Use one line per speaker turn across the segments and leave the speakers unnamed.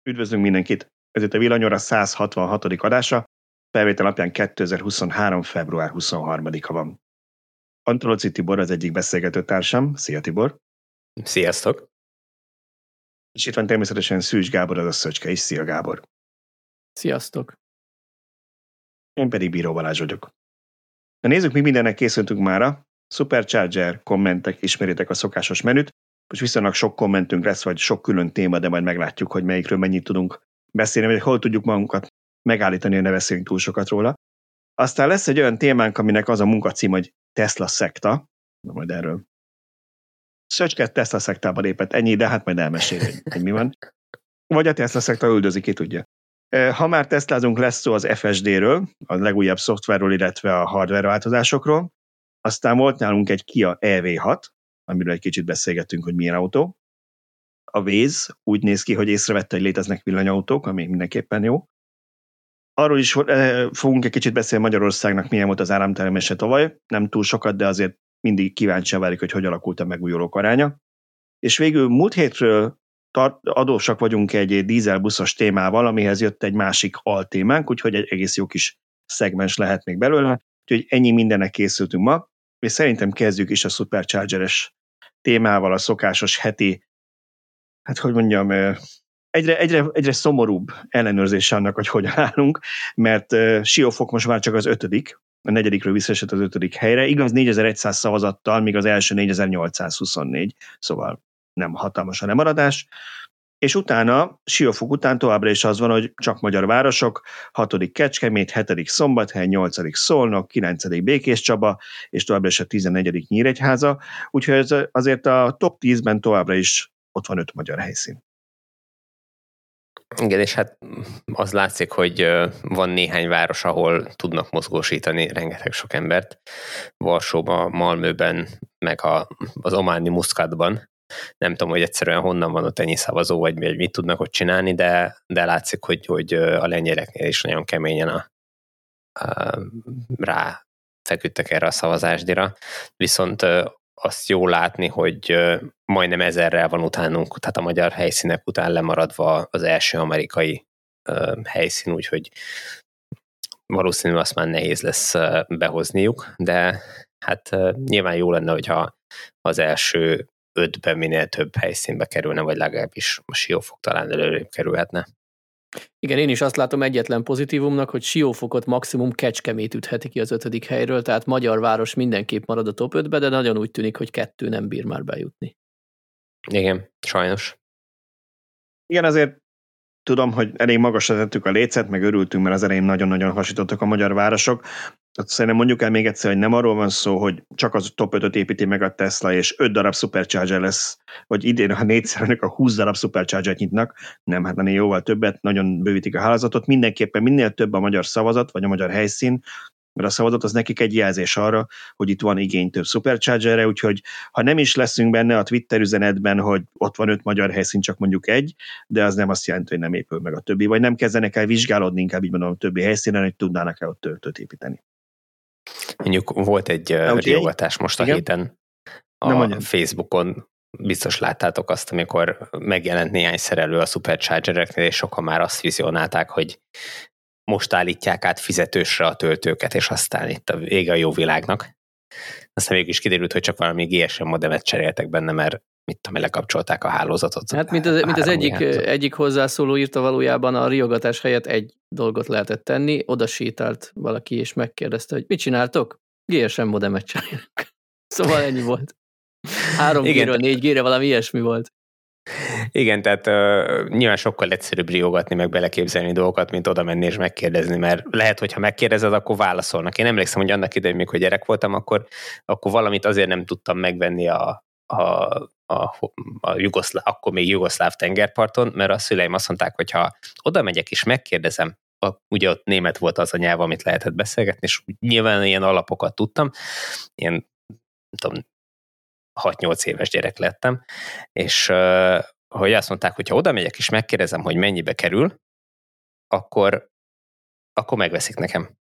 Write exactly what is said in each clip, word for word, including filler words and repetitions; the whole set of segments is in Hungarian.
Üdvözlünk mindenkit! Ez itt a Villanyóra száz hatvanhatodik adása, felvétel napján kétezer-huszonhárom. február huszonharmadika van. Antolóci Tibor az egyik beszélgető társam. Szia Tibor!
Sziasztok!
És itt van természetesen Szűcs Gábor, az a Szöcske is. Szia Gábor!
Sziasztok!
Én pedig Bíró Balázs vagyok. Na nézzük, mi mindennek készültünk mára. Supercharger, kommentek, ismeritek a szokásos menüt. Most viszonylag sok kommentünk lesz, vagy sok külön téma, de majd meglátjuk, hogy melyikről mennyit tudunk beszélni, vagy hol tudjuk magunkat megállítani, hogy ne beszéljünk túl sokat róla. Aztán lesz egy olyan témánk, aminek az a munkacím, hogy Tesla szekta. Na majd erről. Szöcske Tesla szektába lépett, ennyi, de hát majd elmesél, hogy, hogy mi van. Vagy a Tesla szekta üldözi, ki tudja. Ha már tesztlázunk, lesz szó az ef es dé-ről, a legújabb szoftverről, illetve a hardware változásokról. Aztán volt nálunk egy Kia e vé hat, amiről egy kicsit beszélgettünk, hogy milyen autó. A Waze úgy néz ki, hogy észrevette, hogy léteznek villanyautók, ami mindenképpen jó. Arról is fogunk egy kicsit beszélni Magyarországnak, milyen volt az áramtermelése tavaly. Nem túl sokat, de azért mindig kíváncsian várjuk, hogy hogy alakult a megújulók aránya. És végül múlt hétről tart, adósak vagyunk egy dízelbuszos témával, amihez jött egy másik altémánk, úgyhogy egy egész jó kis szegmens lehet még belőle. Úgyhogy ennyi mindennek készültünk ma, és szerintem kezdjük is a Superchargeres témával, a szokásos heti, hát hogy mondjam, egyre, egyre, egyre szomorúbb ellenőrzése annak, hogy hogyan állunk, mert uh, Siófok most már csak az ötödik, a negyedikről visszaesett az ötödik helyre, igaz négyezer-száz szavazattal, míg az első négyezer-nyolcszázhuszonnégy, szóval nem hatalmas a lemaradás. És utána, Siófok után továbbra is az van, hogy csak magyar városok, hatodik Kecskemét, hetedik Szombathely, nyolcadik Szolnok, kilencedik Békéscsaba, és továbbra is a tizennegyedik Nyíregyháza, úgyhogy azért a top tízben továbbra is ott van öt magyar helyszín.
Igen, és hát az látszik, hogy van néhány város, ahol tudnak mozgósítani rengeteg sok embert. Varsóban, Malmöben, meg a, az ománi Muszkatban. Nem tudom, hogy egyszerűen honnan van ott ennyi szavazó, vagy mit tudnak ott csinálni, de, de látszik, hogy, hogy a lengyeleknél is nagyon keményen a, a, rá feküdtek erre a szavazásdira. Viszont azt jó látni, hogy majdnem ezerrel van utánunk, tehát a magyar helyszínek után lemaradva az első amerikai helyszín, úgyhogy valószínűleg azt már nehéz lesz behozniuk, de hát nyilván jó lenne, hogyha az első ötben minél több helyszínbe kerülne, vagy legalábbis a Siófok talán előrébb kerülhetne.
Igen, én is azt látom egyetlen pozitívumnak, hogy Siófokot maximum Kecskemét ütheti ki az ötödik helyről, tehát magyar város mindenképp marad a top ötbe, de nagyon úgy tűnik, hogy kettő nem bír már bejutni.
Igen, sajnos.
Igen, azért tudom, hogy elég magasra tettük a lécet, meg örültünk, mert az elején nagyon-nagyon hasítottak a magyar városok. Szerintem mondjuk el még egyszer, hogy nem arról van szó, hogy csak az top ötöt építi meg a Tesla, és öt darab Supercharger lesz, vagy idén, ha négyszer önök a húsz darab Supercharger-t nyitnak, nem, hát ennél jóval többet, nagyon bővítik a hálózatot. Mindenképpen minél több a magyar szavazat, vagy a magyar helyszín, mert a szavazat az nekik egy jelzés arra, hogy itt van igény több Superchargerre, úgyhogy ha nem is leszünk benne a Twitter üzenetben, hogy ott van öt magyar helyszín, csak mondjuk egy, de az nem azt jelenti, hogy nem épül meg a többi, vagy nem kezdenek el vizsgálódni, inkább így mondom a többi helyszínen, hogy tudnának el ott ötöt építeni.
Mondjuk volt egy riogatás most a igen? héten a Facebookon, biztos láttátok azt, amikor megjelent néhány szerelő a Superchargereknél, és sokan már azt vizionálták, hogy most állítják át fizetősre a töltőket, és aztán itt a vége a jó világnak. Aztán végül is kiderült, hogy csak valami gé es em modemet cseréltek benne, mert mit tudom, lekapcsolták a hálózatot.
Hát mint az, mint az egyik, egyik hozzászóló írta, valójában a riogatás helyett egy dolgot lehetett tenni, oda sétált valaki, és megkérdezte, hogy mit csináltok? gé es em modemet cserélünk. Szóval ennyi volt. három gé-ről négy gé-re valami ilyesmi volt.
Igen, tehát uh, nyilván sokkal egyszerűbb riogatni, meg beleképzelni dolgokat, mint oda menni és megkérdezni, mert lehet, hogyha megkérdezed, akkor válaszolnak. Én emlékszem, hogy annak idején, még hogy gyerek voltam, akkor, akkor valamit azért nem tudtam megvenni a, a, a, a jugoszláv, akkor még jugoszláv tengerparton, mert a szüleim azt mondták, hogy ha oda megyek és megkérdezem, a, ugye ott német volt az a nyelv, amit lehetett beszélgetni, és nyilván ilyen alapokat tudtam, ilyen, nem tudom, hat-nyolc éves gyerek lettem, és uh, hogy azt mondták, hogy ha oda megyek és megkérdezem, hogy mennyibe kerül, akkor, akkor megveszik nekem.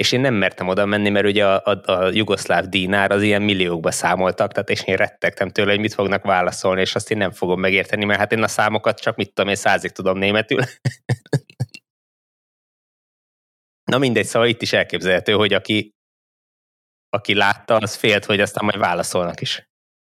és én nem mertem oda menni, mert ugye a, a, a jugoszláv dinár az ilyen milliókba számoltak, tehát és én rettegtem tőle, hogy mit fognak válaszolni, és azt én nem fogom megérteni, mert hát én a számokat csak mit tudom, én százig tudom németül. Na mindegy, szóval itt is elképzelhető, hogy aki, aki látta, az félt, hogy aztán majd válaszolnak is.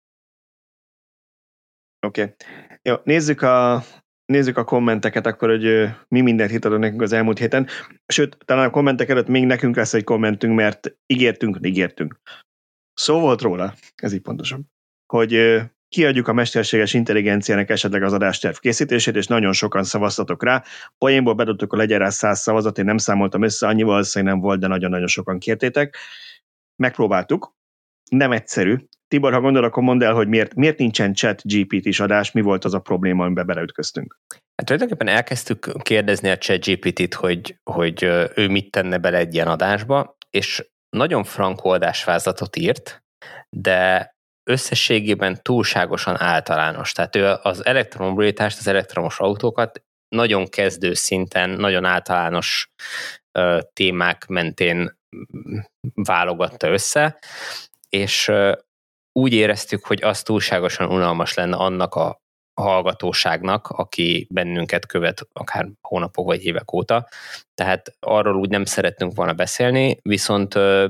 Oké. Okay. Jó, nézzük a, nézzük a kommenteket akkor, hogy mi mindent hitadok nekünk az elmúlt héten. Sőt, talán a kommentek előtt még nekünk lesz egy kommentünk, mert ígértünk, ígértünk. Szó volt róla, ez így pontosabb, hogy kiadjuk a mesterséges intelligenciának esetleg az adásterv készítését, és nagyon sokan szavaztatok rá. Poénból bedobtuk a legyen rá száz szavazat, én nem számoltam össze, annyi valószínűleg nem volt, de nagyon-nagyon sokan kértétek. Megpróbáltuk, nem egyszerű. Tibor, ha gondol, akkor mondd el, hogy miért, miért nincsen chat gé pé té-s adás, mi volt az a probléma, amiben beleütköztünk.
Hát tulajdonképpen elkezdtük kérdezni a chat gé pé té-t, hogy, hogy ő mit tenne bele egy ilyen adásba, és nagyon frank oldásvázlatot írt, de összességében túlságosan általános. Tehát ő az elektromobilitást, az elektromos autókat nagyon kezdő szinten, nagyon általános uh, témák mentén válogatta össze, és uh, úgy éreztük, hogy az túlságosan unalmas lenne annak a hallgatóságnak, aki bennünket követ akár hónapok vagy évek óta. Tehát arról úgy nem szerettünk volna beszélni, viszont uh,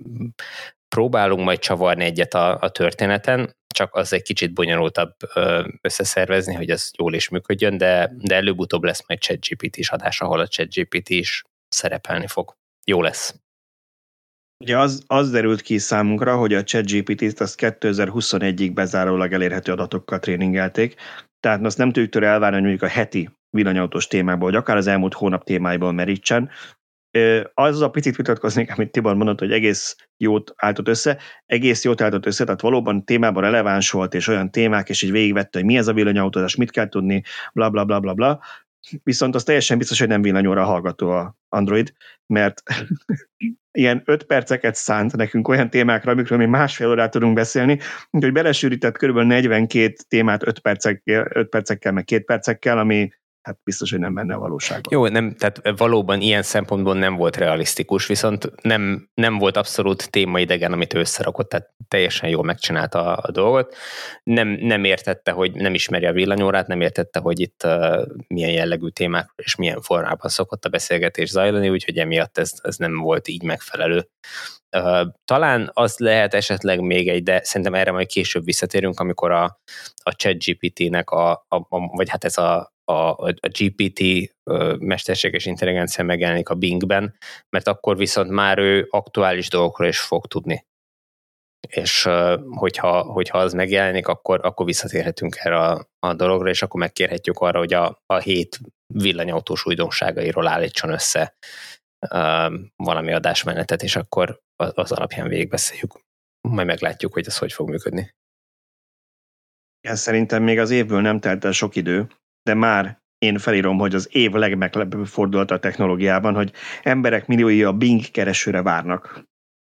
próbálunk majd csavarni egyet a, a történeten, csak az egy kicsit bonyolultabb uh, összeszervezni, hogy ez jól is működjön, de, de előbb-utóbb lesz majd chat gé pé té-s adás, ahol a chat gé pé té is szerepelni fog. Jó lesz.
Ugye az, az derült ki számunkra, hogy a chat gé pé té-t az kétezer-huszonegyig bezárólag elérhető adatokkal tréningelték, tehát azt nem tudjuk tőle elvárni, hogy mondjuk a heti villanyautós témából, vagy akár az elmúlt hónap témáiból merítsen. Az a picit vitatkoznék, amit Tibor mondott, hogy egész jót álltott össze, egész jót álltott össze, tehát valóban témában releváns volt, és olyan témák, és így végigvette, hogy mi ez a villanyautózás, mit kell tudni, bla bla bla bla bla. Viszont az teljesen biztos, hogy nem villanyóra hallgató a Android, mert ilyen öt perceket szánt nekünk olyan témákra, amikről mi másfél órát tudunk beszélni, úgyhogy belesűrített körülbelül negyvenkét témát öt percekkel, öt percekkel, meg két percekkel, ami hát biztos, hogy nem benne a valóságban.
Jó, nem, tehát valóban ilyen szempontból nem volt realisztikus, viszont nem, nem volt abszolút témaidegen, amit ő összerakott, tehát teljesen jól megcsinálta a, a dolgot. Nem, nem értette, hogy nem ismeri a villanyórát, nem értette, hogy itt uh, milyen jellegű témák és milyen formában szokott a beszélgetés zajlani, úgyhogy emiatt ez, ez nem volt így megfelelő. Uh, talán az lehet esetleg még egy, de szerintem erre majd később visszatérünk, amikor a, a chat gé pé té-nek a, a, a vagy hát ez a a, a gé pé té uh, mesterséges intelligencia megjelenik a Bingben, mert akkor viszont már ő aktuális dolgokról is fog tudni. És uh, hogyha, hogyha az megjelenik, akkor, akkor visszatérhetünk erre a, a dologra, és akkor megkérhetjük arra, hogy a, a hét villanyautós újdonságairól állítson össze uh, valami adásmenetet, és akkor az, az alapján végigbeszéljük. Majd meglátjuk, hogy ez hogy fog működni.
Igen, szerintem még az évből nem telt el sok idő, de már én felírom, hogy az év legmeglepőbb fordulata a technológiában, hogy emberek milliói a Bing keresőre várnak.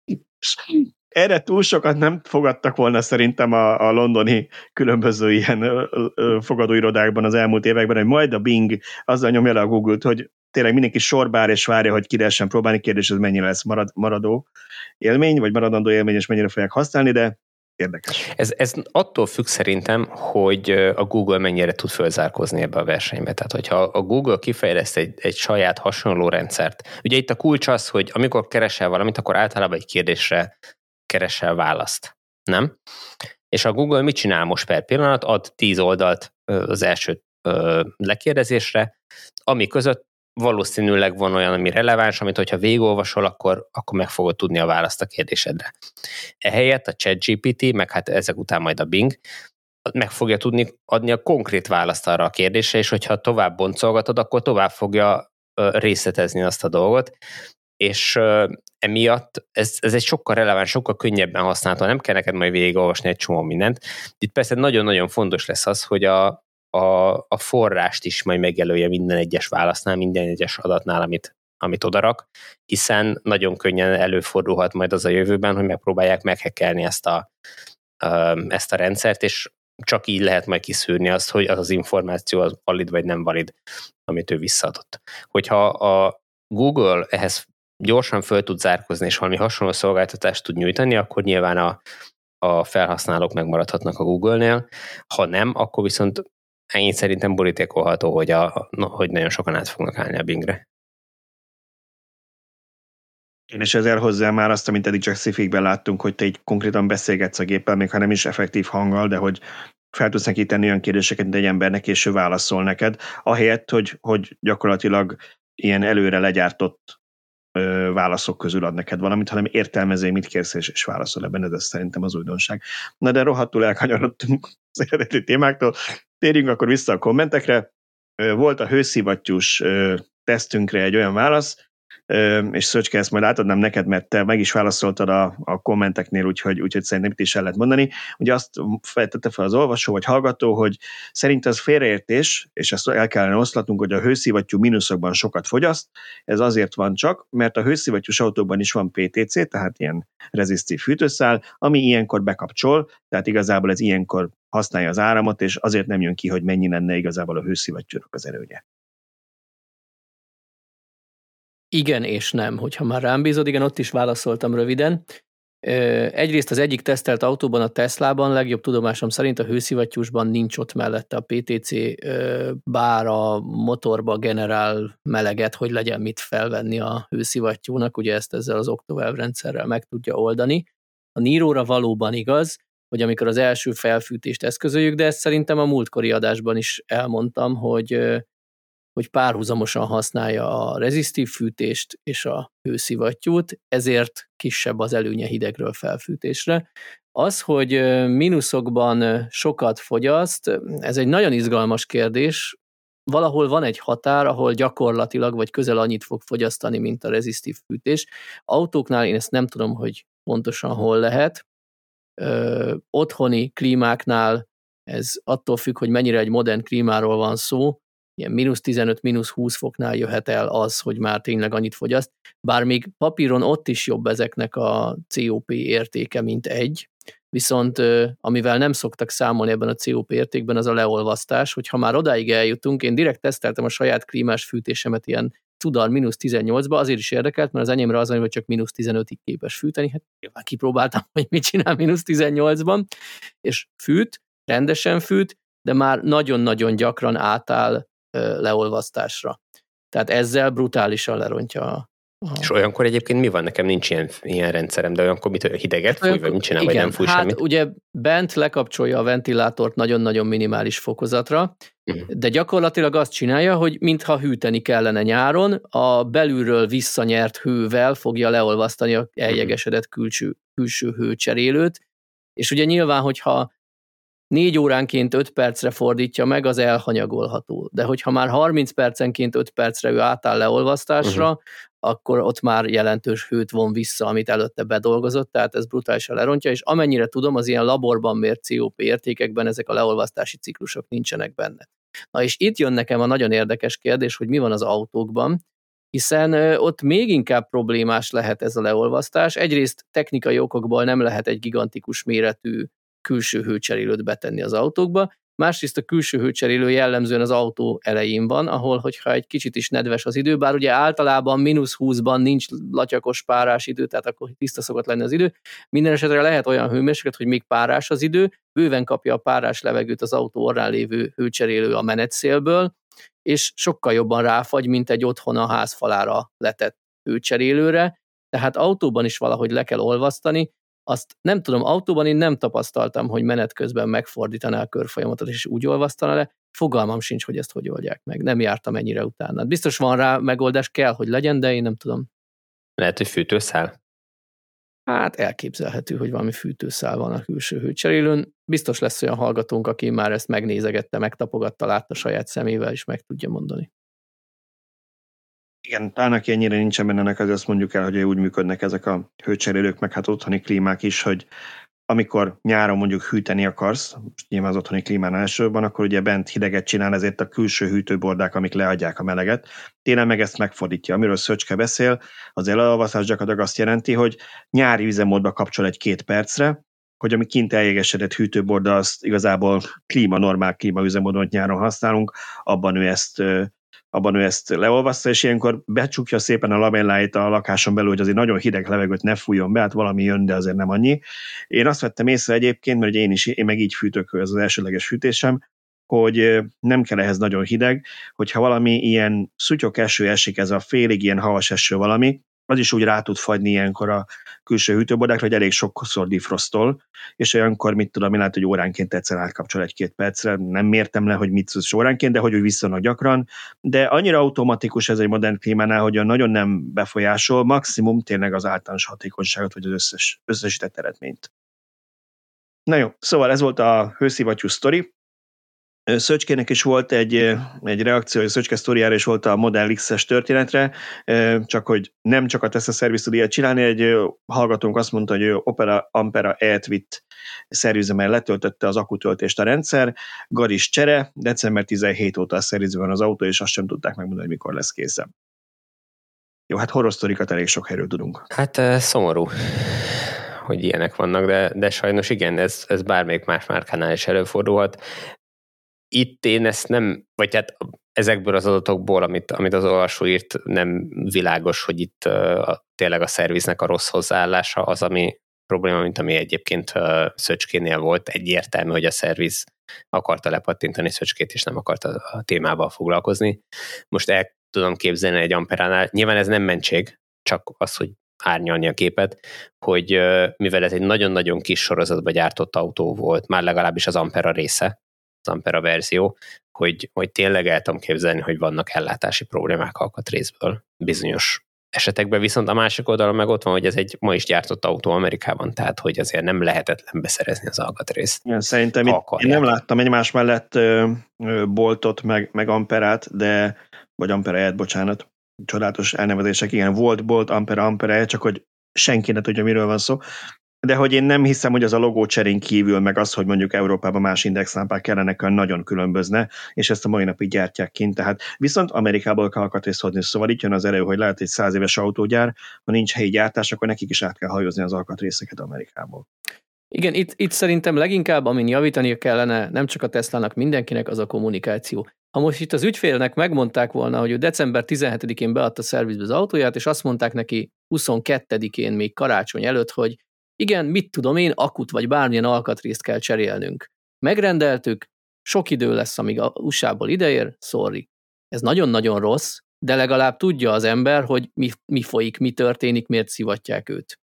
Erre túl sokat nem fogadtak volna szerintem a, a londoni különböző ilyen ö, ö, fogadóirodákban az elmúlt években, hogy majd a Bing azzal nyomja le a Google-t, hogy tényleg mindenki sorbár és várja, hogy ki lehessen próbálni. Kérdés, ez mennyire lesz marad, maradó élmény, vagy maradandó élmény, és mennyire fogják használni, de érdekes.
Ez, ez attól függ szerintem, hogy a Google mennyire tud fölzárkózni ebbe a versenybe. Tehát, hogyha a Google kifejleszt egy, egy saját hasonló rendszert. Ugye itt a kulcs az, hogy amikor keresel valamit, akkor általában egy kérdésre keresel választ. Nem? És a Google mit csinál most per pillanat? Ad tíz oldalt az első lekérdezésre, ami között valószínűleg van olyan, ami releváns, amit hogyha végigolvasol, akkor, akkor meg fogod tudni a választ a kérdésedre. Ehelyett a chat gé pé té, meg hát ezek után majd a Bing, meg fogja tudni adni a konkrét választ arra a kérdésre, és hogyha tovább boncolgatod, akkor tovább fogja részletezni azt a dolgot, és emiatt ez, ez egy sokkal releváns, sokkal könnyebben használható, nem kell neked majd végigolvasni egy csomó mindent. Itt persze nagyon-nagyon fontos lesz az, hogy a A, a forrást is majd megjelölje minden egyes válasznál, minden egyes adatnál, amit, amit odarak, hiszen nagyon könnyen előfordulhat majd az a jövőben, hogy megpróbálják meghekkelni ezt a, ezt a rendszert, és csak így lehet majd kiszűrni azt, hogy az az információ az valid vagy nem valid, amit ő visszaadott. Hogyha a Google ehhez gyorsan föl tud zárkozni, és valami hasonló szolgáltatást tud nyújtani, akkor nyilván a, a felhasználók megmaradhatnak a Google-nél. Ha nem, akkor viszont én szerintem borítékolható, hogy, a, hogy nagyon sokan át fognak állni a Bingre.
Én is ezzel hozzá már azt, amit eddig csak sci-fikben láttunk, hogy te így konkrétan beszélgetsz a géppel, még ha nem is effektív hanggal, de hogy fel tudsz neki tenni olyan kérdéseket, mint egy embernek, és ő válaszol neked, ahelyett, hogy, hogy gyakorlatilag ilyen előre legyártott ö, válaszok közül ad neked valamit, hanem értelmezé, mit kérsz, és, és válaszol ebben, ez szerintem az újdonság. Na de rohadtul elkanyarodtunk az eredeti témáktól. Térjünk akkor vissza a kommentekre. Volt a hőszivattyús ö, tesztünkre egy olyan válasz, és Szöcske, ezt majd átadnám neked, mert te meg is válaszoltad a, a kommenteknél, úgyhogy, úgyhogy szerintem itt is el lehet mondani. Ugye azt feltette fel az olvasó vagy hallgató, hogy szerint az félreértés, és ezt el kellene oszlatnunk, hogy a hőszivattyú mínuszokban sokat fogyaszt. Ez azért van csak, mert a hőszivattyús autókban is van pé té cé, tehát ilyen rezisztív fűtőszál, ami ilyenkor bekapcsol, tehát igazából ez ilyenkor használja az áramot, és azért nem jön ki, hogy mennyi lenne igazából a hőszivattyúnak az erőnye.
Igen és nem, hogyha már rám bízod, igen, ott is válaszoltam röviden. Egyrészt az egyik tesztelt autóban, a Teslában, legjobb tudomásom szerint a hőszivattyúsban nincs ott mellette a pé té cé, bár a motorba generál meleget, hogy legyen mit felvenni a hőszivattyúnak, ugye ezt ezzel az Octovalve rendszerrel meg tudja oldani. A Niro-ra valóban igaz, hogy amikor az első felfűtést eszközöljük, de ezt szerintem a múltkori adásban is elmondtam, hogy hogy párhuzamosan használja a rezisztív fűtést és a hőszivattyút, ezért kisebb az előnye hidegről felfűtésre. Az, hogy mínuszokban sokat fogyaszt, ez egy nagyon izgalmas kérdés. Valahol van egy határ, ahol gyakorlatilag vagy közel annyit fog fogyasztani, mint a rezisztív fűtés. Autóknál én ezt nem tudom, hogy pontosan hol lehet. Ö, otthoni klímáknál ez attól függ, hogy mennyire egy modern klímáról van szó, ilyen mínusz tizenöt, mínusz húsz foknál jöhet el az, hogy már tényleg annyit fogyaszt, bár még papíron ott is jobb ezeknek a cé o pé értéke, mint egy, viszont amivel nem szoktak számolni ebben a cé o pé értékben, az a leolvasztás, hogy ha már odáig eljutunk, én direkt teszteltem a saját klímás fűtésemet ilyen cudar mínusz tizennyolcba, azért is érdekelt, mert az enyémre az, hogy csak mínusz tizenötig képes fűteni, hát nyilván kipróbáltam, hogy mit csinál mínusz tizennyolcban, és fűt, rendesen fűt, de már nagyon-nagyon gyakran átáll leolvasztásra. Tehát ezzel brutálisan lerontja a...
És olyankor egyébként mi van? Nekem nincs ilyen, ilyen rendszerem, de olyankor mit, hideget fúj, vagy mit csinál, igen, vagy nem fúj
hát
semmit?
ugye bent lekapcsolja a ventilátort nagyon-nagyon minimális fokozatra, uh-huh. de gyakorlatilag azt csinálja, hogy mintha hűteni kellene nyáron, a belülről visszanyert hővel fogja leolvasztani a eljegesedett külső, külső hőcserélőt, és ugye nyilván, hogyha négy óránként öt percre fordítja meg, az elhanyagolható. De hogyha már harminc percenként öt percre ő átáll leolvasztásra, uh-huh. akkor ott már jelentős hőt von vissza, amit előtte bedolgozott, tehát ez brutálisan lerontja, és amennyire tudom, az ilyen laborban mért cé o pé értékekben ezek a leolvasztási ciklusok nincsenek benne. Na és itt jön nekem a nagyon érdekes kérdés, hogy mi van az autókban, hiszen ott még inkább problémás lehet ez a leolvasztás. Egyrészt technikai okokból nem lehet egy gigantikus méretű külső hőcserélőt betenni az autókba, másrészt a külső hőcserélő jellemzően az autó elején van, ahol, hogyha egy kicsit is nedves az idő, bár ugye általában mínusz húszban nincs latyakos párás idő, tehát akkor tiszta szokott lenni az idő. Minden esetre lehet olyan hőmérséklet, hogy még párás az idő, bőven kapja a párás levegőt az autó orrán lévő hőcserélő a menetszélből, és sokkal jobban ráfagy, mint egy otthon a házfalára letett hőcserélőre, tehát autóban is valahogy le kell olvasztani. Azt nem tudom, autóban én nem tapasztaltam, hogy menet közben megfordítaná a körfolyamatot, és úgy olvasztaná le. Fogalmam sincs, hogy ezt hogy oldják meg. Nem jártam ennyire utána. Biztos van rá megoldás, kell, hogy legyen, de én nem tudom.
Lehet, hogy fűtőszál?
Hát elképzelhető, hogy valami fűtőszál van a külső hőcserélőn. Biztos lesz olyan hallgatónk, aki már ezt megnézegette, megtapogatta, látta saját szemével, és meg tudja mondani.
Igen, talán aki ennyire nincsen benne, az azt mondjuk el, hogy úgy működnek ezek a hőcserélők, meg hát otthoni klímák is, hogy amikor nyáron mondjuk hűteni akarsz, most nyilván az otthoni klímánál elsősorban, akkor ugye bent hideget csinál, ezért a külső hűtőbordák, amik leadják a meleget. Télen meg ezt megfordítja. Amiről Szöcske beszél, az elolvasztás gyakorlatilag azt jelenti, hogy nyári üzemmódba kapcsol egy-két percre, hogy ami kint eljegesedett hűtőborda, azt igazából klíma, normál klíma üzemmódon, hogy nyáron használunk, abban ő ezt abban ő ezt leolvaszta, és ilyenkor becsukja szépen a lamelláit a lakáson belül, hogy azért nagyon hideg levegőt ne fújjon be, hát valami jön, de azért nem annyi. Én azt vettem észre egyébként, mert én is, én meg így fűtök, ez az elsődleges fűtésem, hogy nem kell ehhez nagyon hideg, hogyha valami ilyen szutyok eső esik, ez a félig ilyen havas eső valami, az is úgy rá tud fagyni ilyenkor a külső hűtőbodákra, hogy elég sokszor defrostol, és olyankor, mit tudom, én lehet, hogy óránként egyszer átkapcsol egy-két percre, nem mértem le, hogy mit szólsz óránként, de hogy úgy viszonylag gyakran, de annyira automatikus ez egy modern klímánál, hogy nagyon nem befolyásol, maximum tényleg az általános hatékonyságot, vagy az összes, összesített eredményt. Na jó, szóval ez volt a hőszivattyú sztori. Szöcskének is volt egy, egy reakció, a Szöcske sztoriára is volt a Model X-es történetre, csak hogy nem csak a Tesla Service tud ilyet csinálni, egy hallgatónk azt mondta, hogy ő Opera Ampera E-t vitt szervizemmel letöltötte az akutöltést a rendszer, garis csere, december tizenhetedike óta a szervizben az autó, és azt sem tudták megmondani, hogy mikor lesz készen. Jó, hát horror sztorikat elég sok helyről tudunk.
Hát szomorú, hogy ilyenek vannak, de, de sajnos igen, ez, ez bármelyik más márkánál is előfordulhat. Itt én ezt nem, vagy hát ezekből az adatokból, amit, amit az olvasó írt, nem világos, hogy itt uh, tényleg a szerviznek a rossz hozzáállása az, ami probléma, mint ami egyébként uh, Szöcskénél volt. Egyértelmű, hogy a szerviz akarta lepattintani Szöcskét, és nem akarta a témával foglalkozni. Most el tudom képzelni egy Amperánál, nyilván ez nem mentség, csak az, hogy árnyalni a képet, hogy uh, mivel ez egy nagyon-nagyon kis sorozatba gyártott autó volt, már legalábbis az Ampera része, az Ampera verzió, hogy, hogy tényleg el tudom képzelni, hogy vannak ellátási problémák alkatrészből bizonyos esetekben, viszont a másik oldalon meg ott van, hogy ez egy ma is gyártott autó Amerikában, tehát hogy azért nem lehetetlen beszerezni az alkatrészt.
Igen, szerintem itt, én nem láttam egymás mellett ö, ö, Boltot, meg, meg Amperát, de, vagy Ampera-et, bocsánat, csodálatos elnevezések, igen, volt Bolt, Ampera, Ampera, csak hogy senki ne tudja, miről van szó. De hogy én nem hiszem, hogy az a logó cserén kívül, meg az, hogy mondjuk Európában más indexlámpák kellenek, nagyon különbözne, és ezt a mai napig gyártják kint. Tehát viszont Amerikából kell alkatrészt hozni, szóval itt jön az elő, hogy lehet egy száz éves autógyár, ha nincs helyi gyártás, akkor nekik is át kell hajózni az alkatrészeket Amerikából.
Igen, itt, itt szerintem leginkább, amin javítania kellene, nem csak a Teslának, mindenkinek, az a kommunikáció. Ha most itt az ügyfélnek megmondták volna, hogy ő december tizenhetedikén beadta szervizbe az autóját, és azt mondták neki huszonkettedikén még karácsony előtt, hogy igen, mit tudom én, akut vagy bármilyen alkatrészt kell cserélnünk. Megrendeltük, sok idő lesz, amíg a u es á-ból ideér, sorry. Ez nagyon-nagyon rossz, de legalább tudja az ember, hogy mi, mi folyik, mi történik, miért szivatják őt.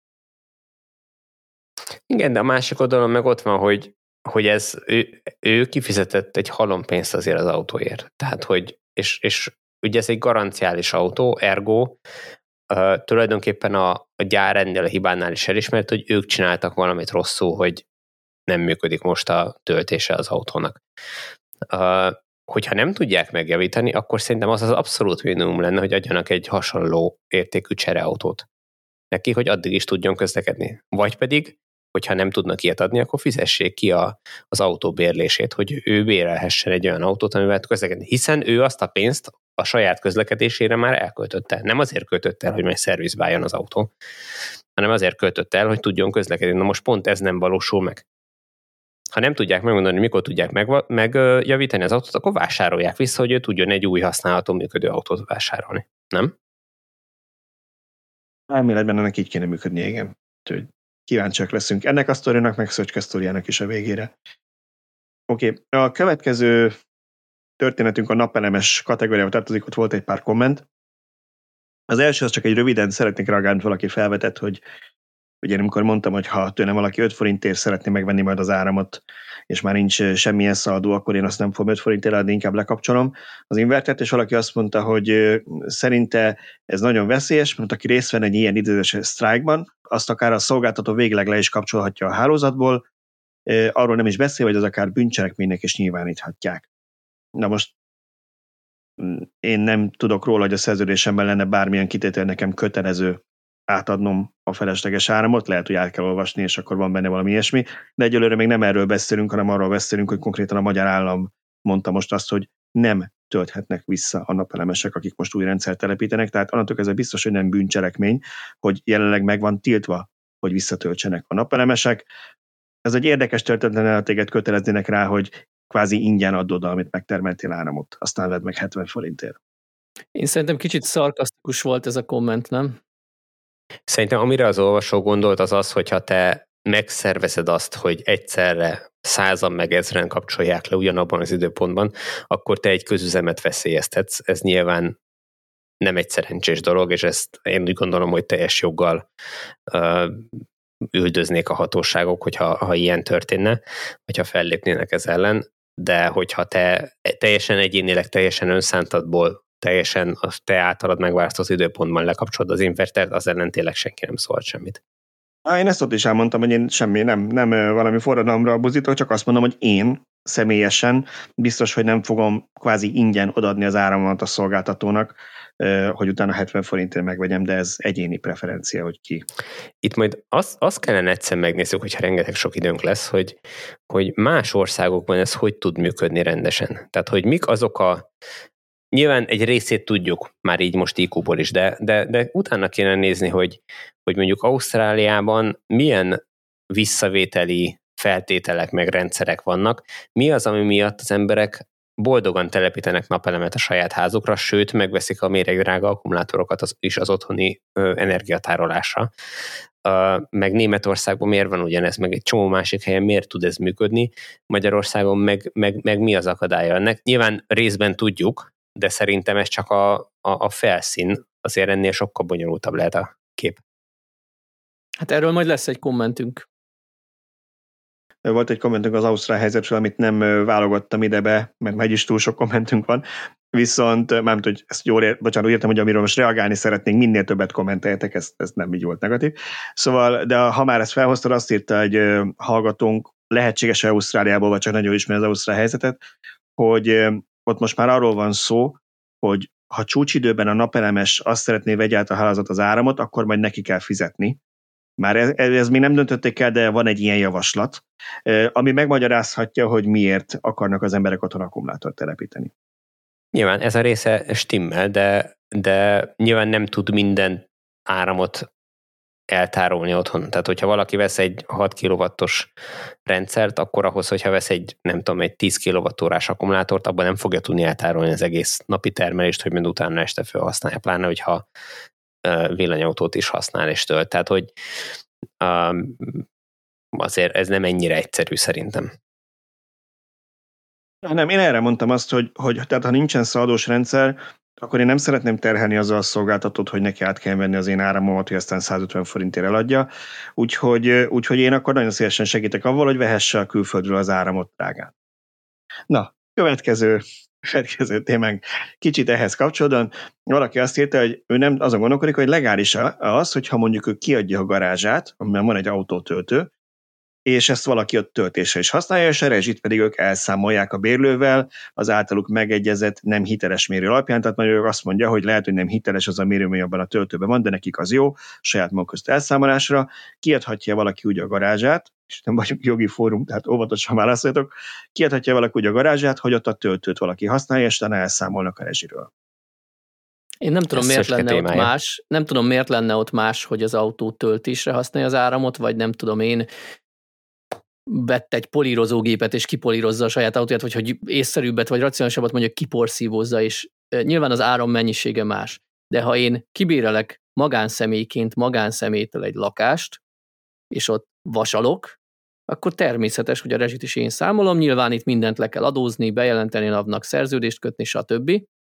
Igen, de a másik oldalon meg ott van, hogy, hogy ez, ő, ő kifizetett egy halompenzt azért az autóért. Tehát, hogy, és, és ugye ez egy garanciális autó, ergo Uh, tulajdonképpen a, a gyár ennél a hibánál is elismert, hogy ők csináltak valamit rosszul, hogy nem működik most a töltése az autónak. Uh, hogyha nem tudják megjavítani, akkor szerintem az az abszolút minimum lenne, hogy adjanak egy hasonló értékű csereautót neki, hogy addig is tudjon közlekedni. Vagy pedig, hogyha nem tudnak ilyet adni, akkor fizessék ki a, az autó bérlését, hogy ő bérelhessen egy olyan autót, amivel közlekedni. Hiszen ő azt a pénzt a saját közlekedésére már elköltötte. Nem azért költötte el, hogy majd szervizbe álljon az autó, hanem azért költötte el, hogy tudjon közlekedni. Na most pont ez nem valósul meg. Ha nem tudják megmondani, mikor tudják meg, megjavítani az autót, akkor vásárolják vissza, hogy ő tudjon egy új használható működő autót vásárolni. Nem?
Elméletben ennek így kéne működni, igen. Úgyhogy kíváncsiak leszünk ennek a sztorinak, meg Szöcske sztoriának is a végére. Oké, okay. A következő történetünk a napelemes kategóriába tartozik, ott volt egy pár komment. Az első az csak egy röviden szeretnék reagálni, valaki felvetett, hogy ugye amikor mondtam, hogy ha tőlem valaki öt forintért szeretné megvenni majd az áramot, és már nincs semmilyen szaldó, akkor én azt nem fogom öt forintért adni, inkább lekapcsolom az invertert, és valaki azt mondta, hogy szerinte ez nagyon veszélyes, mert aki részt venne egy ilyen idézéses sztrájkban, azt akár a szolgáltató végleg le is kapcsolhatja a hálózatból, arról nem is beszél, hogy az akár bűncselekménynek is nyilváníthatják. Na most én nem tudok róla, hogy a szerződésemben lenne bármilyen kitétel nekem kötelező átadnom a felesleges áramot, lehet, hogy át kell olvasni, és akkor van benne valami ilyesmi, de egyelőre még nem erről beszélünk, hanem arról beszélünk, hogy konkrétan a magyar állam mondta most azt, hogy nem tölthetnek vissza a napelemesek, akik most új rendszert telepítenek, tehát onnantól kezdve biztos, hogy nem bűncselekmény, hogy jelenleg meg van tiltva, hogy visszatöltsenek a napelemesek. Ez egy érdekes történet, téged köteleznének rá, hogy kvázi ingyen add oda, amit megtermeltél áramot, aztán vedd meg hetven forintért.
Én szerintem kicsit szarkasztikus volt ez a komment, nem?
Szerintem amire az olvasó gondolt, az az, hogyha te megszervezed azt, hogy egyszerre százan meg ezren kapcsolják le ugyanabban az időpontban, akkor te egy közüzemet veszélyeztetsz. Ez nyilván nem egy szerencsés dolog, és ezt én úgy gondolom, hogy teljes joggal uh, üldöznék a hatóságok, hogyha ha ilyen történne, hogyha fellépnének ez ellen, de hogyha te teljesen egyénileg, teljesen önszántadból, teljesen a te általad megválasztott időpontban lekapcsolod az invertert, az ellen tényleg senki nem szólt semmit.
Á, én ezt ott is elmondtam, hogy én semmi, nem, nem valami forradalomra buzítok, csak azt mondom, hogy én személyesen biztos, hogy nem fogom kvázi ingyen odaadni az áramat a szolgáltatónak, hogy utána hetven forintért megvegyem, de ez egyéni preferencia, hogy ki.
Itt majd azt, azt kellene egyszer megnézzük, hogyha rengeteg sok időnk lesz, hogy, hogy más országokban ez hogy tud működni rendesen. Tehát, hogy mik azok a nyilván egy részét tudjuk, már így most í kú-ból is, de, de, de utána kéne nézni, hogy, hogy mondjuk Ausztráliában milyen visszavételi feltételek meg rendszerek vannak, mi az, ami miatt az emberek boldogan telepítenek napelemet a saját házukra, sőt, megveszik a méregdrága akkumulátorokat az, is az otthoni ö, energiatárolásra. Ö, meg Németországban miért van ugyanez, meg egy csomó másik helyen miért tud ez működni, Magyarországon meg, meg, meg mi az akadálya ennek. Nyilván részben tudjuk, de szerintem ez csak a, a, a felszín, azért ennél sokkal bonyolultabb lehet a kép.
Hát erről majd lesz egy kommentünk.
Volt egy kommentünk az ausztrál helyzetről, amit nem válogattam ide be, mert megy is túl sok kommentünk van, viszont mármint, hogy ezt jól ért, bocsánat, úgy értem, hogy amiről most reagálni szeretnénk, minél többet kommenteljetek, ez, ez nem így volt negatív. Szóval, de ha már ezt felhoztad, azt írta egy hallgatónk, lehetséges Ausztráliából, vagy csak nagyon ismeri az ausztrál helyzetet, hogy ott most már arról van szó, hogy ha csúcsidőben a napelemes azt szeretné vegye át a hálózat az áramot, akkor majd neki kell fizetni. Már ez, ez még nem döntötték el, de van egy ilyen javaslat, ami megmagyarázhatja, hogy miért akarnak az emberek otthon akkumulátort telepíteni.
Nyilván ez a része stimmel, de, de nyilván nem tud minden áramot eltárolni otthon. Tehát, hogyha valaki vesz egy hat kilowattos rendszert, akkor ahhoz, hogyha vesz egy, nem tudom, egy tíz kilowattórás akkumulátort, abban nem fogja tudni eltárolni az egész napi termelést, hogy mind utána este felhasználja, pláne, hogyha villanyautót is használ és tölt. Tehát, hogy um, azért ez nem ennyire egyszerű szerintem.
Nem, én erre mondtam azt, hogy, hogy tehát ha nincsen szaladós rendszer, akkor én nem szeretném terhelni azzal a szolgáltatót, hogy neki át kell venni az én áramomat, hogy aztán százötven forintért eladja. Úgyhogy, úgyhogy én akkor nagyon szívesen segítek avval, hogy vehesse a külföldről az áramot drágán. Na, következő, következő témánk kicsit ehhez kapcsolódóan. Valaki azt írta, hogy ő nem azon gondolkodik, hogy legális az, hogyha mondjuk ő kiadja a garázsát, amiben van egy autótöltő, és ezt valaki ott töltésre is használja, és a rezsit pedig ők elszámolják a bérlővel az általuk megegyezett nem hiteles mérő alapján, tehát majd azt mondja, hogy lehet, hogy nem hiteles az a mérő, ami abban a töltőben van, de nekik az jó, saját maguk közt elszámolásra, kiadhatja valaki úgy a garázsát, és nem vagyunk jogi fórum, tehát óvatosan válaszoljatok, kiadhatja valaki úgy a garázsát, hogy ott a töltőt valaki használja, és utána elszámolnak a rezsiről.
Én nem tudom,
Ez
miért lenne
témája.
ott más, nem tudom, miért lenne ott más, hogy az autó töltésre használja az áramot, vagy nem tudom én, vett egy polírozógépet, és kipolírozza a saját autóját, vagy hogy észszerűbbet, vagy racionálisabbat mondjuk kiporszívózza, és nyilván az áram mennyisége más. De ha én kibérelek magánszemélyként magánszemélytől egy lakást, és ott vasalok, akkor természetes, hogy a rezsit is én számolom, nyilván itt mindent le kell adózni, bejelenteni a napnak, szerződést kötni, stb.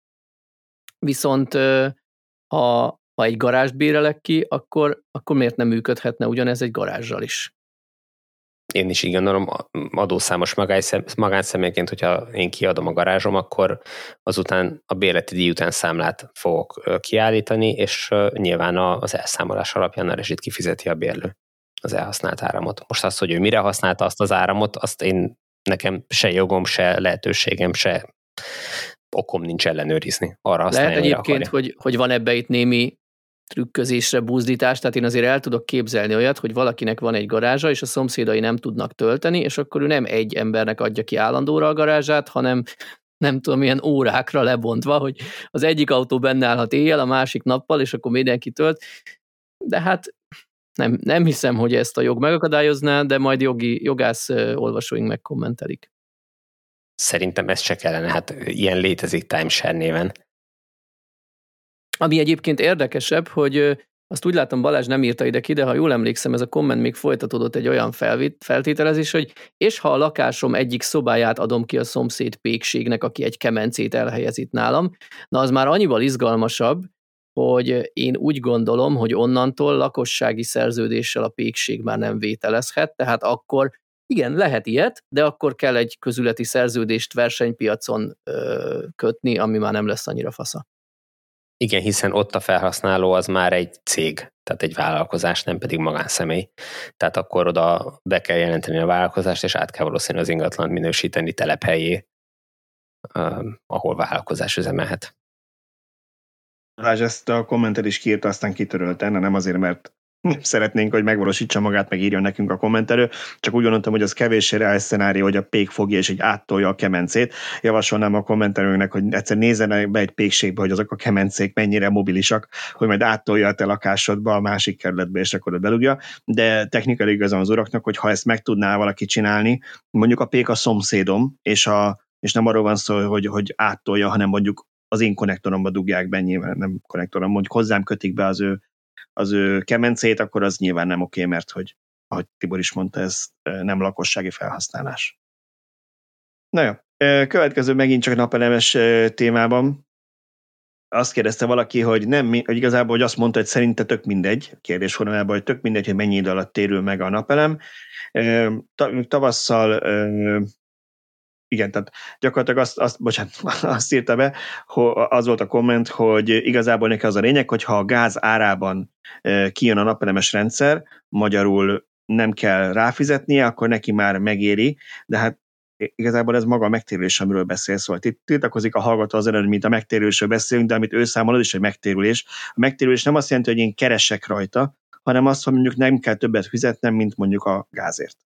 Viszont ha, ha egy garást bérelek ki, akkor, akkor miért nem működhetne ugyanez egy garázsal is?
Én is így gondolom, adószámos magánszemélyként, hogyha én kiadom a garázsom, akkor azután a bérleti díj után számlát fogok kiállítani, és nyilván az elszámolás alapján a rezsit kifizeti a bérlő az elhasznált áramot. Most azt, hogy ő mire használta azt az áramot, azt én nekem se jogom, se lehetőségem, se okom nincs ellenőrizni. Arra használja,
lehet egyébként, hogy, hogy van ebbe itt némi trükközésre, buzdítás, tehát én azért el tudok képzelni olyat, hogy valakinek van egy garázsa, és a szomszédai nem tudnak tölteni, és akkor ő nem egy embernek adja ki állandóra a garázsát, hanem nem tudom, milyen órákra lebontva, hogy az egyik autó benne állhat éjjel, a másik nappal, és akkor mindenki tölt. De hát nem, nem hiszem, hogy ezt a jog megakadályozná, de majd jogi, jogász olvasóink megkommentelik.
szerintem ez se kellene, hát ilyen létezik timeshare néven.
Ami egyébként érdekesebb, hogy azt úgy látom, Balázs nem írta ide ki, de ha jól emlékszem, ez a komment még folytatódott egy olyan felvit, feltételezés, hogy és ha a lakásom egyik szobáját adom ki a szomszéd pékségnek, aki egy kemencét elhelyez itt nálam, na az már annyival izgalmasabb, hogy én úgy gondolom, hogy onnantól lakossági szerződéssel a pékség már nem vételezhet, tehát akkor igen, lehet ilyet, de akkor kell egy közületi szerződést versenypiacon ö, kötni, ami már nem lesz annyira fasza.
Igen, hiszen ott a felhasználó az már egy cég, tehát egy vállalkozás, nem pedig magánszemély. Tehát akkor oda be kell jelenteni a vállalkozást, és át kell valószínűleg az ingatlant minősíteni telephelyé, ahol vállalkozás üzemelhet.
Lázs, ezt a kommentet is kiírta, aztán kitörölte, nem azért, mert szeretnénk, hogy megvalósítsa magát, meg írjon nekünk a kommentelő, csak úgy gondoltam, hogy az kevéssé reális szenárió, hogy a pék fogja és így áttolja a kemencét. Javasolnám a kommentelőnek, hogy egyszer nézzenek be egy pékségbe, hogy azok a kemencék mennyire mobilisak, hogy majd áttolja a te lakásodba a másik kerületbe, és akkor belugja. De technikai igazán az uraknak, hogy ha ezt meg tudná valaki csinálni, mondjuk a pék a szomszédom, és, a, és nem arról van szó, hogy, hogy áttolja, hanem mondjuk az én konnektoromba dugják be, nyilván nem konnektorom, mondjuk hozzám kötik be az ő az ő kemencét, akkor az nyilván nem oké, mert hogy, ahogy Tibor is mondta, ez nem lakossági felhasználás. Na jó, következő megint csak napelemes témában. Azt kérdezte valaki, hogy nem, hogy igazából hogy azt mondta, hogy szerinte tök mindegy, kérdés formában, hogy tök mindegy, hogy mennyi idő alatt térül meg a napelem. Tavasszal igen, tehát gyakorlatilag azt, azt, bocsánat, azt írta be, hogy az volt a komment, hogy igazából neki az a lényeg, hogy ha a gáz árában kijön a napelemes rendszer, magyarul nem kell ráfizetnie, akkor neki már megéri, de hát igazából ez maga a megtérülés, amiről beszél, szóval itt tiltakozik a hallgató az előtt, mint a megtérülésről beszélünk, de amit ő számol, az is egy megtérülés. A megtérülés nem azt jelenti, hogy én keresek rajta, hanem azt, hogy mondjuk nem kell többet fizetnem, mint mondjuk a gázért.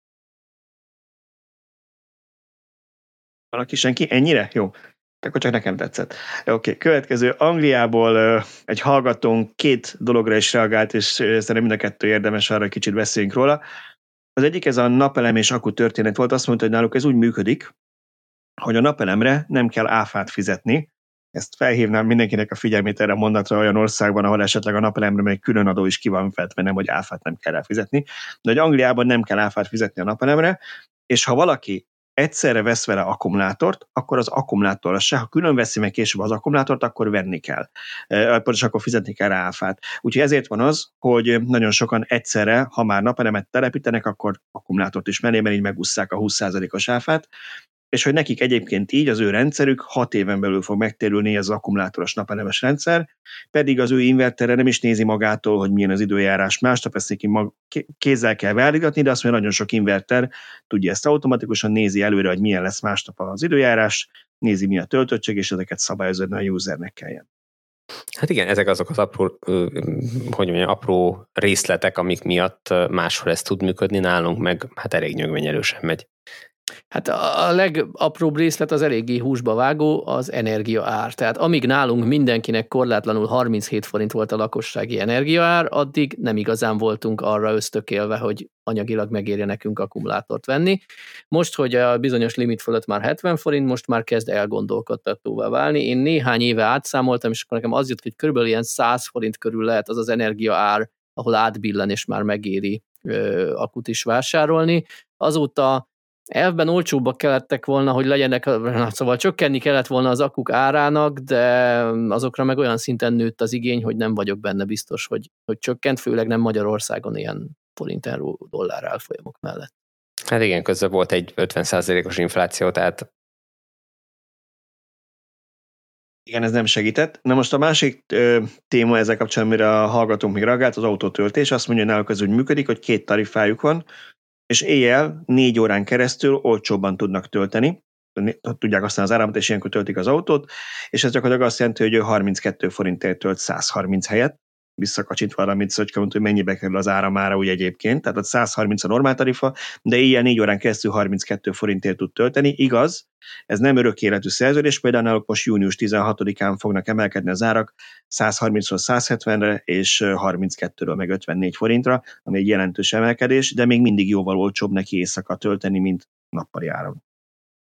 Valaki senki? Ennyire? Jó. Akkor csak nekem tetszett. Oké, okay. Következő. Angliából uh, egy hallgatónk két dologra is reagált, és uh, szerintem mind a kettő érdemes, arra kicsit beszéljünk róla. Az egyik ez a napelem és akku történet volt, azt mondta, hogy náluk ez úgy működik, hogy a napelemre nem kell áfát fizetni. Ezt felhívnám mindenkinek a figyelmét erre a mondatra olyan országban, ahol esetleg a napelemre még külön adó is ki van feltve, nem, hogy áfát nem kell fizetni. De hogy Angliában nem kell áfát fizetni a napelemre, és ha valaki egyszerre vesz vele akkumulátort, akkor az akkumulátorra se, ha külön veszi meg később az akkumulátort, akkor venni kell. És akkor fizetni kell rá áfát. Úgyhogy ezért van az, hogy nagyon sokan egyszerre, ha már napelemet telepítenek, akkor akkumulátort is mellé, mert így megússzák a húsz százalékos áfát, és hogy nekik egyébként így az ő rendszerük hat éven belül fog megtérülni az akkumulátoros napelemes rendszer, pedig az ő inverterre nem is nézi magától, hogy milyen az időjárás. Másnap ezt neki mag- kézzel kell beállítani, de azt mondja, nagyon sok inverter tudja ezt automatikusan, nézi előre, hogy milyen lesz másnap az időjárás, nézi, mi a töltöttség, és ezeket szabályozni a usernek kelljen.
Hát igen, ezek azok az apró, hogy mondjam, apró részletek, amik miatt máshol ez tud működni, nálunk meg hát elég nyögvenyelősen megy.
Hát a legapróbb részlet az eléggé húsba vágó, az energia ár. Tehát amíg nálunk mindenkinek korlátlanul harminchét forint volt a lakossági energiaár, addig nem igazán voltunk arra ösztökélve, hogy anyagilag megérje nekünk akkumulátort venni. Most, hogy a bizonyos limit fölött már hetven forint, most már kezd elgondolkodtatóvá válni. Én néhány éve átszámoltam, és akkor nekem az jött, hogy körülbelül ilyen száz forint körül lehet az az energiaár, ahol átbillen, és már megéri ö, akut is vásárolni. Azóta elvben olcsóbbak kellettek volna, hogy legyenek, szóval csökkenni kellett volna az akuk árának, de azokra meg olyan szinten nőtt az igény, hogy nem vagyok benne biztos, hogy, hogy csökkent, főleg nem Magyarországon ilyen forint, euró, dollár árfolyamok mellett.
Hát igen, közben volt egy ötven százalékos infláció, tehát
igen, ez nem segített. Na most a másik ö, téma ezzel kapcsolatban, amire a hallgatónk még reagált, az autótöltés. Azt mondja, hogy náluk ez úgy működik, hogy két tarifájuk van, és éjjel négy órán keresztül olcsóbban tudnak tölteni, tudják használni az áramot, és ilyenkor töltik az autót, és ez gyakorlatilag azt jelenti, hogy ő harminckettő forintért tölt száz harminc helyet, visszakacsintva arra, amit Szöcske mondta, hogy mennyibe kerül az áramára úgy egyébként, tehát ott száz harminc a normál tarifa, de éjjel négy órán keresztül harminckettő forintért tud tölteni. Igaz, ez nem örök életű szerződés, például náluk most június tizenhatodikán fognak emelkedni az árak száz harmincról száz hetvenre, és harminckettőről meg ötvennégy forintra, ami egy jelentős emelkedés, de még mindig jóval olcsóbb neki éjszaka tölteni, mint nappali áron.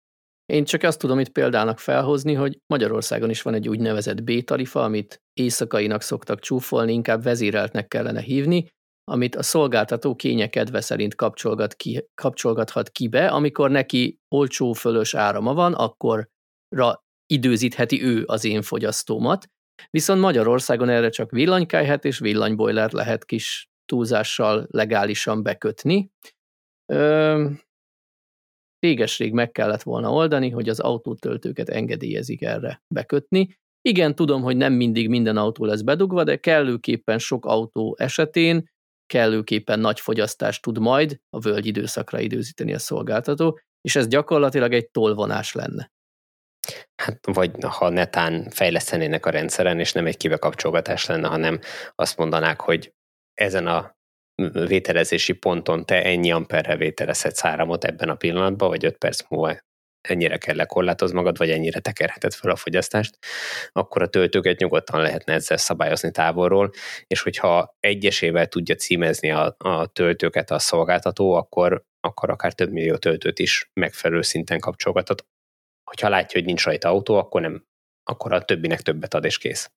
Én csak azt tudom itt példának felhozni, hogy Magyarországon is van egy úgynevezett B-tarifa, amit éjszakainak szoktak csúfolni, inkább vezéreltnek kellene hívni, amit a szolgáltató kénye kedve szerint kapcsolgat ki, kapcsolgathat ki be, amikor neki olcsó fölös árama van, akkorra időzítheti ő az én fogyasztómat. Viszont Magyarországon erre csak villanykályhát és villanybojlert lehet kis túlzással legálisan bekötni. Ö, réges-rég meg kellett volna oldani, hogy az autótöltőket engedélyezik erre bekötni. Igen, tudom, hogy nem mindig minden autó lesz bedugva, de kellőképpen sok autó esetén kellőképpen nagy fogyasztást tud majd a völgy időszakra időzíteni a szolgáltató, és ez gyakorlatilag egy tollvonás lenne.
Hát vagy ha netán fejlesztenének a rendszeren, és nem egy kibekapcsolgatás lenne, hanem azt mondanák, hogy ezen a vételezési ponton te ennyi amperre vételezhetsz áramot ebben a pillanatban, vagy öt perc múlva ennyire kell lekorlátoz magad, vagy ennyire tekerheted fel a fogyasztást, akkor a töltőket nyugodtan lehetne ezzel szabályozni távolról, és hogyha egyesével tudja címezni a, a töltőket a szolgáltató, akkor, akkor akár több millió töltőt is megfelelő szinten kapcsolgathat. Hogyha látja, hogy nincs rajta autó, akkor nem, akkor a többinek többet ad, és kész.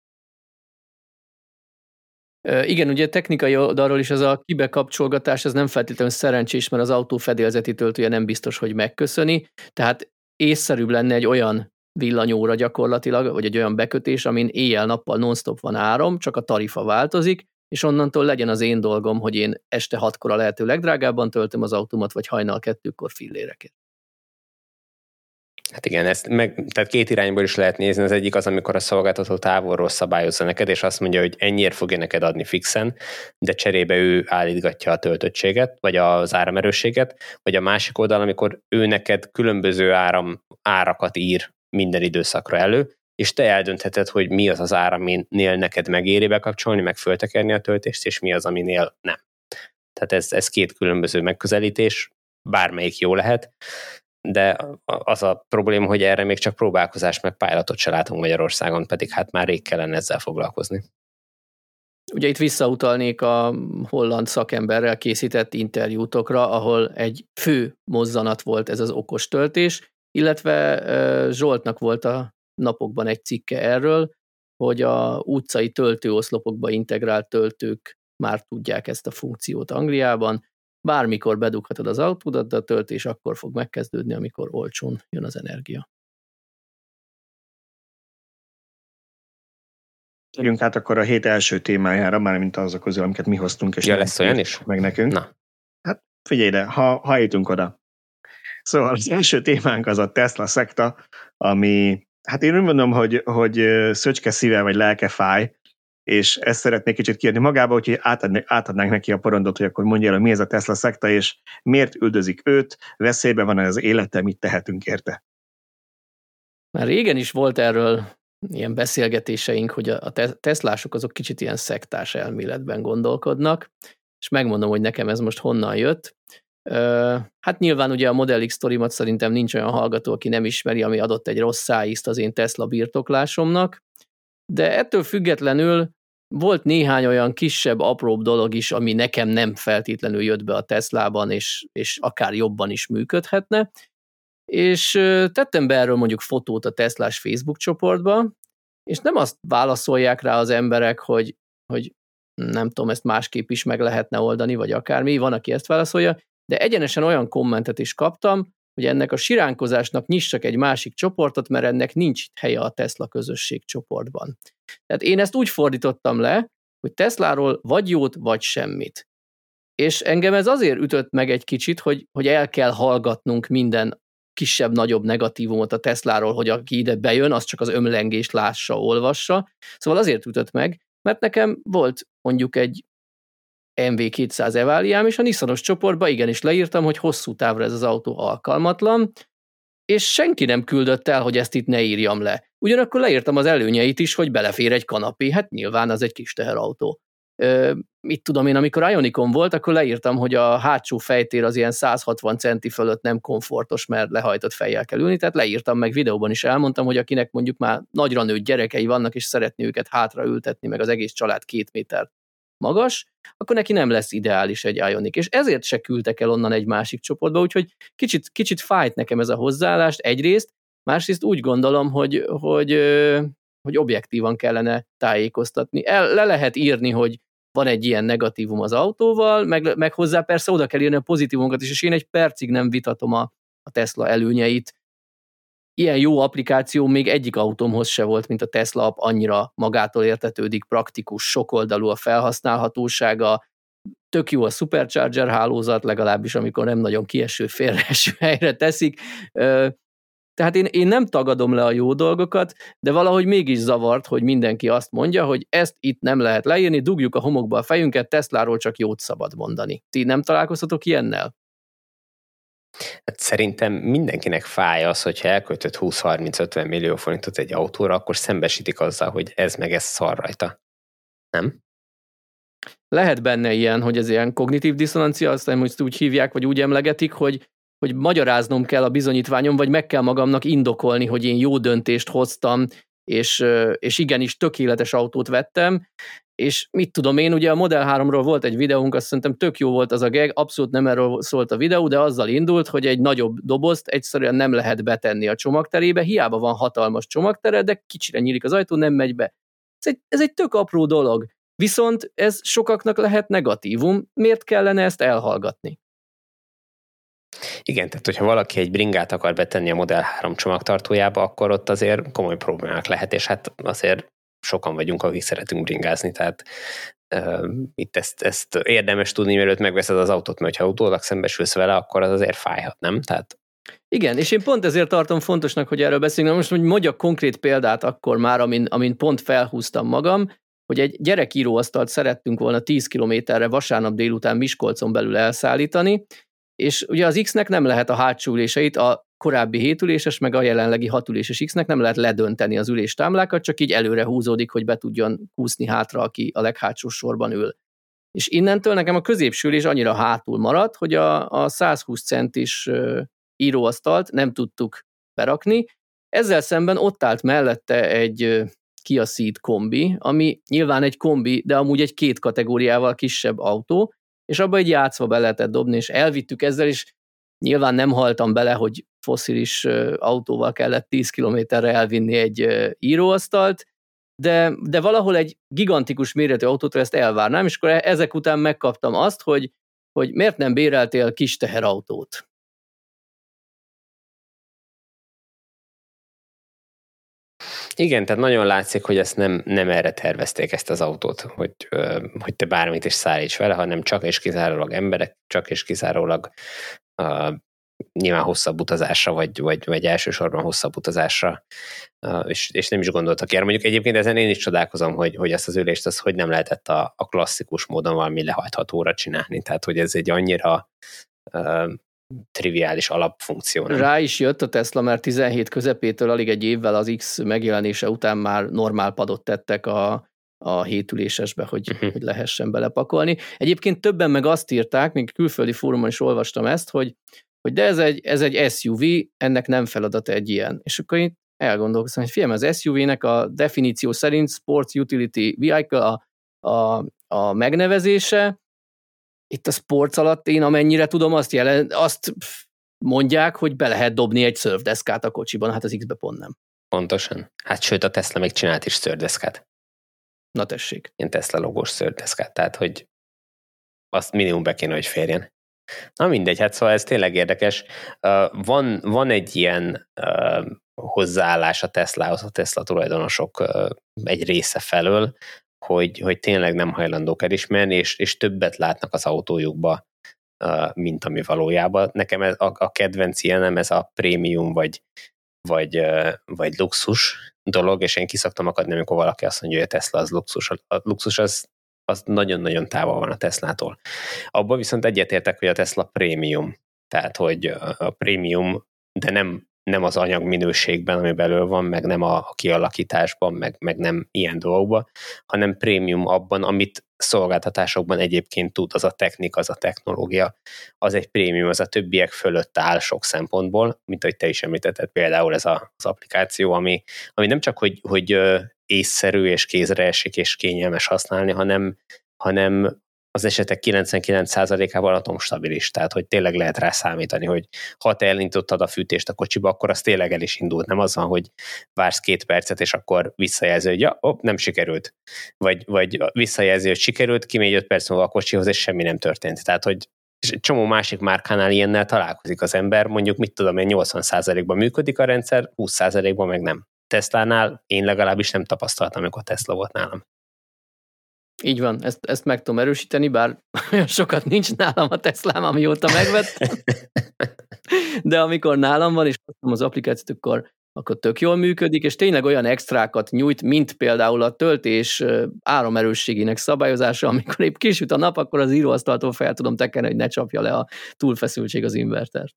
Igen, ugye technikai oldalról is ez a kibekapcsolgatás, ez nem feltétlenül szerencsés, mert az autó fedélzeti töltője nem biztos, hogy megköszöni, tehát észszerűbb lenne egy olyan villanyóra gyakorlatilag, vagy egy olyan bekötés, amin éjjel-nappal non-stop van áram, csak a tarifa változik, és onnantól legyen az én dolgom, hogy én este hatkor a lehető legdrágábban töltöm az autómat, vagy hajnal kettőkor fillérekért.
Hát igen, ezt meg, tehát két irányból is lehet nézni. Az egyik az, amikor a szolgáltató távolról szabályozza neked, és azt mondja, hogy ennyiért fogja neked adni fixen, de cserébe ő állítgatja a töltöttséget, vagy az áramerősséget, vagy a másik oldal, amikor ő neked különböző áram, árakat ír minden időszakra elő, és te eldöntheted, hogy mi az az ára, aminél neked megéri bekapcsolni, meg föltekerni a töltést, és mi az, aminél nem. Tehát ez, ez két különböző megközelítés, bármelyik jó lehet, de az a probléma, hogy erre még csak próbálkozás meg pilotot se látunk Magyarországon, pedig hát már rég kellene ezzel foglalkozni.
Ugye itt visszautalnék a holland szakemberrel készített interjútokra, ahol egy fő mozzanat volt ez az okos töltés, illetve Zsoltnak volt a napokban egy cikke erről, hogy a utcai töltőoszlopokba integrált töltők már tudják ezt a funkciót Angliában. Bármikor bedughatod az autódat, de a töltés akkor fog megkezdődni, amikor olcsón jön az energia.
Térjünk át akkor a hét első témájára, mármint azok közül, amiket mi hoztunk, és
ja, lesz olyan is?
Meg nekünk.
Na.
Hát figyelj ide, ha, ha jutunk oda. Szóval az első témánk az a Tesla szekta, ami, hát én úgy mondom, hogy, hogy szöcske szíve vagy lelke fáj, és ezt szeretnék kicsit kiadni magába, úgyhogy átadnánk, átadnánk neki a porondot, hogy akkor mondja el, hogy mi ez a Tesla szekta, és miért üldözik őt, veszélyben van az élete, mit tehetünk érte.
Már régen is volt erről ilyen beszélgetéseink, hogy a Teslások azok kicsit ilyen szektás elméletben gondolkodnak, és megmondom, hogy nekem ez most honnan jött. Hát nyilván ugye a Model X sztorimat szerintem nincs olyan hallgató, aki nem ismeri, ami adott egy rossz szájízt az én Tesla birtoklásomnak, de ettől függetlenül volt néhány olyan kisebb, apróbb dolog is, ami nekem nem feltétlenül jött be a Teslában, és, és akár jobban is működhetne, és tettem be erről mondjuk fotót a Teslás Facebook csoportba, és nem azt válaszolják rá az emberek, hogy, hogy nem tudom, ezt másképp is meg lehetne oldani, vagy akármi, van, aki ezt válaszolja, de egyenesen olyan kommentet is kaptam, hogy ennek a siránkozásnak nyissak egy másik csoportot, mert ennek nincs itt helye a Tesla közösség csoportban. Tehát én ezt úgy fordítottam le, hogy Tesláról vagy jót, vagy semmit. És engem ez azért ütött meg egy kicsit, hogy, hogy el kell hallgatnunk minden kisebb-nagyobb negatívumot a Tesláról, hogy aki ide bejön, az csak az ömlengést lássa, olvassa. Szóval azért ütött meg, mert nekem volt mondjuk egy em vé kétszáz Eváliám, és a Nissanos csoportba igenis leírtam, hogy hosszú távra ez az autó alkalmatlan, és senki nem küldött el, hogy ezt itt ne írjam le. Ugyanakkor leírtam az előnyeit is, hogy belefér egy kanapé, hát nyilván az egy kis teherautó. Ö, mit tudom én, amikor Ionicon volt, akkor leírtam, hogy a hátsó fejtér az ilyen száz hatvan centi fölött nem komfortos, mert lehajtott fejjel kell ülni, tehát leírtam, meg videóban is elmondtam, hogy akinek mondjuk már nagyra nőtt gyerekei vannak, és szeretné őket hátra ültetni, meg az egész család két méter magas, akkor neki nem lesz ideális egy Ioniq. És ezért se küldtek el onnan egy másik csoportba, úgyhogy kicsit, kicsit fájt nekem ez a hozzáállást egyrészt, másrészt úgy gondolom, hogy, hogy, hogy objektívan kellene tájékoztatni. El, le lehet írni, hogy van egy ilyen negatívum az autóval, meg, meg hozzá persze oda kell írni a pozitívumokat is, és én egy percig nem vitatom a, a Tesla előnyeit. Ilyen jó applikáció még egyik autómhoz se volt, mint a Tesla app, annyira magától értetődik, praktikus, sokoldalú a felhasználhatósága, tök jó a Supercharger hálózat, legalábbis amikor nem nagyon kieső félreeső helyre teszik. Tehát én, én nem tagadom le a jó dolgokat, de valahogy mégis zavart, hogy mindenki azt mondja, hogy ezt itt nem lehet leírni, dugjuk a homokba a fejünket, Tesláról csak jót szabad mondani. Ti nem találkoztatok ilyennel?
Hát szerintem mindenkinek fáj az, hogyha elköltött húsz-harminc-ötven millió forintot egy autóra, akkor szembesítik azzal, hogy ez meg ez szar rajta. Nem?
Lehet benne ilyen, hogy ez ilyen kognitív diszonancia, aztán most úgy hívják, vagy úgy emlegetik, hogy, hogy magyaráznom kell a bizonyítványom, vagy meg kell magamnak indokolni, hogy én jó döntést hoztam, és, és igenis tökéletes autót vettem, és mit tudom én, ugye a Model háromról volt egy videónk, azt szerintem tök jó volt az a gag, abszolút nem erről szólt a videó, de azzal indult, hogy egy nagyobb dobozt egyszerűen nem lehet betenni a csomagterébe, hiába van hatalmas csomagtere, de kicsire nyílik az ajtó, nem megy be. Ez egy, ez egy tök apró dolog, viszont ez sokaknak lehet negatívum, miért kellene ezt elhallgatni?
Igen, tehát hogyha valaki egy bringát akar betenni a Model három csomagtartójába, akkor ott azért komoly problémák lehet, és hát azért sokan vagyunk, akik szeretünk bringázni, tehát uh, itt ezt, ezt érdemes tudni, mielőtt megveszed az autót, mert ha utólag szembesülsz vele, akkor az azért fájhat, nem? Tehát...
Igen, és én pont ezért tartom fontosnak, hogy erről beszélünk. Most, hogy mondjak konkrét példát akkor már, amin, amin pont felhúztam magam, hogy egy gyerekíróasztalt szerettünk volna tíz kilométerre vasárnap délután Miskolcon belül elszállítani, és ugye az X-nek nem lehet a hátsó üléseit, a korábbi hétüléses, meg a jelenlegi hatüléses X-nek nem lehet ledönteni az üléstámlákat, csak így előre húzódik, hogy be tudjon kúszni hátra, aki a leghátsó sorban ül. És innentől nekem a középső ülés annyira hátul maradt, hogy a, a százhúsz centis uh, íróasztalt nem tudtuk berakni. Ezzel szemben ott állt mellette egy uh, Kia Ceed kombi, ami nyilván egy kombi, de amúgy egy két kategóriával kisebb autó, és abba egy játszva be lehetett dobni, és elvittük ezzel, és nyilván nem haltam bele, hogy fosszilis autóval kellett tíz kilométerre elvinni egy íróasztalt, de, de valahol egy gigantikus méretű autótól ezt elvárnám, és akkor ezek után megkaptam azt, hogy, hogy miért nem béreltél kis teherautót.
Igen, tehát nagyon látszik, hogy ezt nem, nem erre tervezték ezt az autót, hogy, hogy te bármit is szállíts vele, hanem csak és kizárólag emberek, csak és kizárólag uh, nyilván hosszabb utazásra, vagy, vagy, vagy elsősorban hosszabb utazásra, uh, és, és nem is gondoltak erre. Mondjuk egyébként ezen én is csodálkozom, hogy, hogy ezt az ülést az hogy nem lehetett a, a klasszikus módon valami lehajthatóra csinálni, tehát hogy ez egy annyira uh, triviális alapfunkció. Nem?
Rá is jött a Tesla, mert tizenhét közepétől alig egy évvel az X megjelenése után már normál padot tettek a, a hétülésesbe, hogy, uh-huh. hogy lehessen belepakolni. Egyébként többen meg azt írták, még külföldi fórumon is olvastam ezt, hogy, hogy de ez egy, ez egy es u vé, ennek nem feladata egy ilyen. És akkor én elgondolkoztam, hogy figyelj, az es u vé-nek a definíció szerint Sports Utility Vehicle a, a, a megnevezése. Itt a sports alatt én amennyire tudom, azt, jelen, azt mondják, hogy be lehet dobni egy szörfdeszkát a kocsiban, hát az X-be pont nem.
Pontosan. Hát sőt, a Tesla még csinált is szörfdeszkát.
Na tessék.
Ilyen Tesla logós szörfdeszkát, tehát hogy azt minimum be kéne, hogy férjen. Na mindegy, hát szóval ez tényleg érdekes. Uh, van, van egy ilyen uh, hozzáállás a Teslahoz, a Tesla tulajdonosok uh, egy része felől, hogy, hogy tényleg nem hajlandók elismerni, és, és többet látnak az autójukba, uh, mint ami valójában. Nekem ez, a, a kedvenc ilyenem ez a prémium, vagy, vagy, uh, vagy luxus dolog, és én kiszoktam akadni, amikor valaki azt mondja, hogy a Tesla az luxus. A luxus az, az nagyon-nagyon távol van a Teslától. Abban viszont egyetértek, hogy a Tesla prémium. Tehát, hogy a prémium, de nem nem az anyag minőségben, ami belül van, meg nem a kialakításban, meg, meg nem ilyen dolgokban, hanem prémium abban, amit szolgáltatásokban egyébként tud, az a technika, az a technológia, az egy prémium, az a többiek fölött áll sok szempontból, mint ahogy te is említetted, például ez a, az applikáció, ami, ami nem csak, hogy, hogy észszerű és kézre esik és kényelmes használni, hanem, hanem az esetek kilencvenkilenc százalékával atomstabilis, tehát hogy tényleg lehet rá számítani, hogy ha te elindítottad a fűtést a kocsiba, akkor az tényleg el is indult. Nem az van, hogy vársz két percet, és akkor visszajelzi, hogy ja, op, nem sikerült. Vagy, vagy visszajelzi, hogy sikerült, kimegy öt perc múlva a kocsihoz, és semmi nem történt. Tehát, hogy és egy csomó másik márkánál ilyennel találkozik az ember, mondjuk mit tudom én, nyolcvan százalékban működik a rendszer, húsz százalékban meg nem. Teslánál én legalábbis nem tapasztaltam, amikor Tesla volt nálam.
Így van, ezt, ezt meg tudom erősíteni, bár olyan sokat nincs nálam a Teslám, amióta megvettem. De amikor nálam van, és használom az applikációt, akkor, akkor tök jól működik, és tényleg olyan extrákat nyújt, mint például a töltés áramerősségének szabályozása, amikor épp kisüt a nap, akkor az íróasztaltól fel tudom tekerni, hogy ne csapja le a túlfeszültség az invertert.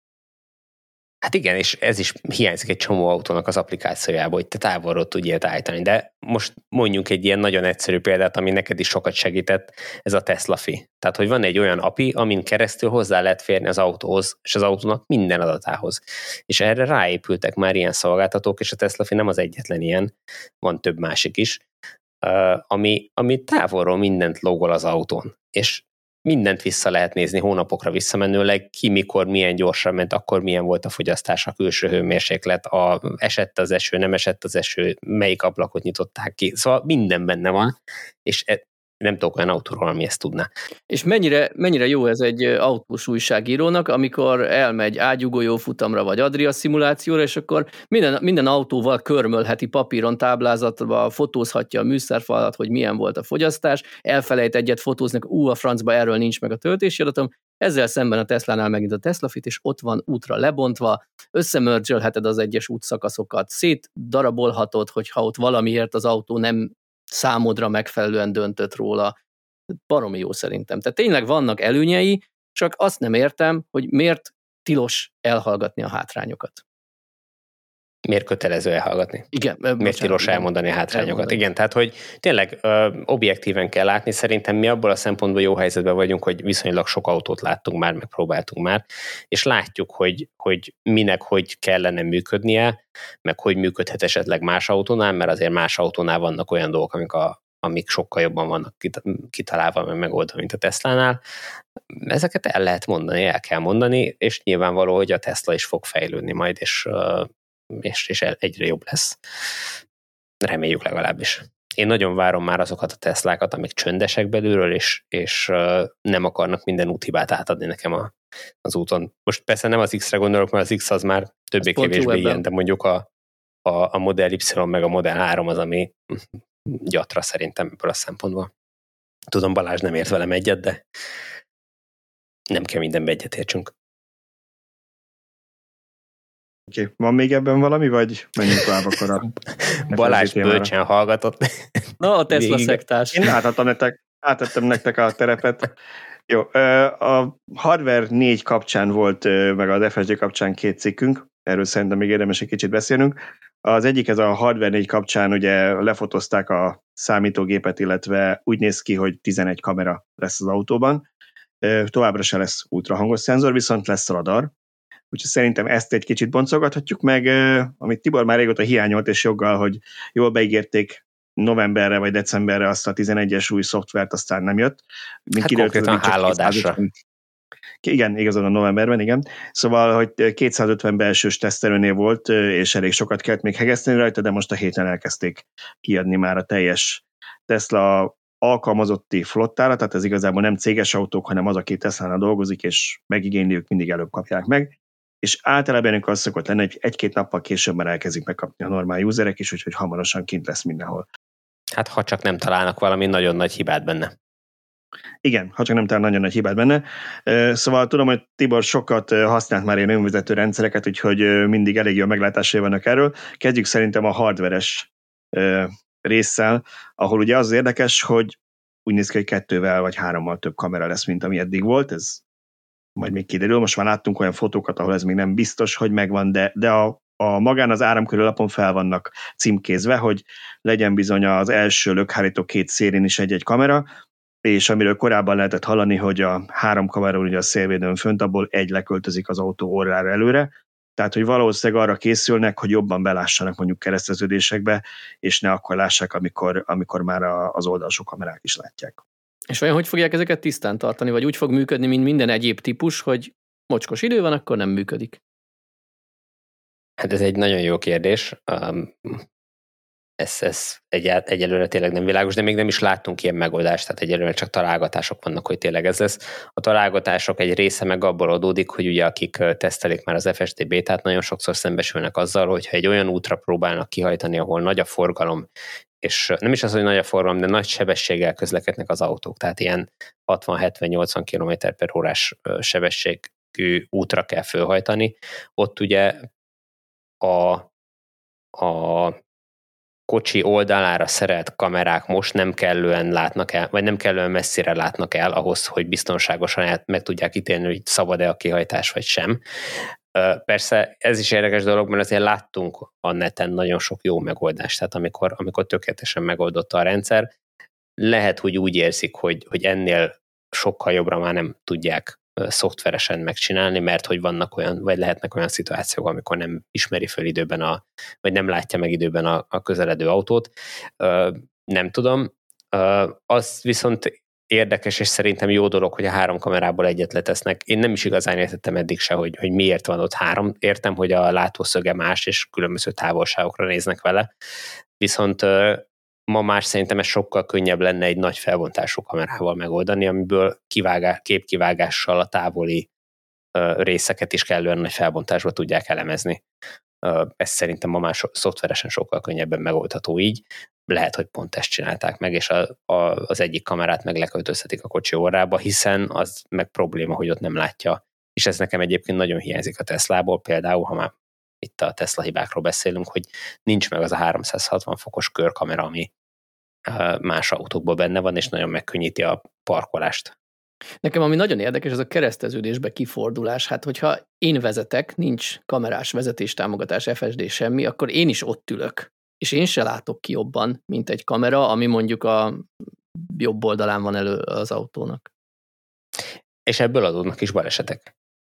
Hát igen, és ez is hiányzik egy csomó autónak az applikációjából, hogy te távolról tudj ilyet állítani, de most mondjunk egy ilyen nagyon egyszerű példát, ami neked is sokat segített, ez a Tesla Fi. Tehát, hogy van egy olyan api, amin keresztül hozzá lehet férni az autóhoz, és az autónak minden adatához. És erre ráépültek már ilyen szolgáltatók, és a Tesla Fi nem az egyetlen ilyen, van több másik is, ami, ami távolról mindent logol az autón. És mindent vissza lehet nézni hónapokra visszamenőleg, ki mikor milyen gyorsan ment, akkor milyen volt a fogyasztás, a külső hőmérséklet, a, esett az eső, nem esett az eső, melyik ablakot nyitották ki. Szóval minden benne van, és e, nem tudok olyan autóról, ami ezt tudná.
És mennyire, mennyire jó ez egy autós újságírónak, amikor elmegy ágyúgolyó futamra, vagy Adria szimulációra, és akkor minden, minden autóval körmölheti papíron, táblázatba, fotózhatja a műszerfalat, hogy milyen volt a fogyasztás, elfelejt egyet fotózni, ú, a francba erről nincs meg a töltési adatom, ezzel szemben a Teslánál megint a Tesla Fit, és ott van útra lebontva, összemörcsölheted az egyes útszakaszokat, szétdarabolhatod, hogyha ott valamiért az autó nem számodra megfelelően döntött róla. Baromi jó szerintem. Tehát tényleg vannak előnyei, csak azt nem értem, hogy miért tilos elhallgatni a hátrányokat.
Miért kötelező elhallgatni?
Igen.
Miért
bocsánat,
tilos elmondani a hátrányokat?
Elmondani.
Igen, tehát hogy tényleg ö, objektíven kell látni, szerintem mi abból a szempontból jó helyzetben vagyunk, hogy viszonylag sok autót láttunk már, megpróbáltunk már, és látjuk, hogy, hogy minek hogy kellene működnie, meg hogy működhet esetleg más autónál, mert azért más autónál vannak olyan dolgok, amik, a, amik sokkal jobban vannak kitalálva, meg megoldva, mint a Teslánál. Ezeket el lehet mondani, el kell mondani, és nyilvánvaló, hogy a Tesla is fog fejlődni majd, és és, és egyre jobb lesz. Reméljük legalábbis. Én nagyon várom már azokat a Teslákat, amik csöndesek belülről, és, és uh, nem akarnak minden úthibát átadni nekem a, az úton. Most persze nem az X-re gondolok, mert az X az már többé-kevésbé ilyen, de mondjuk a, a, a Model Y meg a Model három az, ami gyatra szerintem ebből a szempontból. Tudom, Balázs nem ért velem egyet, de nem kell mindenbe egyetértsünk.
Oké, okay. Van még ebben valami, vagy menjünk tovább akkor a...
Balázs bölcsen hallgatott.
Na, a Tesla szektás.
Én átadtam nektek, átadtam nektek a terepet. Jó, a Hardware négy kapcsán volt, meg az ef es gé kapcsán két cikkünk, erről szerintem még érdemes egy kicsit beszélnünk. Az egyik, ez a Hardware négy kapcsán ugye lefotozták a számítógépet, illetve úgy néz ki, hogy tizenegy kamera lesz az autóban. Továbbra se lesz ultrahangos szenzor, viszont lesz radar. Úgyhogy szerintem ezt egy kicsit boncolgathatjuk meg, amit Tibor már régóta hiányolt, és joggal, hogy jól beígérték novemberre vagy decemberre azt a tizenegyes új szoftvert, aztán nem jött.
Mint hát konkrétan hálaadásra.
Igen, igazán a novemberben, igen. Szóval, hogy kétszázötven belsős tesztelőnél volt, és elég sokat kellett még hegeszteni rajta, de most a héten elkezdték kiadni már a teljes Tesla alkalmazotti flottára, tehát ez igazából nem céges autók, hanem az, aki Teslánál dolgozik, és megigényli, ők mindig előbb kapják meg. És általában ennek az szokott lenni, hogy egy-két nappal később már elkezdik megkapni a normál userek is, úgyhogy hamarosan kint lesz mindenhol.
Hát ha csak nem találnak valami nagyon nagy hibát benne.
Igen, ha csak nem találnak nagyon nagy hibát benne. Szóval tudom, hogy Tibor sokat használt már ilyen önvezető rendszereket, úgyhogy mindig elég jó meglátásai vannak erről. Kezdjük szerintem a hardveres résszel, ahol ugye az érdekes, hogy úgy néz ki, hogy kettővel vagy hárommal több kamera lesz, mint ami eddig volt. Ez majd még kiderül. Most már láttunk olyan fotókat, ahol ez még nem biztos, hogy megvan, de, de a, a magán az áramkörű lapon fel vannak címkézve, hogy legyen bizony az első lökhárító két szélén is egy-egy kamera, és amiről korábban lehetett hallani, hogy a három kamera ugye a szélvédőn fönt, abból egy leköltözik az autó orrára előre, tehát hogy valószínűleg arra készülnek, hogy jobban belássanak mondjuk kereszteződésekbe, és ne akkor lássák, amikor, amikor már a, az oldalsó kamerák is látják.
És olyan, hogy fogják ezeket tisztán tartani, vagy úgy fog működni, mint minden egyéb típus, hogy mocskos idő van, akkor nem működik?
Hát ez egy nagyon jó kérdés. Um, ez, ez egy, egyelőre tényleg nem világos, de még nem is láttunk ilyen megoldást, tehát egyelőre csak találgatások vannak, hogy tényleg ez lesz. A találgatások egy része meg abból adódik, hogy ugye akik tesztelik már az ef es dé bétát, nagyon sokszor szembesülnek azzal, hogyha egy olyan útra próbálnak kihajtani, ahol nagy a forgalom, és nem is az, hogy nagy a forgalom, de nagy sebességgel közlekednek az autók, tehát ilyen hatvan-hetven-nyolcvan kilométer per órás sebességű útra kell fölhajtani. Ott ugye a, a kocsi oldalára szerelt kamerák most nem kellően látnak el, vagy nem kellően messzire látnak el ahhoz, hogy biztonságosan meg tudják ítélni, hogy szabad-e a kihajtás, vagy sem. Persze ez is érdekes dolog, mert azért láttunk a neten nagyon sok jó megoldást, tehát amikor, amikor tökéletesen megoldotta a rendszer, lehet, hogy úgy érzik, hogy, hogy ennél sokkal jobbra már nem tudják szoftveresen megcsinálni, mert hogy vannak olyan, vagy lehetnek olyan szituációk, amikor nem ismeri föl időben, a, vagy nem látja meg időben a, a közeledő autót. Nem tudom. Az viszont érdekes, és szerintem jó dolog, hogy a három kamerából egyet letesznek. Én nem is igazán értettem eddig se, hogy, hogy miért van ott három. Értem, hogy a látószöge más, és különböző távolságokra néznek vele. Viszont ma már szerintem ez sokkal könnyebb lenne egy nagy felbontású kamerával megoldani, amiből kivágás, képkivágással a távoli uh, részeket is kellően nagy felbontásba tudják elemezni. Uh, ez szerintem ma már so, szoftveresen sokkal könnyebben megoldható így. Lehet, hogy pont ezt csinálták meg, és a, a, az egyik kamerát meg leköltözhetik a kocsi orrába, hiszen az meg probléma, hogy ott nem látja. És ez nekem egyébként nagyon hiányzik a Teslából, például, ha már itt a Tesla hibákról beszélünk, hogy nincs meg az a háromszázhatvan fokos körkamera, ami más autókban benne van, és nagyon megkönnyíti a parkolást.
Nekem ami nagyon érdekes, az a kereszteződésbe kifordulás. Hát, hogyha én vezetek, nincs kamerás vezetéstámogatás, ef es dé semmi, akkor én is ott ülök. És én se látok ki jobban, mint egy kamera, ami mondjuk a jobb oldalán van elő az autónak.
És ebből adódnak is balesetek.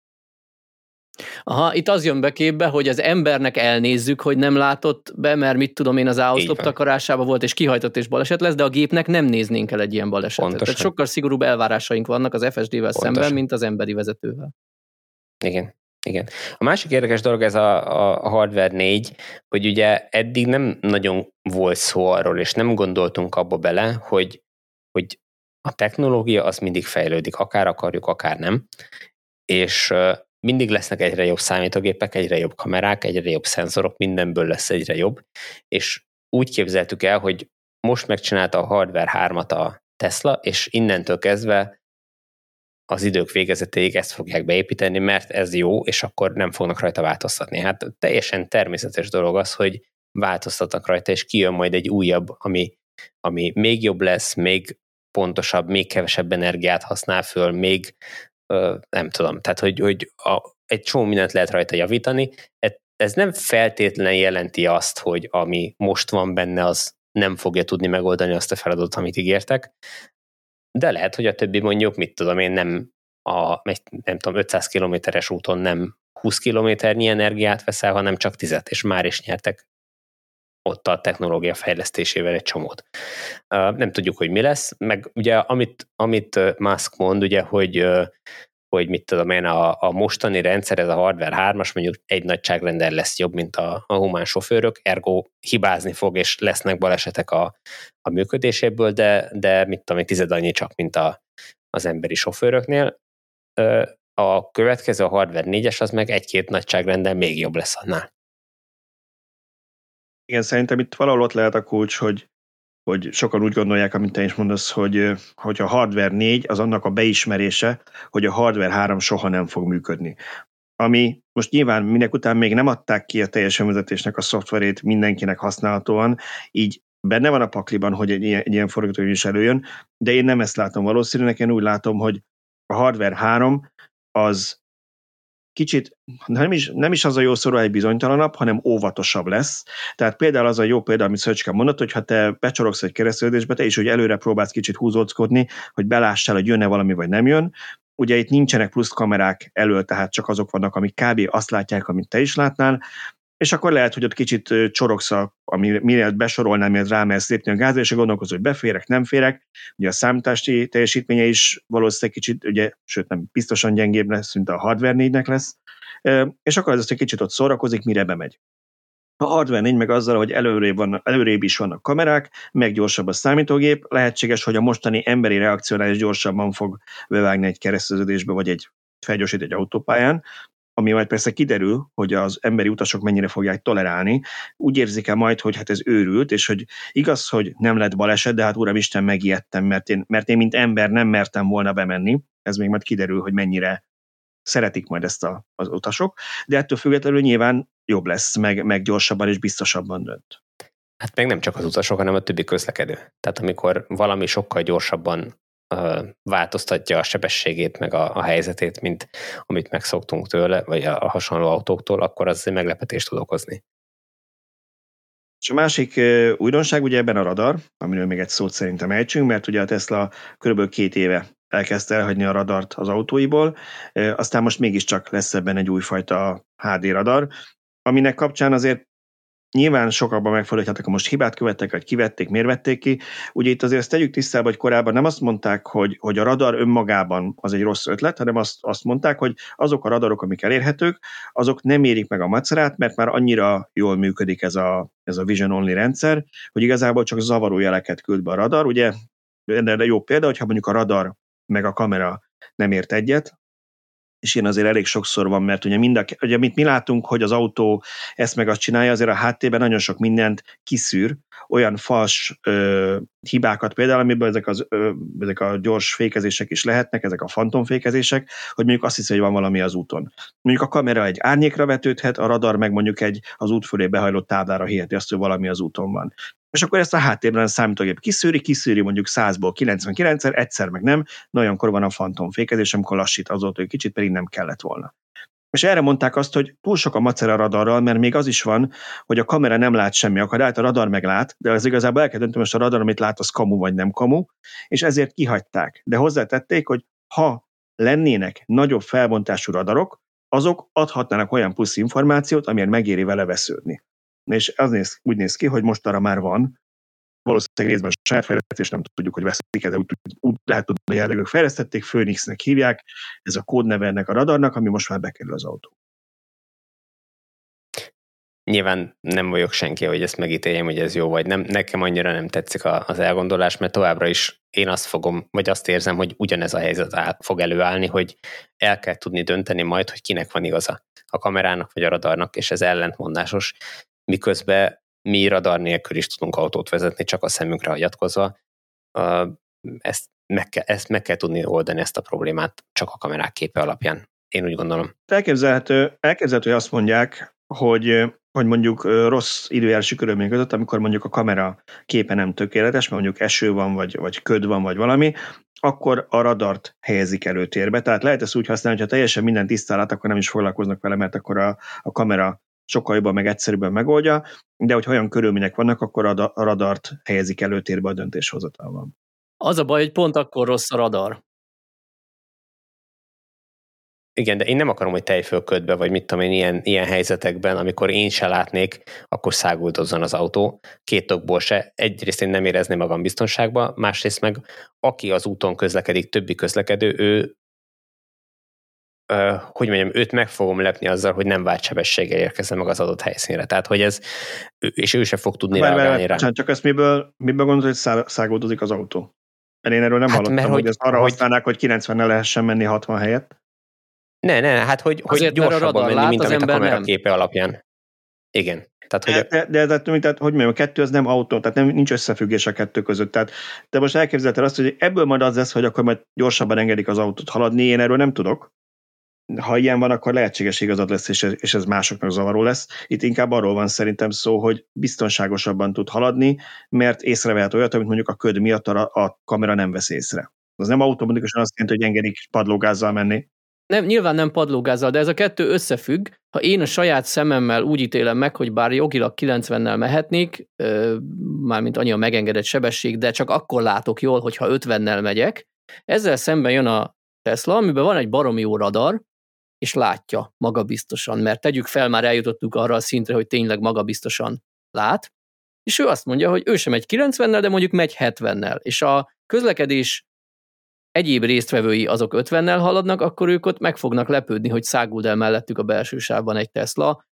Aha, itt az jön be képbe, hogy az embernek elnézzük, hogy nem látott be, mert mit tudom én, az áoszlop takarásába volt, és kihajtott, és baleset lesz, de a gépnek nem néznénk el egy ilyen balesetet. Pontosan. Tehát sokkal szigorúbb elvárásaink vannak az ef es dé-vel Pontosan. szemben, mint az emberi vezetővel.
Igen. Igen. A másik érdekes dolog ez a, a Hardware négy, hogy ugye eddig nem nagyon volt szó arról, és nem gondoltunk abba bele, hogy, hogy a technológia az mindig fejlődik, akár akarjuk, akár nem, és mindig lesznek egyre jobb számítógépek, egyre jobb kamerák, egyre jobb szenzorok, mindenből lesz egyre jobb, és úgy képzeltük el, hogy most megcsinálta a Hardware hármat a Tesla, és innentől kezdve az idők végezetéig ezt fogják beépíteni, mert ez jó, és akkor nem fognak rajta változtatni. Hát teljesen természetes dolog az, hogy változtatnak rajta, és kijön majd egy újabb, ami, ami még jobb lesz, még pontosabb, még kevesebb energiát használ föl, még nem tudom, tehát hogy, hogy a, egy csomó mindent lehet rajta javítani. Ez nem feltétlenül jelenti azt, hogy ami most van benne, az nem fogja tudni megoldani azt a feladatot, amit ígértek, de lehet, hogy a többi mondjuk, mit tudom én, nem a nem tudom, ötszáz kilométeres úton nem húsz kilométernyi energiát veszel, hanem csak tízet, és már is nyertek ott a technológia fejlesztésével egy csomót. Nem tudjuk, hogy mi lesz, meg ugye amit, amit Musk mond, ugye, hogy, hogy mit tudom én, a, a mostani rendszer, ez a Hardware hármas mondjuk egy nagyságrendel lesz jobb, mint a, a humán sofőrök, ergo hibázni fog, és lesznek balesetek a, a működéséből, de, de mit tudom én, tized annyi csak, mint a, az emberi sofőröknél. A következő, a Hardware négyes, az meg egy-két nagyságrendel még jobb lesz annál.
Igen, szerintem itt valahol ott lehet a kulcs, hogy, hogy sokan úgy gondolják, amit te is mondasz, hogy, hogy a Hardware négy az annak a beismerése, hogy a Hardware három soha nem fog működni. Ami most nyilván minek után még nem adták ki a teljes önvezetésnek a szoftverét mindenkinek használhatóan, így benne van a pakliban, hogy egy ilyen, egy ilyen forgatókönyv is előjön, de én nem ezt látom valószínűleg, én úgy látom, hogy a Hardware három az kicsit nem is, nem is az a jó szó, egy bizonytalanabb, hanem óvatosabb lesz. Tehát például az a jó példa, amit Szöcske mondott, hogy ha te becsorogsz egy keresztülésbe, te is úgy előre próbálsz kicsit húzóckodni, hogy belássál, hogy jönne valami, vagy nem jön. Ugye itt nincsenek plusz kamerák elől, tehát csak azok vannak, amik kb. Azt látják, amit te is látnál. és akkor lehet, hogy ott kicsit csorogsz, ami minél besorolnál, minél rámersz lépni a gázra, és gondolkozol, hogy beférek, nem férek. Ugye a számítási teljesítménye is valószínűleg kicsit, ugye, sőt nem biztosan gyengébb lesz, mint a Hardware négynek lesz, és akkor az, hogy kicsit ott szórakozik, mire bemegy. A Hardware négy meg azzal, hogy előrébb, vannak, előrébb is vannak kamerák, meg gyorsabb a számítógép, lehetséges, hogy a mostani emberi reakciónál is gyorsabban fog bevágni egy kereszteződésbe, vagy egy felgyorsít egy autópályán, ami majd persze kiderül, hogy az emberi utasok mennyire fogják tolerálni, úgy érzik-e majd, hogy hát ez őrült, és hogy igaz, hogy nem lett baleset, de hát uramisten megijedtem, mert én, mert én mint ember nem mertem volna bemenni, ez még majd kiderül, hogy mennyire szeretik majd ezt a, az utasok, de ettől függetlenül nyilván jobb lesz, meg, meg gyorsabban és biztosabban dönt.
Hát meg nem csak az utasok, hanem a többi közlekedő. Tehát amikor valami sokkal gyorsabban uh, változtatja a sebességét, meg a, a helyzetét, mint amit megszoktunk tőle, vagy a, a hasonló autóktól, akkor az egy meglepetést tud okozni.
És a másik uh, újdonság ugye ebben a radar, amiről még egy szót szerintem ejtsünk, mert ugye a Tesla körülbelül két éve elkezdte elhagyni a radart az autóiból, uh, aztán most mégiscsak lesz ebben egy újfajta há dé radar, aminek kapcsán azért nyilván sokakban megfordíthatok, hogy most hibát követtek, vagy kivették, miért vették ki. Ugye itt azért ezt tegyük tisztába, hogy korábban nem azt mondták, hogy, hogy a radar önmagában az egy rossz ötlet, hanem azt, azt mondták, hogy azok a radarok, amik elérhetők, azok nem érik meg a macerát, mert már annyira jól működik ez a, ez a Vision Only rendszer, hogy igazából csak zavaró jeleket küld be a radar. Ugye, de jó példa, hogyha mondjuk a radar meg a kamera nem ért egyet, és ilyen azért elég sokszor van, mert ugye, mind a, ugye amit mi látunk, hogy az autó ezt meg azt csinálja, azért a háttérben nagyon sok mindent kiszűr, olyan fals ö, hibákat például, amiből ezek, az, ö, ezek a gyors fékezések is lehetnek, ezek a fantomfékezések, hogy mondjuk azt hiszi, hogy van valami az úton. Mondjuk a kamera egy árnyékra vetődhet, a radar meg mondjuk egy az út fölé behajlott táblára hiheti azt, hogy valami az úton van. És akkor ezt a háttérben a számítógép kiszűri, kiszűri mondjuk százból kilencvenkilencszer, egyszer meg nem, na olyankor van a fantomfékezés, amikor lassít az autó, hogy kicsit pedig nem kellett volna. És erre mondták azt, hogy túl sok a macera radarral, mert még az is van, hogy a kamera nem lát semmi akadályt, a radar meg lát, de az igazából el kell dönteni, most a radar, amit lát, az kamu vagy nem kamu, és ezért kihagyták. De hozzátették, hogy ha lennének nagyobb felbontású radarok, azok adhatnának olyan plusz információt, amiért megéri vele vesződni. És az néz, úgy néz ki, hogy mostanra már van, valószínűleg részben a saját fejlesztés, nem tudjuk, hogy veszik, de úgy, úgy lehet tudni, hogy jelenleg ők fejlesztették, Phoenixnek hívják, ez a kódneve ennek a radarnak, ami most már bekerül az autó.
Nyilván nem vagyok senki, hogy ezt megítéljem, hogy ez jó vagy nem. Nekem annyira nem tetszik az elgondolás, mert továbbra is én azt fogom, vagy azt érzem, hogy ugyanez a helyzet áll, fog előállni, hogy el kell tudni dönteni majd, hogy kinek van igaza, a kamerának vagy a radarnak, és ez ellentmondásos, miközben mi radar nélkül is tudunk autót vezetni, csak a szemünkre hagyatkozva. Ezt meg kell, ezt meg kell tudni oldani, ezt a problémát csak a kamerák képe alapján. Én úgy gondolom.
Elképzelhető, elképzelhető hogy azt mondják, hogy, hogy mondjuk rossz időjárási körülmények között, amikor mondjuk a kamera képe nem tökéletes, mert mondjuk eső van, vagy, vagy köd van, vagy valami, akkor a radart helyezik előtérbe. Tehát lehet ezt úgy használni, hogyha teljesen minden tisztállat, akkor nem is foglalkoznak vele, mert akkor a, a kamera sokkal jobban, meg egyszerűbben megoldja, de hogyha olyan körülmények vannak, akkor a radart helyezik előtérbe a döntéshozatalban.
Az a baj, hogy pont akkor rossz a radar.
Igen, de én nem akarom, hogy tejfölködbe, vagy mit tudom én, ilyen, ilyen helyzetekben, amikor én se látnék, akkor száguldozzon az autó. Két okból se. Egyrészt én nem érezném magam biztonságban, másrészt meg aki az úton közlekedik, többi közlekedő, ő Uh, hogy mondjam, őt meg fogom lepni azzal, hogy nem vált sebességgel érkezzen meg az adott helyszínre. Tehát, hogy ez, és ő se fog tudni
Bár,
reagálni rá.
Csak ezt miből, miből gondolod, hogy szágoldozik az autó? Mert én erről nem hát hallottam, mert, hogy, hogy ezt arra hogy, használnák, hogy kilencvennel lehessen menni hatvan helyett.
Ne, ne, hát hogy, hogy gyorsabban menni, lát, mint amit a kamera nem. Képe alapján. Igen. Tehát,
de,
hogy
de, de, de, de tehát, hogy mondjam, a kettő az nem autó, tehát nem, nincs összefüggés a kettő között. Tehát, de most elképzelted azt, hogy ebből majd az lesz, hogy akkor majd gyorsabban engedik az autót haladni, én erről nem tudok. Ha ilyen van, akkor lehetséges igazad lesz, és ez, és ez másoknak zavaró lesz. Itt inkább arról van szerintem szó, hogy biztonságosabban tud haladni, mert észrevehet olyat, amit mondjuk a köd miatt a, a kamera nem vesz észre. Az nem automatikusan azt jelenti, hogy engedik padlógázzal menni.
Nem, nyilván nem padlógázzal, de ez a kettő összefügg. Ha én a saját szememmel úgy ítélem meg, hogy bár jogilag kilencvennel mehetnék, mármint annyi a megengedett sebesség, de csak akkor látok jól, hogyha ötvennel megyek, ezzel szemben jön a Tesla, amiben van egy baromi jó radar, és látja magabiztosan, mert tegyük fel, már eljutottuk arra a szintre, hogy tényleg magabiztosan lát, és ő azt mondja, hogy ő sem megy kilencvennel, de mondjuk megy hetvennel, és a közlekedés egyéb résztvevői azok ötvennel haladnak, akkor ők ott meg fognak lepődni, hogy száguld el mellettük a belső sávban egy Tesla.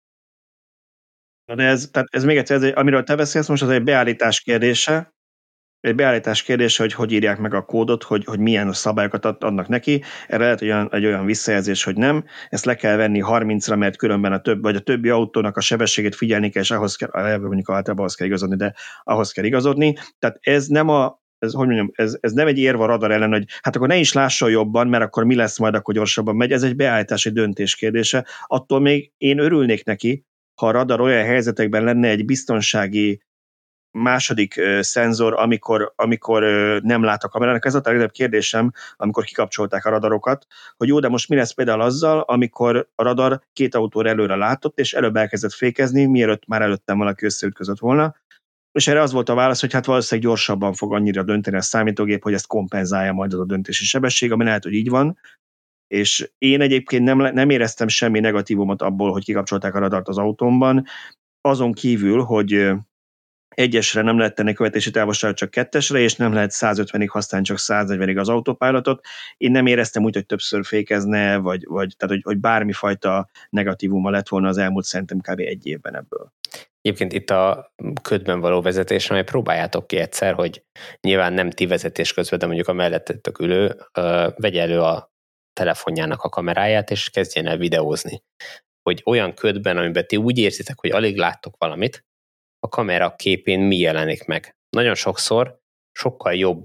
De ez, tehát ez még egyszer, ez, amiről te beszélsz most, az egy beállítás kérdése, egy beállítás kérdése, hogy hogy írják meg a kódot, hogy, hogy milyen szabályokat adnak neki. Erre lehet olyan, egy olyan visszajelzés, hogy nem. Ezt le kell venni harmincra, mert különben a több, vagy a többi autónak a sebességét figyelni kell, és ahhoz kell, mondjuk általában ahhoz kell igazodni, de ahhoz kell igazodni. Tehát ez nem a Ez, hogy mondjam, ez, ez nem egy érv a radar ellen, hogy hát akkor ne is lásson jobban, mert akkor mi lesz majd, akkor gyorsabban megy. Ez egy beállítási döntés kérdése. Attól még én örülnék neki, ha a radar olyan helyzetekben lenne egy biztonsági második uh, szenzor, amikor, amikor uh, nem lát a kamerának. Ez a legjobb kérdésem, amikor kikapcsolták a radarokat, hogy jó, de most mi lesz például azzal, amikor a radar két autóra előre látott, és előbb elkezdett fékezni, mielőtt már előttem valaki összeütközött volna. És erre az volt a válasz, hogy hát valószínűleg gyorsabban fog annyira dönteni a számítógép, hogy ezt kompenzálja majd az a döntési sebesség, ami lehet, hogy így van. És én egyébként nem, nem éreztem semmi negatívumot abból, hogy kikapcsolták a radart az autómban, azon kívül, hogy egyesre nem lehet tenni követési távolságot, csak kettesre, és nem lehet százötvenig használni, csak száznegyvenig az autopilotot. Én nem éreztem úgy, hogy többször fékezne, vagy, vagy tehát, hogy, hogy bármifajta negatívuma lett volna az elmúlt szerintem kb. Egy évben ebből.
Egyébként itt a ködben való vezetés, amely próbáljátok ki egyszer, hogy nyilván nem ti vezetés közben, de mondjuk a mellettetek ülő ö, vegye elő a telefonjának a kameráját, és kezdjen el videózni. Hogy olyan ködben, amiben ti úgy érzitek, hogy alig láttok valamit, a kamera képén mi jelenik meg. Nagyon sokszor sokkal jobb,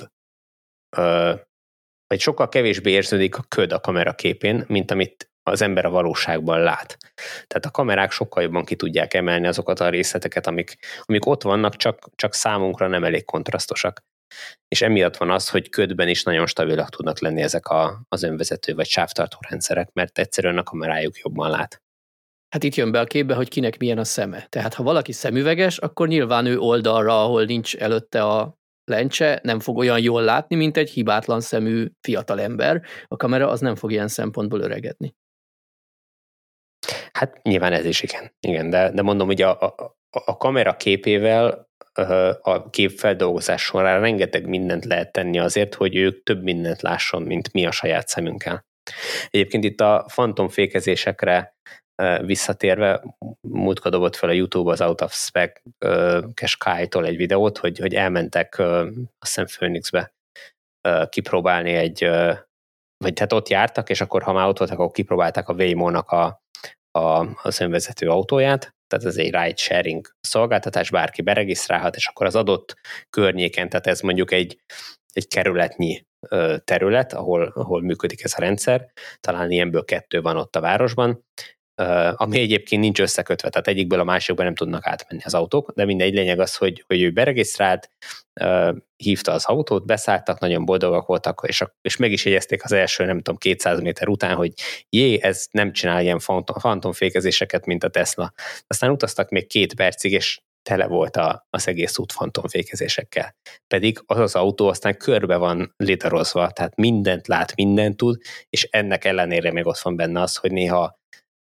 ö, vagy sokkal kevésbé érződik a köd a kamera képén, mint amit az ember a valóságban lát. Tehát a kamerák sokkal jobban ki tudják emelni azokat a részleteket, amik, amik ott vannak, csak, csak számunkra nem elég kontrasztosak. És emiatt van az, hogy ködben is nagyon stabilak tudnak lenni ezek a, az önvezető vagy sávtartó rendszerek, mert egyszerűen a kamerájuk jobban lát.
Hát itt jön be a képbe, hogy kinek milyen a szeme. Tehát ha valaki szemüveges, akkor nyilván ő oldalra, ahol nincs előtte a lencse, nem fog olyan jól látni, mint egy hibátlan szemű fiatal ember. A kamera az nem fog ilyen szempontból öregedni.
Hát nyilván ez is igen. igen de, de mondom, hogy a, a, a kamera képével a képfeldolgozás során rengeteg mindent lehet tenni azért, hogy ők több mindent lásson, mint mi a saját szemünkkel. Egyébként itt a fantomfékezésekre visszatérve, múltkor dobott fel a YouTube az Out of Spec Qashqai-tól egy videót, hogy, hogy elmentek azt hiszem Phoenixbe kipróbálni egy, vagy tehát ott jártak, és akkor ha már ott voltak, akkor kipróbálták a Waymo-nak a, a, az önvezető autóját, tehát ez egy ride-sharing szolgáltatás, bárki beregisztrálhat, és akkor az adott környéken, tehát ez mondjuk egy, egy kerületnyi terület, ahol, ahol működik ez a rendszer, talán ilyenből kettő van ott a városban, ami egyébként nincs összekötve, tehát egyikből a másikból nem tudnak átmenni az autók, de mindegy, lényeg az, hogy, hogy ő beregisztrált, hívta az autót, beszálltak, nagyon boldogak voltak, és, és meg is jegyezték az első, nem tudom, kétszáz méter után, hogy jé, ez nem csinál ilyen fantomfékezéseket, mint a Tesla. Aztán utaztak még két percig, és tele volt a, az egész út fantomfékezésekkel. Pedig az az autó aztán körbe van lidarozva, tehát mindent lát, mindent tud, és ennek ellenére még ott van benne az, hogy néha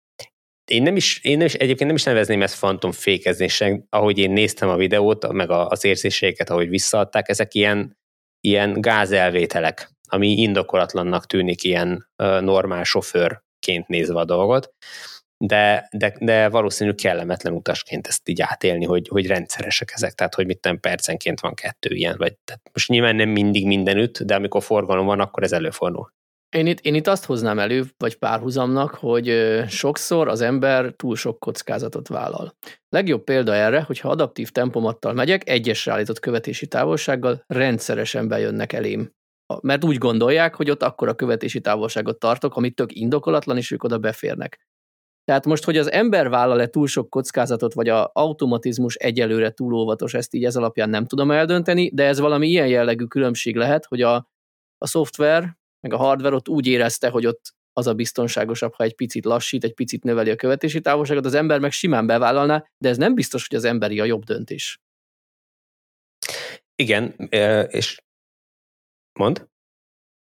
Én nem is, én nem is, egyébként nem is nevezném ezt fantomfékezésnek, ahogy én néztem a videót, meg az érzéseiket, ahogy visszaadták, ezek ilyen, ilyen gázelvételek, ami indokolatlannak tűnik ilyen uh, normál sofőrként nézve a dolgot, de, de, de valószínűleg kellemetlen utasként ezt így átélni, hogy, hogy rendszeresek ezek, tehát hogy mit tudom, percenként van kettő ilyen, vagy tehát most nyilván nem mindig mindenütt, de amikor forgalom van, akkor ez előfordul.
Én itt, én itt azt hoznám elő, vagy párhuzamnak, hogy sokszor az ember túl sok kockázatot vállal. Legjobb példa erre, hogyha adaptív tempomattal megyek, egyesre állított követési távolsággal rendszeresen bejönnek elém. Mert úgy gondolják, hogy ott akkora követési távolságot tartok, amit tök indokolatlan, és ők oda beférnek. Tehát most, hogy az ember vállal-e túl sok kockázatot, vagy az automatizmus egyelőre túl óvatos, ezt így ez alapján nem tudom eldönteni, de ez valami ilyen jellegű különbség lehet, hogy a, a szoftver meg a hardware ott úgy érezte, hogy ott az a biztonságosabb, ha egy picit lassít, egy picit növeli a követési távolságot, az ember meg simán bevállalná, de ez nem biztos, hogy az emberi a jobb döntés.
Igen, és mond?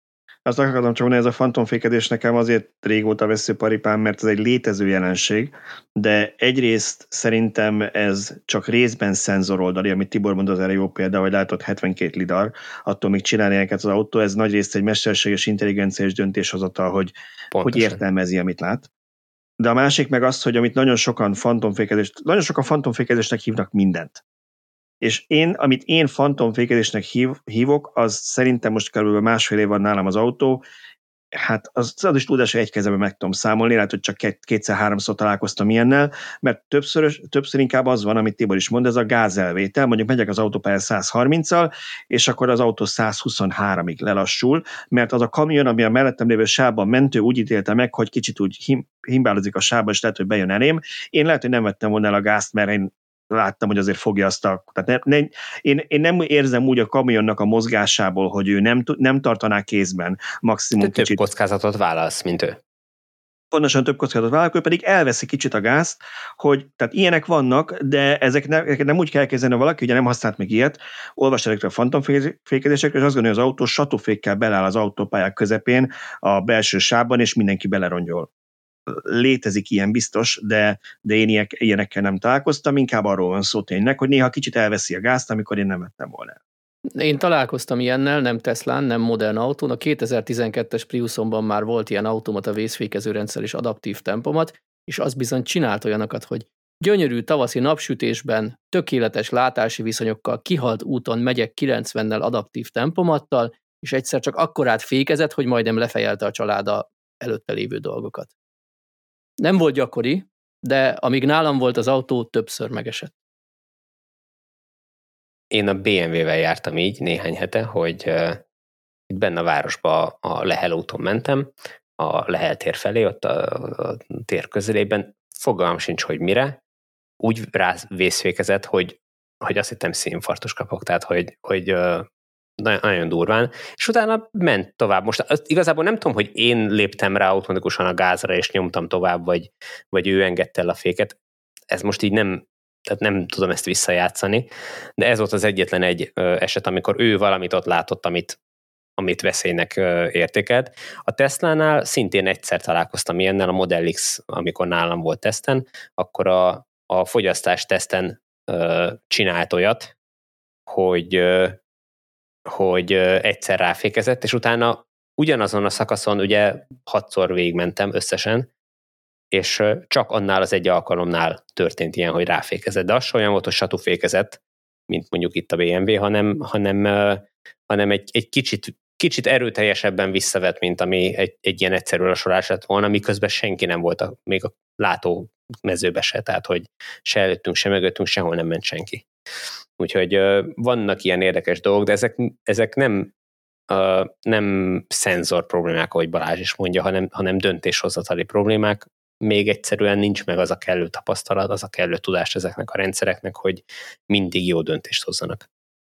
Azt akartam csak mondani, ez a fantomfékezés nekem azért régóta veszőparipám, mert ez egy létező jelenség, de egyrészt szerintem ez csak részben szenzoroldali, amit Tibor mond, az erre jó példa, hogy látott hetvenkét lidar, attól még csinálni ilyeneket az autó, ez nagy részt egy mesterséges intelligenciás döntéshozatal, hogy, hogy értelmezi, amit lát. De a másik meg az, hogy amit nagyon sokan fantomfékezést, nagyon sokan fantomfékezésnek hívnak mindent. És én, amit én fantomfékezésnek hív, hívok, az szerintem most kb. Másfél év van nálam az autó, hát az, az is tudás, hogy egy kezemben meg tudom számolni, lehet, hogy csak kétszer-háromszor találkoztam ilyennel, mert többször, többször inkább az van, amit Tibor is mond, ez a gázelvétel, mondjuk megyek az autópályán száz harminccal, és akkor az autó száz huszonháromig lelassul, mert az a kamion, ami a mellettem lévő sávban mentő, úgy ítélte meg, hogy kicsit úgy him, himbálozik a sávba, és lehet, hogy bejön elém. Én lehet, hogy nem vettem volna el a gázt, mert én láttam, hogy azért fogja azt a... Tehát ne, ne, én, én nem érzem úgy a kamionnak a mozgásából, hogy ő nem, nem tartaná kézben maximum
Te több kockázatot vállalsz, mint ő.
Pontosan több kockázatot vállalsz, ő pedig elveszi kicsit a gázt, hogy tehát ilyenek vannak, de ezek nem, nem úgy kell kezdeni, valaki ugye nem használt még ilyet, olvas ezekre a fantomfékezésekre, és azt gondolja, hogy az autó satúfékkel beláll az autópályák közepén a belső sávban, és mindenki belerongyol. Létezik ilyen biztos, de, de én ilyek, ilyenekkel nem találkoztam, inkább arról van szó tényleg, hogy néha kicsit elveszi a gázt, amikor én nem vettem volna.
Én találkoztam ilyennel, nem Teslán, nem modern autón. A kétezer-tizenkettes Priusomban már volt ilyen automata vészfékező rendszer és adaptív tempomat, és az bizony csinált olyanokat, hogy gyönyörű tavaszi napsütésben, tökéletes látási viszonyokkal, kihalt úton megyek kilencvennel adaptív tempomattal, és egyszer csak akkorát fékezett, hogy majdnem lefejelte a család előtte lévő dolgokat. Nem volt gyakori, de amíg nálam volt az autó, többször megesett.
Én a bé em vé-vel jártam így néhány hete, hogy uh, itt benne a városba a Lehel úton mentem, a Lehel tér felé, ott a, a tér közelében, fogalmam sincs, hogy mire, úgy rá vészfékezett, hogy, hogy azt hittem színinfarktus kapok, tehát hogy, hogy uh, nagyon, nagyon durván, és utána ment tovább. Most az, igazából nem tudom, hogy én léptem rá automatikusan a gázra, és nyomtam tovább, vagy, vagy ő engedte el a féket. Ez most így nem, tehát nem tudom ezt visszajátszani, de ez volt az egyetlen egy ö, eset, amikor ő valamit ott látott, amit, amit veszélynek ö, értékelt. A Teslánál szintén egyszer találkoztam ilyennel, a Model X, amikor nálam volt teszten, akkor a, a fogyasztás teszten ö, csinált olyat, hogy ö, hogy egyszer ráfékezett, és utána ugyanazon a szakaszon ugye hatszor végigmentem összesen, és csak annál az egy alkalomnál történt ilyen, hogy ráfékezett. De az sem olyan volt, hogy satúfékezett, mint mondjuk itt a bé em vé, hanem, hanem, hanem egy, egy kicsit, kicsit erőteljesebben visszavett, mint ami egy, egy ilyen egyszerű lassulás lett volna, miközben senki nem volt a, még a látó mezőbe se, tehát hogy se előttünk, se mögöttünk, sehol nem ment senki. Úgyhogy uh, vannak ilyen érdekes dolgok, de ezek, ezek nem, uh, nem szenzor problémák, ahogy Balázs is mondja, hanem, hanem döntéshozatali problémák. Még egyszerűen nincs meg az a kellő tapasztalat, az a kellő tudás ezeknek a rendszereknek, hogy mindig jó döntést hozzanak.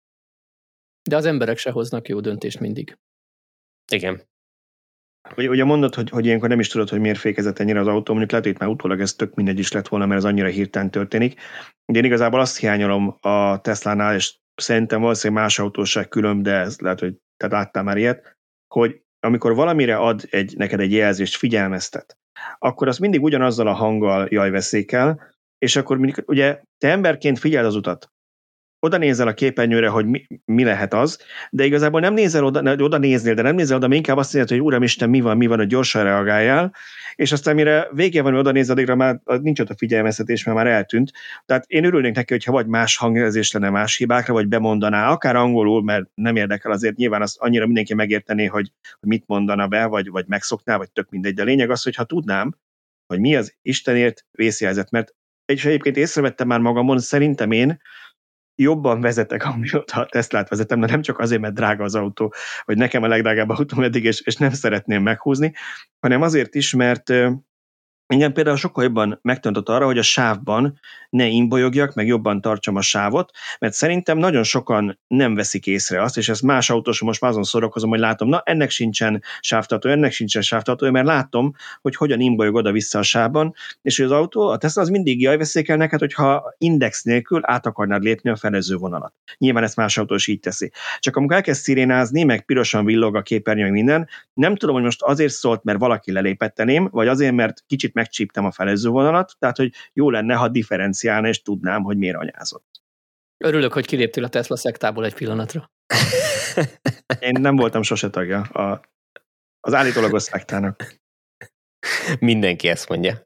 De az emberek se hoznak jó döntést mindig.
Igen.
Ugye mondod, hogy, hogy ilyenkor nem is tudod, hogy miért fékezett ennyire az autó, mondjuk lehet, hogy itt már utólag ez tök mindegy is lett volna, mert ez annyira hirtelen történik. De én igazából azt hiányolom a Teslánál, és szerintem valószínűleg más autóság külön, de ez lehet, hogy te láttál már ilyet, hogy amikor valamire ad egy, neked egy jelzést, figyelmeztet, akkor azt mindig ugyanazzal a hanggal jajveszékel, és akkor mindig, ugye te emberként figyeld az utat. Oda nézel a képernyőre, hogy mi, mi lehet az, de igazából nem nézel oda, oda néznél, de nem nézel oda, inkább azt nézed, hogy Uramisten, mi van, mi van, hogy gyorsan reagáljál, és aztán mire vége van, hogy oda nézed, addigra már nincs ott a figyelmeztetés, mert már eltűnt. Tehát én örülnék neki, hogyha vagy más hangjelzés lenne más hibákra, vagy bemondaná, akár angolul, mert nem érdekel, azért nyilván azt annyira mindenki megértené, hogy, hogy mit mondana be, vagy, vagy megszokná, vagy tök mindegy. De a lényeg az, hogy ha tudnám, hogy mi az Istenért vészjelzet, mert és egyébként észrevettem már magamon, szerintem én jobban vezetek, amióta a Teslát vezetem, de nem csak azért, mert drága az autó, vagy nekem a legdrágább autóm eddig, és, és nem szeretném meghúzni, hanem azért is, mert Engem például sokkal jobban megtanított arra, hogy a sávban ne imbolyogjak, meg jobban tartsam a sávot, mert szerintem nagyon sokan nem veszik észre azt, és ezt más autós, most már azon szórakozom, hogy látom, na ennek sincsen sávtartó, ennek sincsen sávtartó, mert látom, hogy hogyan imbolyog oda-vissza a sávban, és hogy az autó, a Tesla az mindig jajveszékel neked, hogyha index nélkül át akarnád lépni a felező vonalat. Nyilván ezt más autó is így teszi. Csak amikor elkezd szirénázni, meg pirosan villog a képernyő, meg minden, nem tudom, hogy most azért szólt, mert valaki lelépetteném, vagy azért, mert kicsit megcsíptem a felező vonalat, tehát hogy jó lenne, ha differenciálna, és tudnám, hogy miért anyázott.
Örülök, hogy kiléptél a Tesla szektából egy pillanatra.
Én nem voltam sose tagja a, az állítólagos szektának.
Mindenki ezt mondja.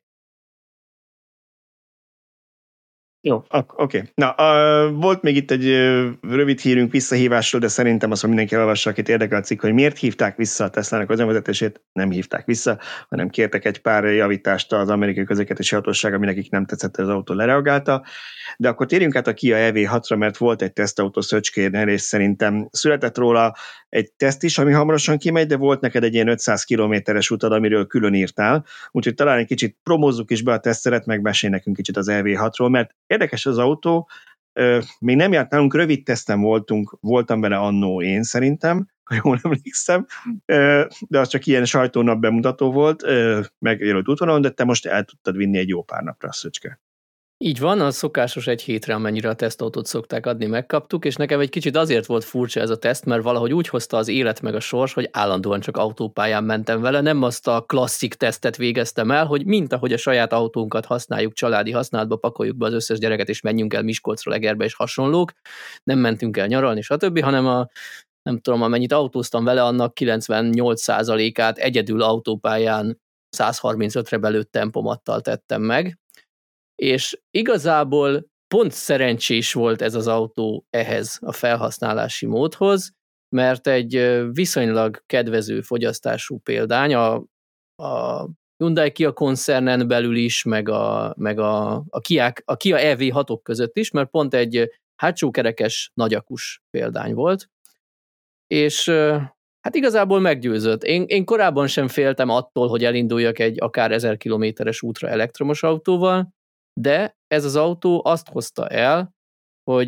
Jó, oké. Okay. Na, a, volt még itt egy rövid hírünk visszahívásról, de szerintem azt, hogy mindenki elolvassa, akit érdekel a cikk, hogy miért hívták vissza a Teslának az önvezetését, nem hívták vissza, hanem kértek egy pár javítást az amerikai közlekedési hatóság, ami nekik nem tetszett, az autó lereagálta. De akkor térjünk át a Kia E V hatra, mert volt egy tesztautó Szöcskénél, és szerintem született róla egy teszt is, ami hamarosan kimegy, de volt neked egy ilyen ötszáz kilométeres utad, amiről külön írtál, úgyhogy talán egy kicsit promózzuk is be a teszteret, meg mesélj nekünk kicsit az E V hatról, mert érdekes az autó, még nem járt nálunk, rövid teszten voltunk, voltam vele annó én szerintem, ha jól emlékszem, de az csak ilyen sajtónap bemutató volt, megjelölt útvonalon, de te most el tudtad vinni egy jó pár napra a Szöcske.
Így van, a szokásos egy hétre, amennyire a tesztautót szokták adni, megkaptuk, és nekem egy kicsit azért volt furcsa ez a teszt, mert valahogy úgy hozta az élet meg a sors, hogy állandóan csak autópályán mentem vele, nem azt a klasszik tesztet végeztem el, hogy mint ahogy a saját autónkat használjuk, családi használatba pakoljuk be az összes gyereket, és menjünk el Miskolcról Egerbe és hasonlók, nem mentünk el nyaralni, stb., hanem a nem tudom, amennyit autóztam vele, annak kilencvennyolc százalékát egyedül autópályán száz harmincötre belőtt tempomattal tettem meg, és igazából pont szerencsés volt ez az autó ehhez a felhasználási módhoz, mert egy viszonylag kedvező fogyasztású példány a, a Hyundai Kia koncernen belül is, meg a, meg a, a, Kia, a Kia E V hatok között is, mert pont egy hátsókerekes nagyakus példány volt, és hát igazából meggyőzött. Én, én korábban sem féltem attól, hogy elinduljak egy akár ezer kilométeres útra elektromos autóval, de ez az autó azt hozta el, hogy,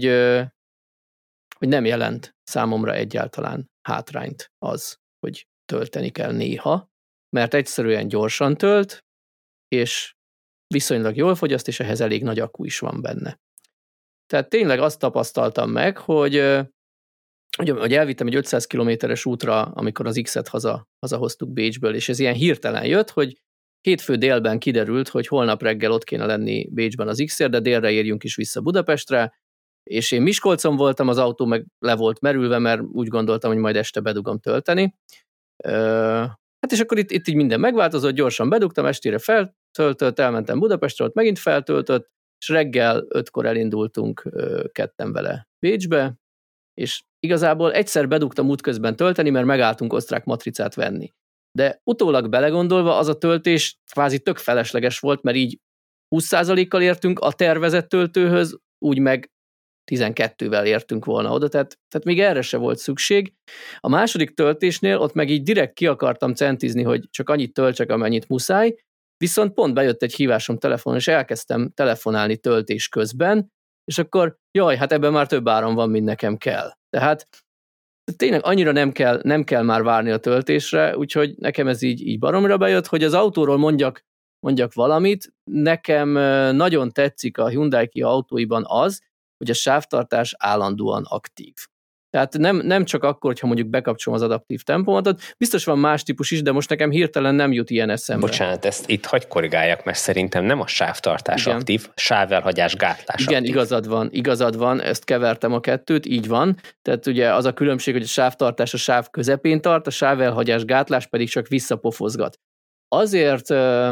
hogy nem jelent számomra egyáltalán hátrányt az, hogy tölteni kell néha, mert egyszerűen gyorsan tölt, és viszonylag jól fogyaszt, és ehhez elég nagy akku is van benne. Tehát tényleg azt tapasztaltam meg, hogy, hogy elvittem egy ötszáz kilométeres útra, amikor az X-et haza, hazahoztuk Bécsből, és ez ilyen hirtelen jött, hogy hétfő délben kiderült, hogy holnap reggel ott kéne lenni Bécsben az X-ért, de délre érjünk is vissza Budapestre, és én Miskolcon voltam, az autó meg le volt merülve, mert úgy gondoltam, hogy majd este bedugom tölteni. Hát és akkor itt, itt így minden megváltozott, gyorsan bedugtam, estére feltöltött, elmentem Budapestre, ott megint feltöltött, és reggel ötkor elindultunk ketten vele Bécsbe, és igazából egyszer bedugtam útközben tölteni, mert megálltunk osztrák matricát venni. De utólag belegondolva az a töltés kvázi tök felesleges volt, mert így húsz százalékkal értünk a tervezett töltőhöz, úgy meg tizenkettővel értünk volna oda, tehát, tehát még erre se volt szükség. A második töltésnél ott meg így direkt ki akartam centizni, hogy csak annyit töltsek, amennyit muszáj, viszont pont bejött egy hívásom telefonon, és elkezdtem telefonálni töltés közben, és akkor jaj, hát ebben már több áram van, mint nekem kell. Tehát tényleg annyira nem kell, nem kell már várni a töltésre, úgyhogy nekem ez így, így baromra bejött, hogy az autóról mondjak, mondjak valamit. Nekem nagyon tetszik a Hyundai Kia autóiban az, hogy a sávtartás állandóan aktív. Tehát nem, nem csak akkor, hogyha mondjuk bekapcsolom az adaptív tempomatot, biztos van más típus is, de most nekem hirtelen nem jut ilyen eszembe.
Bocsánat, ezt itt hagy korrigáljak, mert szerintem nem a sávtartás
Igen.
aktív, sávelhagyás gátlás
Igen,
aktív.
igazad van, igazad van, ezt kevertem a kettőt, így van. Tehát ugye az a különbség, hogy a sávtartás a sáv közepén tart, a sávelhagyás gátlás pedig csak visszapofozgat. Azért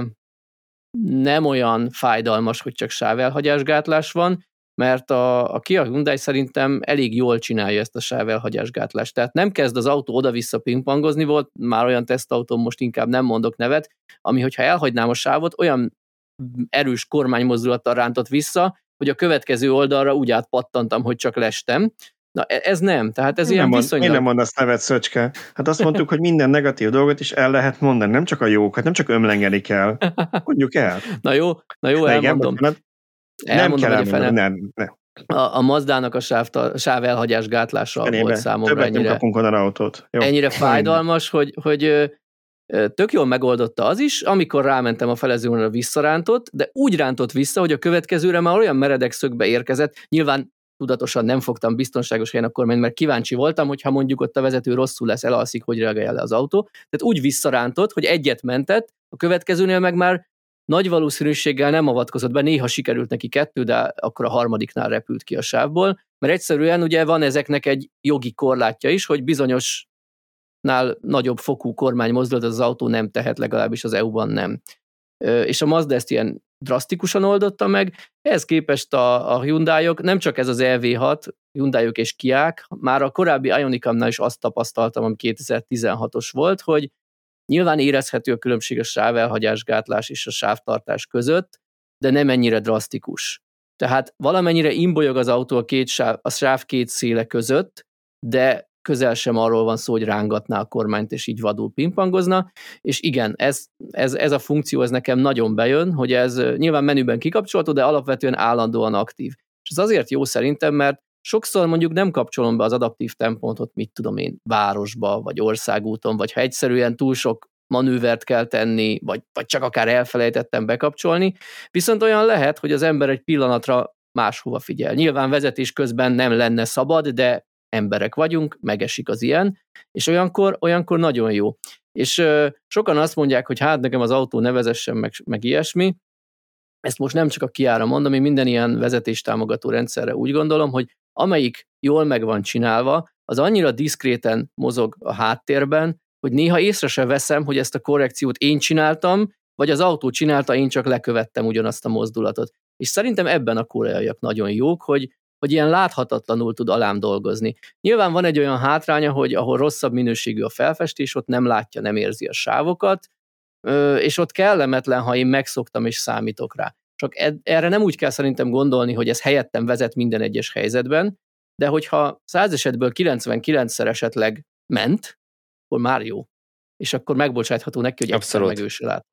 nem olyan fájdalmas, hogy csak sávelhagyás gátlás van, mert a, a Kia Hyundai szerintem elég jól csinálja ezt a sávelhagyásgátlást. Tehát nem kezd az autó oda-vissza pingpongozni, volt már olyan tesztautóm, most inkább nem mondok nevet, ami, hogyha elhagynám a sávot, olyan erős kormánymozdulattal rántott vissza, hogy a következő oldalra úgy átpattantam, hogy csak lestem. Na ez nem, tehát ez
Én
ilyen
nem
viszonylag...
Én nem mondasz nevet, Szöcske? Hát azt mondtuk, hogy minden negatív dolgot is el lehet mondani, nem csak a jókat, nem csak ömlengeni kell. Mondjuk el.
Na jó, na jó,
Na
elmondom.
Igen,
elmondom,
nem kell
hogy
elmondani,
fene...
nem, nem.
A, a Mazdának a sáv, sáv elhagyás gátlása
Fenébe.
volt számomra
Többet
ennyire,
nem kapunk onnan autót. Jó.
ennyire fájdalmas, hogy, hogy tök jól megoldotta az is, amikor rámentem a felezőre, visszarántott, de úgy rántott vissza, hogy a következőre már olyan meredek szögbe érkezett. Nyilván tudatosan nem fogtam biztonságos helyen akkor menni, mert kíváncsi voltam, hogyha mondjuk ott a vezető rosszul lesz, elalszik, hogy reagál le az autó. Tehát úgy visszarántott, hogy egyet mentett, a következőnél meg már nagy valószínűséggel nem avatkozott be, néha sikerült neki kettő, de akkor a harmadiknál repült ki a sávból, mert egyszerűen ugye van ezeknek egy jogi korlátja is, hogy bizonyos nál nagyobb fokú kormánymozdulat az autó nem tehet, legalábbis az é u-ban nem. És a Mazda ezt ilyen drasztikusan oldotta meg, ehhez képest a, a Hyundai-ok, nem csak ez az E V hat, Hyundai-ok és Kiák, már a korábbi Ionicamnál is azt tapasztaltam, ami kétezer-tizenhatos volt, hogy nyilván érezhető a különbség a sávelhagyásgátlás és a sávtartás között, de nem ennyire drasztikus. Tehát valamennyire imbolyog az autó a, két sáv, a sáv két széle között, de közel sem arról van szó, hogy rángatná a kormányt, és így vadul pingpongozna, és igen, ez, ez, ez a funkció, ez nekem nagyon bejön, hogy ez nyilván menüben kikapcsolható, de alapvetően állandóan aktív. És ez azért jó szerintem, mert sokszor mondjuk nem kapcsolom be az adaptív tempontot, mit tudom én, városba, vagy országúton, vagy ha egyszerűen túl sok manővert kell tenni, vagy, vagy csak akár elfelejtettem bekapcsolni, viszont olyan lehet, hogy az ember egy pillanatra máshova figyel. Nyilván vezetés közben nem lenne szabad, de emberek vagyunk, megesik az ilyen, és olyankor, olyankor nagyon jó. És ö, sokan azt mondják, hogy hát nekem az autó ne vezessen, meg, meg ilyesmi. Ezt most nem csak a Kiára mondom, én minden ilyen vezetéstámogató rendszerre úgy gondolom, hogy amelyik jól meg van csinálva, az annyira diszkréten mozog a háttérben, hogy néha észre se veszem, hogy ezt a korrekciót én csináltam, vagy az autó csinálta, én csak lekövettem ugyanazt a mozdulatot. És szerintem ebben a koreaiak nagyon jók, hogy hogy ilyen láthatatlanul tud alám dolgozni. Nyilván van egy olyan hátránya, hogy ahol rosszabb minőségű a felfestés, ott nem látja, nem érzi a sávokat, és ott kellemetlen, ha én megszoktam és számítok rá. Csak erre nem úgy kell szerintem gondolni, hogy ez helyettem vezet minden egyes helyzetben, de hogyha száz esetből kilencvenkilencszer esetleg ment, akkor már jó. És akkor megbocsátható neki, hogy egyszer meg ő se lát.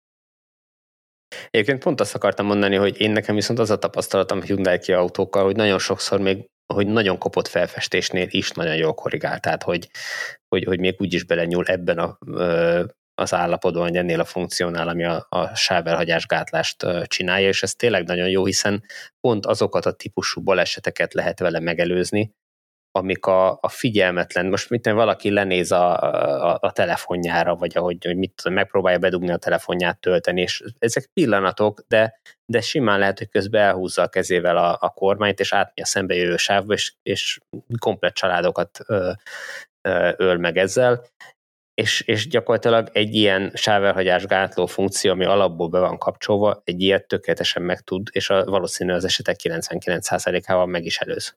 Egyébként pont azt akartam mondani, hogy én nekem viszont az a tapasztalatom Hyundai Kia autókkal, hogy nagyon sokszor még, hogy nagyon kopott felfestésnél is nagyon jól korrigál, tehát hogy, hogy, hogy még úgy is belenyúl ebben a, az állapotban, vagy ennél a funkciónál, ami a, a sávelhagyásgátlást csinálja, és ez tényleg nagyon jó, hiszen pont azokat a típusú baleseteket lehet vele megelőzni, amik a, a figyelmetlen, most mit nem valaki lenéz a, a, a telefonjára, vagy ahogy hogy mit tudom, megpróbálja bedugni a telefonját, tölteni, és ezek pillanatok, de, de simán lehet, hogy közben elhúzza a kezével a, a kormányt, és átmegy a szembe jövő sávba, és, és komplett családokat ö, ö, öl meg ezzel, és, és gyakorlatilag egy ilyen sávelhagyás gátló funkció, ami alapból be van kapcsolva, egy ilyet tökéletesen meg tud, és a, valószínű az esetek kilencvenkilenc százalékával meg is előz.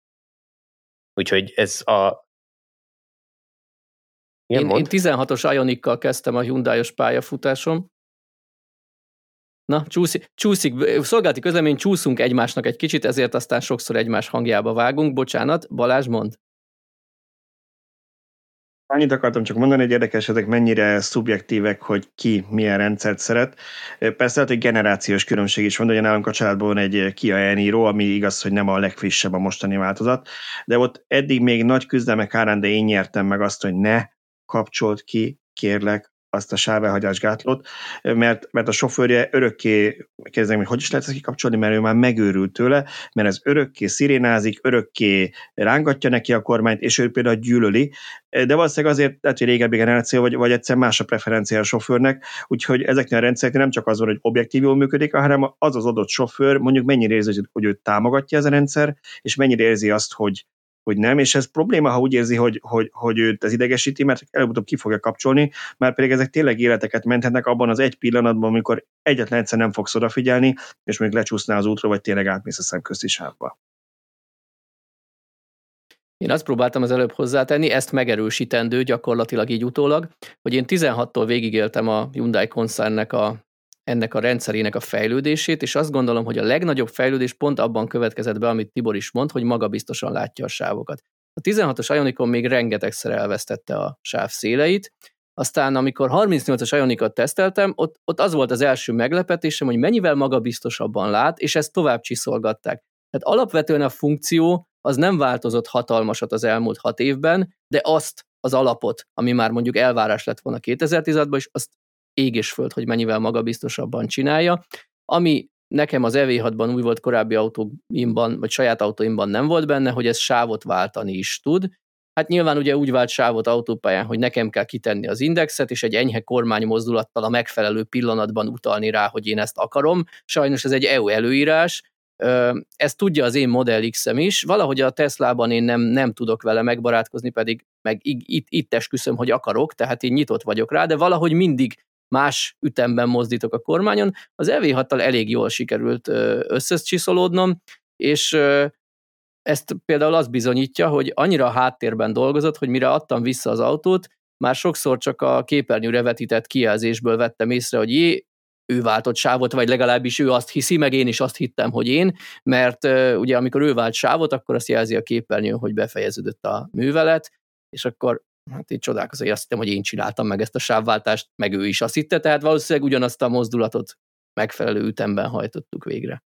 Úgyhogy ez a...
Én, én tizenhatos Ioniq-kal kezdtem a Hyundai-os pályafutásom. Na, csúszik, csúszik, szolgálati közlemény, csúszunk egymásnak egy kicsit, ezért aztán sokszor egymás hangjába vágunk. Bocsánat, Balázs, mondd.
Annyit akartam csak mondani, hogy érdekes, ezek mennyire szubjektívek, hogy ki milyen rendszert szeret. Persze lehet, hogy generációs különbség is van, de ugye nálunk a családban van egy Kia Eniro, ami igaz, hogy nem a legfrissebb a mostani változat, de ott eddig még nagy küzdelmek árán, de én nyertem meg azt, hogy ne kapcsolt ki, kérlek, azt a sávelhagyásgátlót, mert, mert a sofőrje örökké, kérdezem, hogy hogy is lehet ezt kikapcsolni, mert ő már megőrült tőle, mert ez örökké szirénázik, örökké rángatja neki a kormányt, és ő például gyűlöli, de valószínűleg azért, lehet, hogy régebbi generáció, vagy, vagy egyszer más a preferencia a sofőrnek, úgyhogy ezeknél a rendszereknél nem csak az van, hogy objektív jól működik, hanem az az adott sofőr mondjuk mennyire érzi, hogy őt támogatja ez a rendszer, és mennyire érzi azt, hogy hogy nem, és ez probléma, ha úgy érzi, hogy, hogy, hogy őt ez idegesíti, mert előbb-utóbb ki fogja kapcsolni, már pedig ezek tényleg életeket menthetnek abban az egy pillanatban, amikor egyetlen egyszer nem fogsz odafigyelni, és még lecsúsznál az útra, vagy tényleg átmész a szemközti sávba.
Én azt próbáltam az előbb hozzátenni, ezt megerősítendő gyakorlatilag így utólag, hogy én tizenhattól végigéltem a Hyundai koncernnek a ennek a rendszerének a fejlődését, és azt gondolom, hogy a legnagyobb fejlődés pont abban következett be, amit Tibor is mond, hogy magabiztosan látja a sávokat. A tizenhatos Ionicon még rengetegszer elvesztette a sáv széleit, aztán amikor harmincnyolcas Ionicot teszteltem, ott, ott az volt az első meglepetésem, hogy mennyivel magabiztosabban lát, és ezt tovább csiszolgatták. Tehát alapvetően a funkció az nem változott hatalmasat az elmúlt hat évben, de azt az alapot, ami már mondjuk elvárás lett volna kétezer-tizenhatban, és azt ég és föld, hogy mennyivel magabiztosabban csinálja. Ami nekem az E V hatban új volt, korábbi autóimban, vagy saját autóimban nem volt benne, hogy ez sávot váltani is tud. Hát nyilván ugye úgy vált sávot autópályán, hogy nekem kell kitenni az indexet, és egy enyhe kormánymozdulattal a megfelelő pillanatban utalni rá, hogy én ezt akarom. Sajnos ez egy é u előírás, ezt tudja az én Model X-em is, valahogy a Teslában én nem, nem tudok vele megbarátkozni, pedig meg itt, itt esküszöm, hogy akarok, tehát én nyitott vagyok rá, de valahogy mindig más ütemben mozdítok a kormányon. Az E V hattal elég jól sikerült összecsiszolódnom, és ezt például az bizonyítja, hogy annyira a háttérben dolgozott, hogy mire adtam vissza az autót, már sokszor csak a képernyőre vetített kijelzésből vettem észre, hogy jé, ő váltott sávot, vagy legalábbis ő azt hiszi, meg én is azt hittem, hogy én, mert uh, ugye amikor ő vált sávot, akkor azt jelzi a képernyőn, hogy befejeződött a művelet, és akkor hát így csodálkozom, hogy azt hittem, hogy én csináltam meg ezt a sávváltást, meg ő is azt hitte, tehát valószínűleg ugyanazt a mozdulatot megfelelő ütemben hajtottuk végre.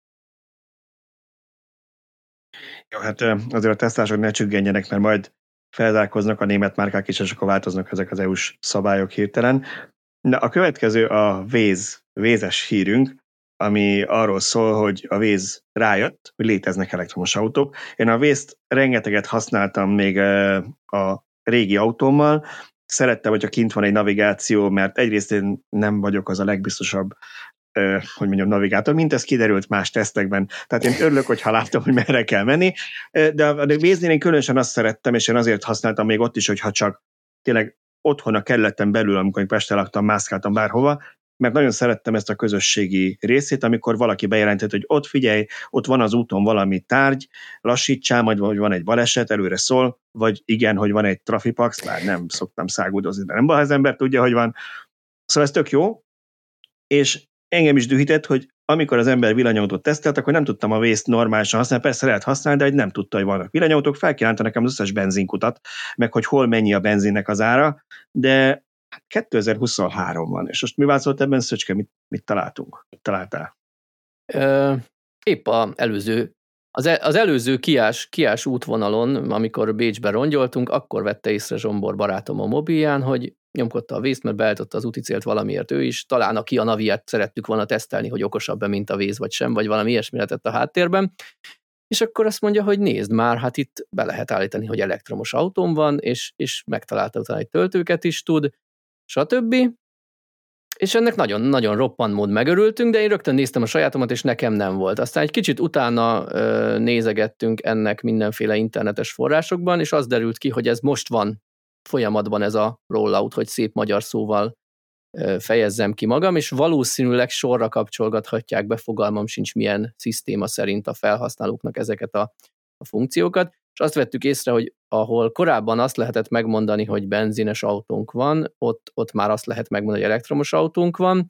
Jó, hát azért a tesztások ne csüggedjenek, mert majd felzárkoznak a német márkák is, és akkor változnak ezek az é u-s szabályok hirtelen. Na, a következő a Waze, Waze-es hírünk, ami arról szól, hogy a Waze rájött, hogy léteznek elektromos autók. Én a Waze-t rengeteget használtam még a régi autómmal. Szerettem, hogyha kint van egy navigáció, mert egyrészt én nem vagyok az a legbiztosabb, hogy mondjam, navigátor, mint ez kiderült más tesztekben. Tehát én örülök, hogyha látom, hogy merre kell menni, de a Waze-nél én különösen azt szerettem, és én azért használtam még ott is, hogyha csak tényleg otthon a kerületen belül, amikor én Pesten laktam, mászkáltam bárhova, mert nagyon szerettem ezt a közösségi részét, amikor valaki bejelentett, hogy ott figyelj, ott van az úton valami tárgy, lassítsál, majd vagy van egy baleset, előre szól, vagy igen, hogy van egy trafipax, már nem szoktam száguldozni, de nem baj, az ember tudja, hogy van. Szóval ez tök jó, és engem is dühített, hogy amikor az ember villanyautót tesztelt, akkor nem tudtam a Waze-t normálisan használni, persze lehet használni, de hogy nem tudta, hogy vannak villanyautók, felkívánta nekem az összes benzinkutat, meg hogy hol mennyi a benzinnek az ára, de kétezer-huszonhárom van, és most mi változott ebben, Szöcske, mit, mit találtunk? Mit találtál?
Ö, épp az előző, az, el, az előző kiás, kiás útvonalon, amikor Bécsben rongyoltunk, akkor vette észre Zsombor barátom a mobilján, hogy nyomkodta a Waze-t, mert beállította az úti célt valamiért ő is, talán aki a Naviát szerettük volna tesztelni, hogy okosabb-e, mint a Waze, vagy sem, vagy valami ilyesmi lehetett a háttérben, és akkor azt mondja, hogy nézd már, hát itt be lehet állítani, hogy elektromos autóm van, és, és megtalálta utána egy töltőket is tud, stb. És ennek nagyon-nagyon roppant mód megörültünk, de én rögtön néztem a sajátomat, és nekem nem volt. Aztán egy kicsit utána ö, nézegettünk ennek mindenféle internetes forrásokban, és az derült ki, hogy ez most van folyamatban ez a rollout, hogy szép magyar szóval ö, fejezzem ki magam, és valószínűleg sorra kapcsolgathatják be, fogalmam sincs milyen szisztéma szerint a felhasználóknak ezeket a, a funkciókat, és azt vettük észre, hogy ahol korábban azt lehetett megmondani, hogy benzines autónk van, ott, ott már azt lehet megmondani, hogy elektromos autónk van,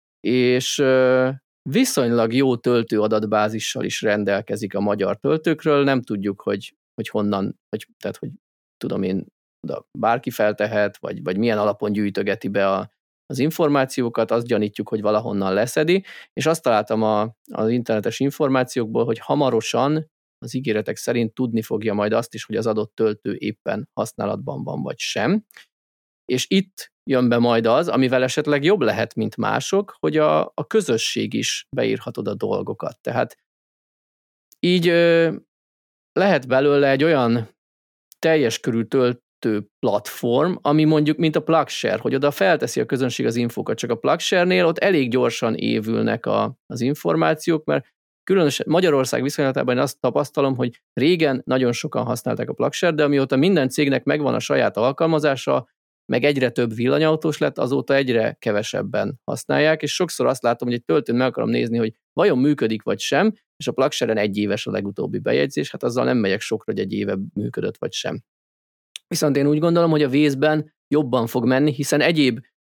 és ö, viszonylag jó töltőadatbázissal is rendelkezik a magyar töltőkről, nem tudjuk, hogy, hogy honnan, hogy, tehát hogy tudom én, oda bárki feltehet, vagy, vagy milyen alapon gyűjtögeti be a, az információkat, azt gyanítjuk, hogy valahonnan leszedi, és azt találtam a, az internetes információkból, hogy hamarosan az ígéretek szerint tudni fogja majd azt is, hogy az adott töltő éppen használatban van, vagy sem. És itt jön be majd az, amivel esetleg jobb lehet, mint mások, hogy a, a közösség is beírhatod a dolgokat. Tehát így ö, lehet belőle egy olyan teljes körű töltő platform, ami mondjuk, mint a PlugShare, hogy oda felteszi a közönség az infókat, csak a PlugShare-nél ott elég gyorsan évülnek a, az információk, mert különösen Magyarország viszonylatában én azt tapasztalom, hogy régen nagyon sokan használták a PlugShare, de amióta minden cégnek megvan a saját alkalmazása, meg egyre több villanyautós lett, azóta egyre kevesebben használják, és sokszor azt látom, hogy egy töltőn meg akarom nézni, hogy vajon működik vagy sem, és a PlugShare-en egy éves a legutóbbi bejegyzés, hát azzal nem megyek sokra, hogy egy éve működött vagy sem. Viszont én úgy gondolom, hogy a Waze-ben jobban fog menni, hiszen egyéb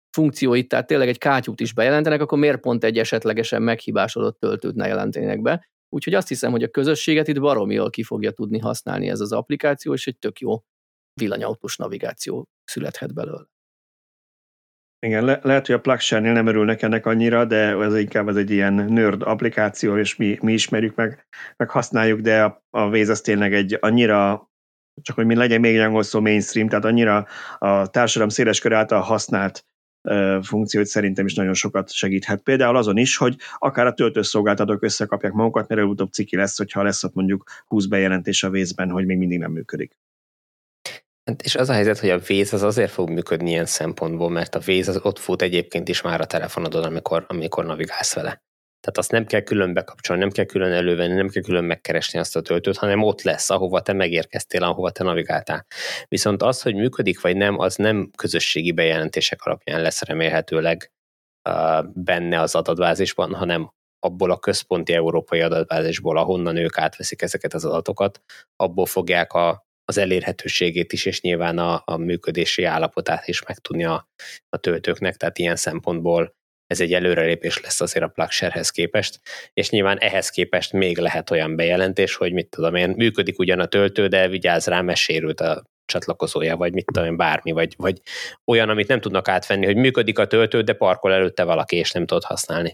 funkcióit, tehát tényleg egy kátyút is bejelentenek, akkor miért pont egy esetlegesen meghibásodott töltőt ne jelentenének be. Úgyhogy azt hiszem, hogy a közösséget itt baromi jól ki fogja tudni használni ez az applikáció, és egy tök jó villanyautós navigáció születhet belőle.
Igen, le- lehet, hogy a PlugShare-nél nem örülnek ennek annyira, de ez inkább az egy ilyen nerd applikáció, és mi, mi ismerjük meg, meg használjuk, de a, a Waze az tényleg egy annyira, csak hogy mi legyen még egy angol szó, mainstream, tehát annyira a társadalom széles kör által használt uh, funkciót szerintem is nagyon sokat segíthet. Például azon is, hogy akár a töltőszolgáltatók összekapják magukat, mert előbb-utóbb ciki lesz, hogyha lesz ott mondjuk húsz bejelentés a Waze-ben, hogy még mindig nem működik.
És az a helyzet, hogy a Waze az azért fog működni ilyen szempontból, mert a Waze az ott fut egyébként is már a telefonodon, amikor, amikor navigálsz vele. Tehát azt nem kell külön bekapcsolni, nem kell külön elővenni, nem kell külön megkeresni azt a töltőt, hanem ott lesz, ahova te megérkeztél, ahova te navigáltál. Viszont az, hogy működik vagy nem, az nem közösségi bejelentések alapján lesz remélhetőleg uh, benne az adatbázisban, hanem abból a központi európai adatbázisból, ahonnan ők átveszik ezeket az adatokat, abból fogják a az elérhetőségét is, és nyilván a, a működési állapotát is megtudni a, a töltőknek, tehát ilyen szempontból ez egy előrelépés lesz azért a PlugShare-hez képest, és nyilván ehhez képest még lehet olyan bejelentés, hogy mit tudom én, működik ugyan a töltő, de vigyázz rá, mert sérült a csatlakozója, vagy mit tudom én, bármi, vagy, vagy olyan, amit nem tudnak átvenni, hogy működik a töltő, de parkol előtte valaki, és nem tudod használni.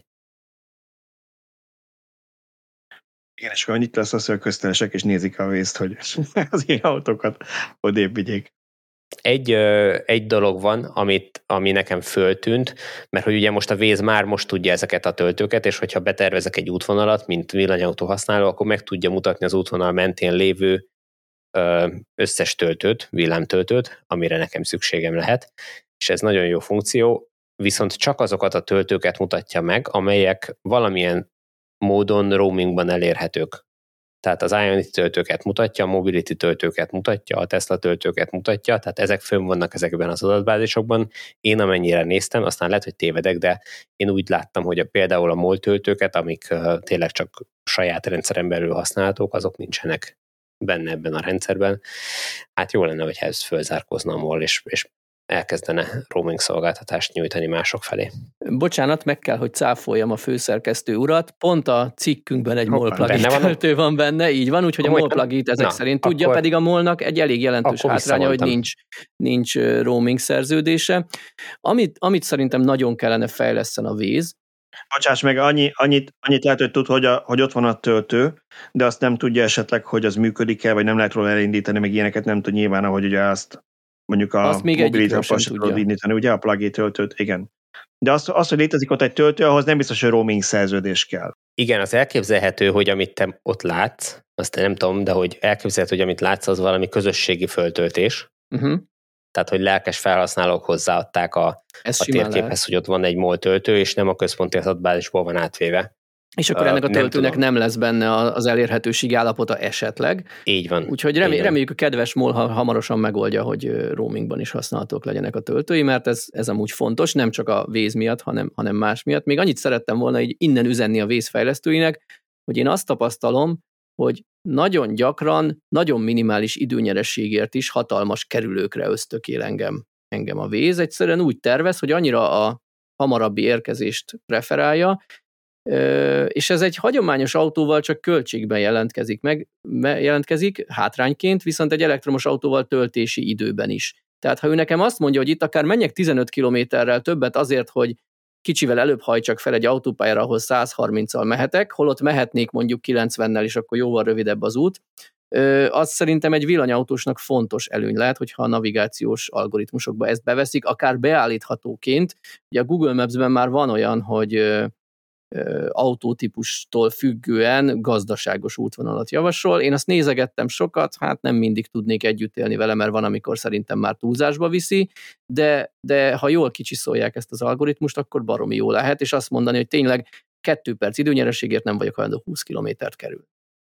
Igen, és akkor annyit lesz az, hogy a köztelesek is nézik a Waze-t, hogy az ilyen autókat odébb vigyék.
Egy, egy dolog van, amit, ami nekem föltűnt, mert hogy ugye most a Waze már most tudja ezeket a töltőket, és hogyha betervezek egy útvonalat, mint villanyautó használó, akkor meg tudja mutatni az útvonal mentén lévő összes töltőt, villámtöltőt, amire nekem szükségem lehet, és ez nagyon jó funkció, viszont csak azokat a töltőket mutatja meg, amelyek valamilyen módon roamingban elérhetők. Tehát az Ionity töltőket mutatja, a Mobility töltőket mutatja, a Tesla töltőket mutatja, tehát ezek fönn vannak ezekben az adatbázisokban. Én amennyire néztem, aztán lehet, hogy tévedek, de én úgy láttam, hogy a, például a MOL töltőket, amik uh, tényleg csak saját rendszeren belül használhatók, azok nincsenek benne ebben a rendszerben. Hát jó lenne, hogyha ez fölzárkózna a MOL, és, és elkezdene roaming szolgáltatást nyújtani mások felé.
Bocsánat, meg kell, hogy cáfoljam a főszerkesztő urat. Pont a cikkünkben egy MOL plugin töltő van benne, így van, úgyhogy a MOL plugin ezek Na, szerint tudja, akkor, pedig a MOL-nak egy elég jelentős hátránya, hogy nincs, nincs roaming szerződése. Amit, amit szerintem nagyon kellene fejleszteni a Waze.
Bocsáss meg, annyi, annyit, annyit lehet, hogy tud, hogy, a, hogy ott van a töltő, de azt nem tudja esetleg, hogy az működik-e, vagy nem lehet róla elindítani, meg ilyeneket nem tud nyilván, ahogy ugye azt mondjuk a mobilitásban sem tudod indítani, ugye a plug-in töltőt, igen. De az, az, hogy létezik ott egy töltő, ahhoz nem biztos, hogy roaming szerződés kell.
Igen, az elképzelhető, hogy amit te ott látsz, azt nem tudom, de hogy elképzelhető, hogy amit látsz, az valami közösségi föltöltés. Uh-huh. Tehát, hogy lelkes felhasználók hozzáadták a, a térképhez, lehet, hogy ott van egy MOL töltő, és nem a központi adatbázisból van átvéve.
És akkor ennek a töltőnek nem, nem lesz benne az elérhetőség állapota esetleg.
Így van.
Úgyhogy remé- reméljük, a kedves MOL hamarosan megoldja, hogy roamingban is használhatók legyenek a töltői, mert ez, ez amúgy fontos, nem csak a Waze miatt, hanem, hanem más miatt. Még annyit szerettem volna így innen üzenni a Waze fejlesztőinek, hogy én azt tapasztalom, hogy nagyon gyakran, nagyon minimális időnyerességért is hatalmas kerülőkre ösztökél engem, engem a Waze. Egyszerűen úgy tervez, hogy annyira a hamarabbi érkezést preferálja, és ez egy hagyományos autóval csak költségben jelentkezik meg, jelentkezik hátrányként, viszont egy elektromos autóval töltési időben is. Tehát ha ő nekem azt mondja, hogy itt akár menjek tizenöt kilométerrel többet azért, hogy kicsivel előbb hajtsak fel egy autópályára, ahol száz harminccal mehetek, holott mehetnék mondjuk kilencvennel, és akkor jóval rövidebb az út, az szerintem egy villanyautósnak fontos előny lehet, hogyha a navigációs algoritmusokba ezt beveszik, akár beállíthatóként. Ugye a Google Maps-ben már van olyan, hogy autótípustól függően gazdaságos útvonalat javasol. Én azt nézegettem sokat, hát nem mindig tudnék együtt élni vele, mert van, amikor szerintem már túlzásba viszi, de, de ha jól kicsiszolják ezt az algoritmust, akkor baromi jó lehet, és azt mondani, hogy tényleg kettő perc időnyerességért nem vagyok hajlandó húsz kilométert kerül.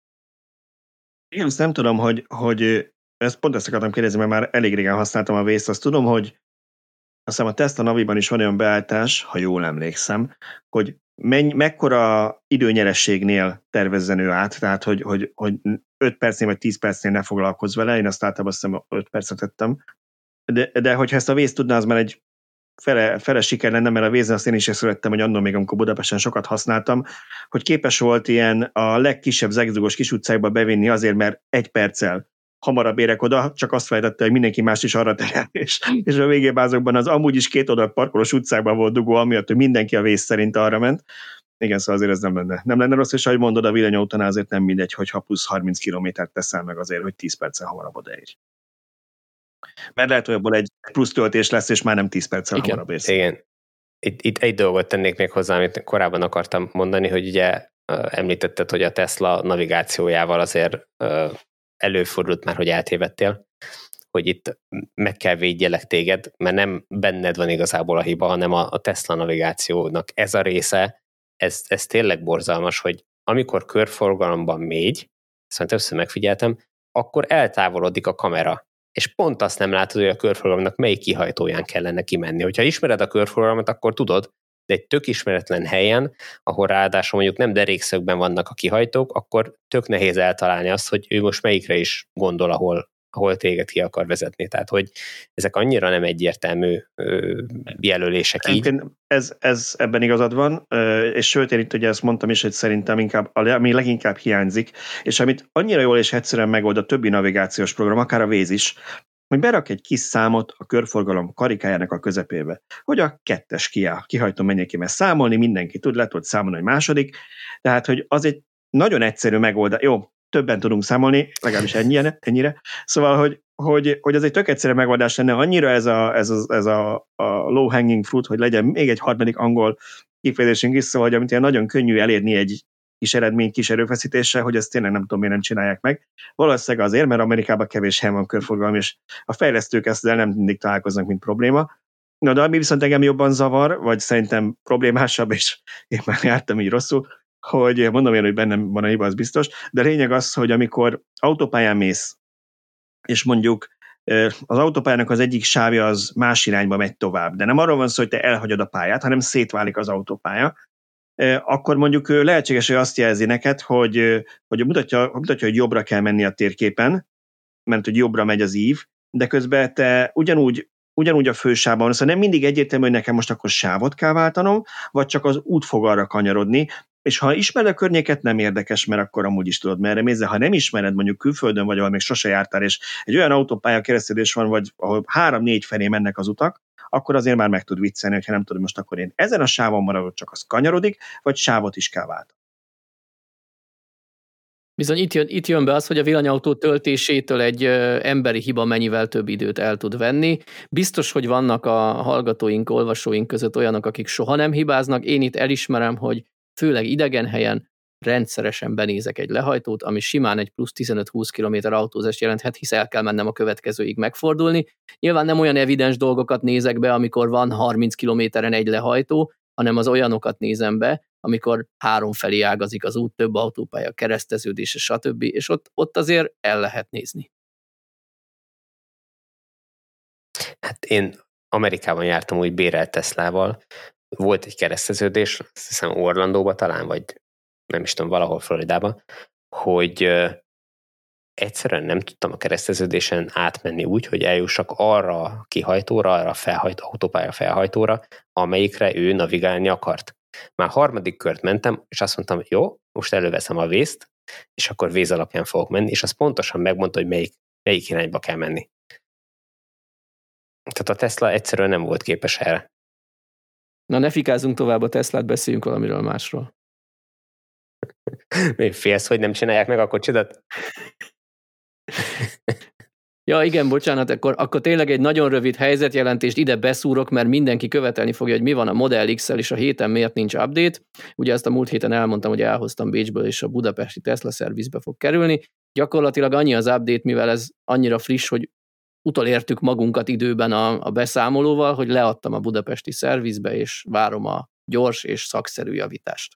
Én azt nem tudom, hogy, hogy ezt pont ezt akartam kérdezni, mert már elég régen használtam a Waze-t, azt tudom, hogy azt hiszem a Tesla Naviban is van olyan beállítás, ha jól emlékszem, hogy menny, mekkora időnyerességnél tervezzen ő át, tehát hogy, hogy, hogy öt percnél vagy tíz percnél ne foglalkozz vele, én azt általában azt hiszem öt percet tettem, de, de hogyha ezt a Waze tudná, az már egy fele, fele siker lenne, mert a Waze-en azt én is észrevettem, hogy annól még, amikor Budapesten sokat használtam, hogy képes volt ilyen a legkisebb zegzugos kis utcákba bevinni azért, mert egy perccel hamarabb érek oda, csak azt fejtette, hogy mindenki más is arra terel, és, és a végébázokban az amúgy is két oldal parkolós utcákban volt dugó, amiatt, hogy mindenki a Waze szerint arra ment. Igen, szóval azért ez nem lenne. Nem lenne rossz, és ahogy mondod, a villanyautónál azért nem mindegy, hogyha plusz harminc kilométert teszel meg azért, hogy tíz perccel hamarabb odaérj. Mert lehet, hogy abból egy plusz töltés lesz, és már nem tíz perccel
igen,
hamarabb érsz.
Igen. Itt, itt egy dolgot tennék még hozzá, amit korábban akartam mondani, hogy ugye említetted, hogy a Tesla navigációjával azért előfordult már, hogy eltévedtél, hogy itt meg kell védjelek téged, mert nem benned van igazából a hiba, hanem a Tesla navigációnak ez a része, ez, ez tényleg borzalmas, hogy amikor körforgalomban megy, ezt már többször megfigyeltem, akkor eltávolodik a kamera, és pont azt nem látod, hogy a körforgalomnak melyik kihajtóján kellene kimenni. Hogyha ismered a körforgalmat, akkor tudod, de egy tök ismeretlen helyen, ahol ráadásul mondjuk nem derékszögben vannak a kihajtók, akkor tök nehéz eltalálni azt, hogy ő most melyikre is gondol, ahol, ahol téged ki akar vezetni. Tehát, hogy ezek annyira nem egyértelmű ö, jelölések így.
Ez, ez ebben igazad van, és sőt, én itt ugye ezt mondtam is, hogy szerintem inkább, ami leginkább hiányzik, és amit annyira jól és egyszerűen megold a többi navigációs program, akár a Waze is, hogy berak egy kis számot a körforgalom karikájának a közepébe, hogy a kettes kiáll, kihajtom menjék ki, mert számolni mindenki tud, le tud számolni, hogy második, tehát, hogy az egy nagyon egyszerű megoldás, jó, többen tudunk számolni, legalábbis ennyire, ennyire. Szóval, hogy, hogy, hogy az egy tök egyszerű megoldás lenne, annyira ez a, ez a, ez a, a low hanging fruit, hogy legyen még egy harmadik angol kifejezésünk is, szóval, hogy amit ilyen nagyon könnyű elérni egy kis eredmény, kis erőfeszítéssel, hogy ezt tényleg nem tudom, miért nem csinálják meg. Valószínűleg azért, mert Amerikában kevés hely van körforgalom, és a fejlesztők ezzel nem mindig találkoznak, mint probléma. Na, de ami viszont engem jobban zavar, vagy szerintem problémásabb, és én már jártam így rosszul, hogy mondom én, hogy bennem van a hiba, az biztos, de lényeg az, hogy amikor autópályán mész, és mondjuk az autópályának az egyik sávja az más irányba megy tovább, de nem arról van szó, hogy te elhagyod a pályát, hanem szétválik az autópálya, akkor mondjuk lehetséges, hogy azt jelzi neked, hogy, hogy mutatja, mutatja, hogy jobbra kell menni a térképen, mert hogy jobbra megy az ív, de közben te ugyanúgy, ugyanúgy a fősávban, szóval nem mindig egyértelmű, hogy nekem most akkor sávot kell váltanom, vagy csak az út fog arra kanyarodni, és ha ismered a környéket, nem érdekes, mert akkor amúgy is tudod, merre mész, de ha nem ismered, mondjuk külföldön vagy, ahol még sose jártál, és egy olyan autópálya keresztülés van, vagy ahol három-négy felé mennek az utak, akkor azért már meg tud viccelni, hogyha nem tudom, most akkor én ezen a sávon maradok, csak az kanyarodik, vagy sávot is kell váltani.
Bizony itt jön, itt jön be az, hogy a villanyautó töltésétől egy ö, emberi hiba mennyivel több időt el tud venni. Biztos, hogy vannak a hallgatóink, olvasóink között olyanok, akik soha nem hibáznak. Én itt elismerem, hogy főleg idegen helyen rendszeresen benézek egy lehajtót, ami simán egy plusz tizenöt-húsz kilométer autózást jelenthet, hisz el kell mennem a következőig megfordulni. Nyilván nem olyan evidens dolgokat nézek be, amikor van harminc kilométeren egy lehajtó, hanem az olyanokat nézem be, amikor három felé ágazik az út, több autópálya, kereszteződés, stb. És ott, ott azért el lehet nézni.
Hát én Amerikában jártam úgy bérelt Teslával, volt egy kereszteződés, azt hiszem Orlandóba talán, vagy nem is tudom, valahol Floridában, hogy uh, egyszerűen nem tudtam a kereszteződésen átmenni úgy, hogy eljussak arra a kihajtóra, arra a felhajt, autópálya felhajtóra, amelyikre ő navigálni akart. Már harmadik kört mentem, és azt mondtam, jó, most előveszem a Waze-t, és akkor Waze alapján fogok menni, és az pontosan megmondta, hogy melyik, melyik irányba kell menni. Tehát a Tesla egyszerűen nem volt képes erre.
Na ne fikázzunk tovább a Teslát, beszéljünk valamiről másról.
Még félsz, hogy nem csinálják meg a kocsidat?
Ja, igen, bocsánat, akkor, akkor tényleg egy nagyon rövid helyzetjelentést ide beszúrok, mert mindenki követelni fogja, hogy mi van a Model X-el, és a héten miért nincs update. Ugye ezt a múlt héten elmondtam, hogy elhoztam Bécsből, és a budapesti Tesla szervizbe fog kerülni. Gyakorlatilag annyi az update, mivel ez annyira friss, hogy utolértük magunkat időben a, a beszámolóval, hogy leadtam a budapesti szervizbe, és várom a gyors és szakszerű javítást.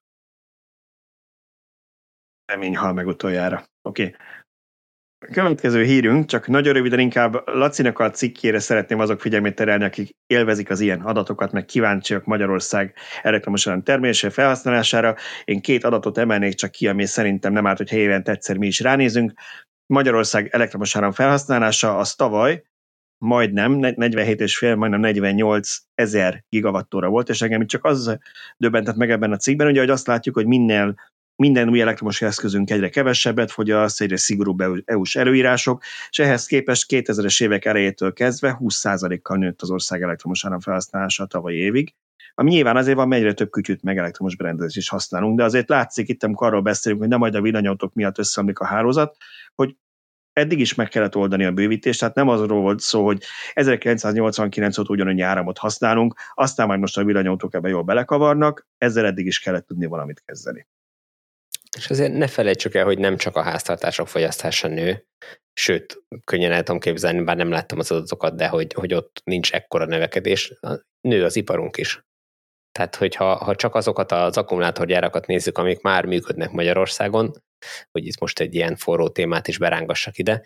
Remény hal meg utoljára. Oké. Okay. Következő hírünk, csak nagyon röviden inkább Lacinak a cikkére szeretném azok figyelmét terelni, akik élvezik az ilyen adatokat, meg kíváncsiak Magyarország elektromos áram termelése felhasználására. Én két adatot emelnék csak ki, ami szerintem nem árt, hogy évente egyszer mi is ránézünk. Magyarország elektromos áram felhasználása az tavaly majdnem, negyvenhét és fél, majdnem negyvennyolc ezer gigawattóra volt, és engem itt csak az döbbentett meg ebben a cikkben, ugye, hogy azt látjuk, hogy minél minden új elektromos eszközünk egyre kevesebbet fogyaszt, egyre szigorúbb é u-s előírások, és ehhez képest kétezres évek elejétől kezdve húsz százalékkal nőtt az ország elektromos áram felhasználása a tavalyi évig, ami nyilván azért van, mert egyre több kütyűt meg elektromos berendezést is használunk, de azért látszik itt, amikor arról beszélünk, hogy nem majd a villanyautók miatt összeomlik a hálózat, hogy eddig is meg kellett oldani a bővítést, tehát nem azról volt szó, hogy ezerkilencszáznyolcvankilenc óta ugyanannyi áramot használunk, aztán majd most a villanyautók ebbe jól belekavarnak, ezzel eddig is kellett tudni valamit kezdeni.
És azért ne felejtsük el, hogy nem csak a háztartások fogyasztása nő, sőt, könnyen el tudom képzelni, bár nem láttam az adatokat, de hogy, hogy ott nincs ekkora növekedés, nő az iparunk is. Tehát, hogyha ha csak azokat az akkumulátorgyárakat nézzük, amik már működnek Magyarországon, hogy itt most egy ilyen forró témát is berángassak ide,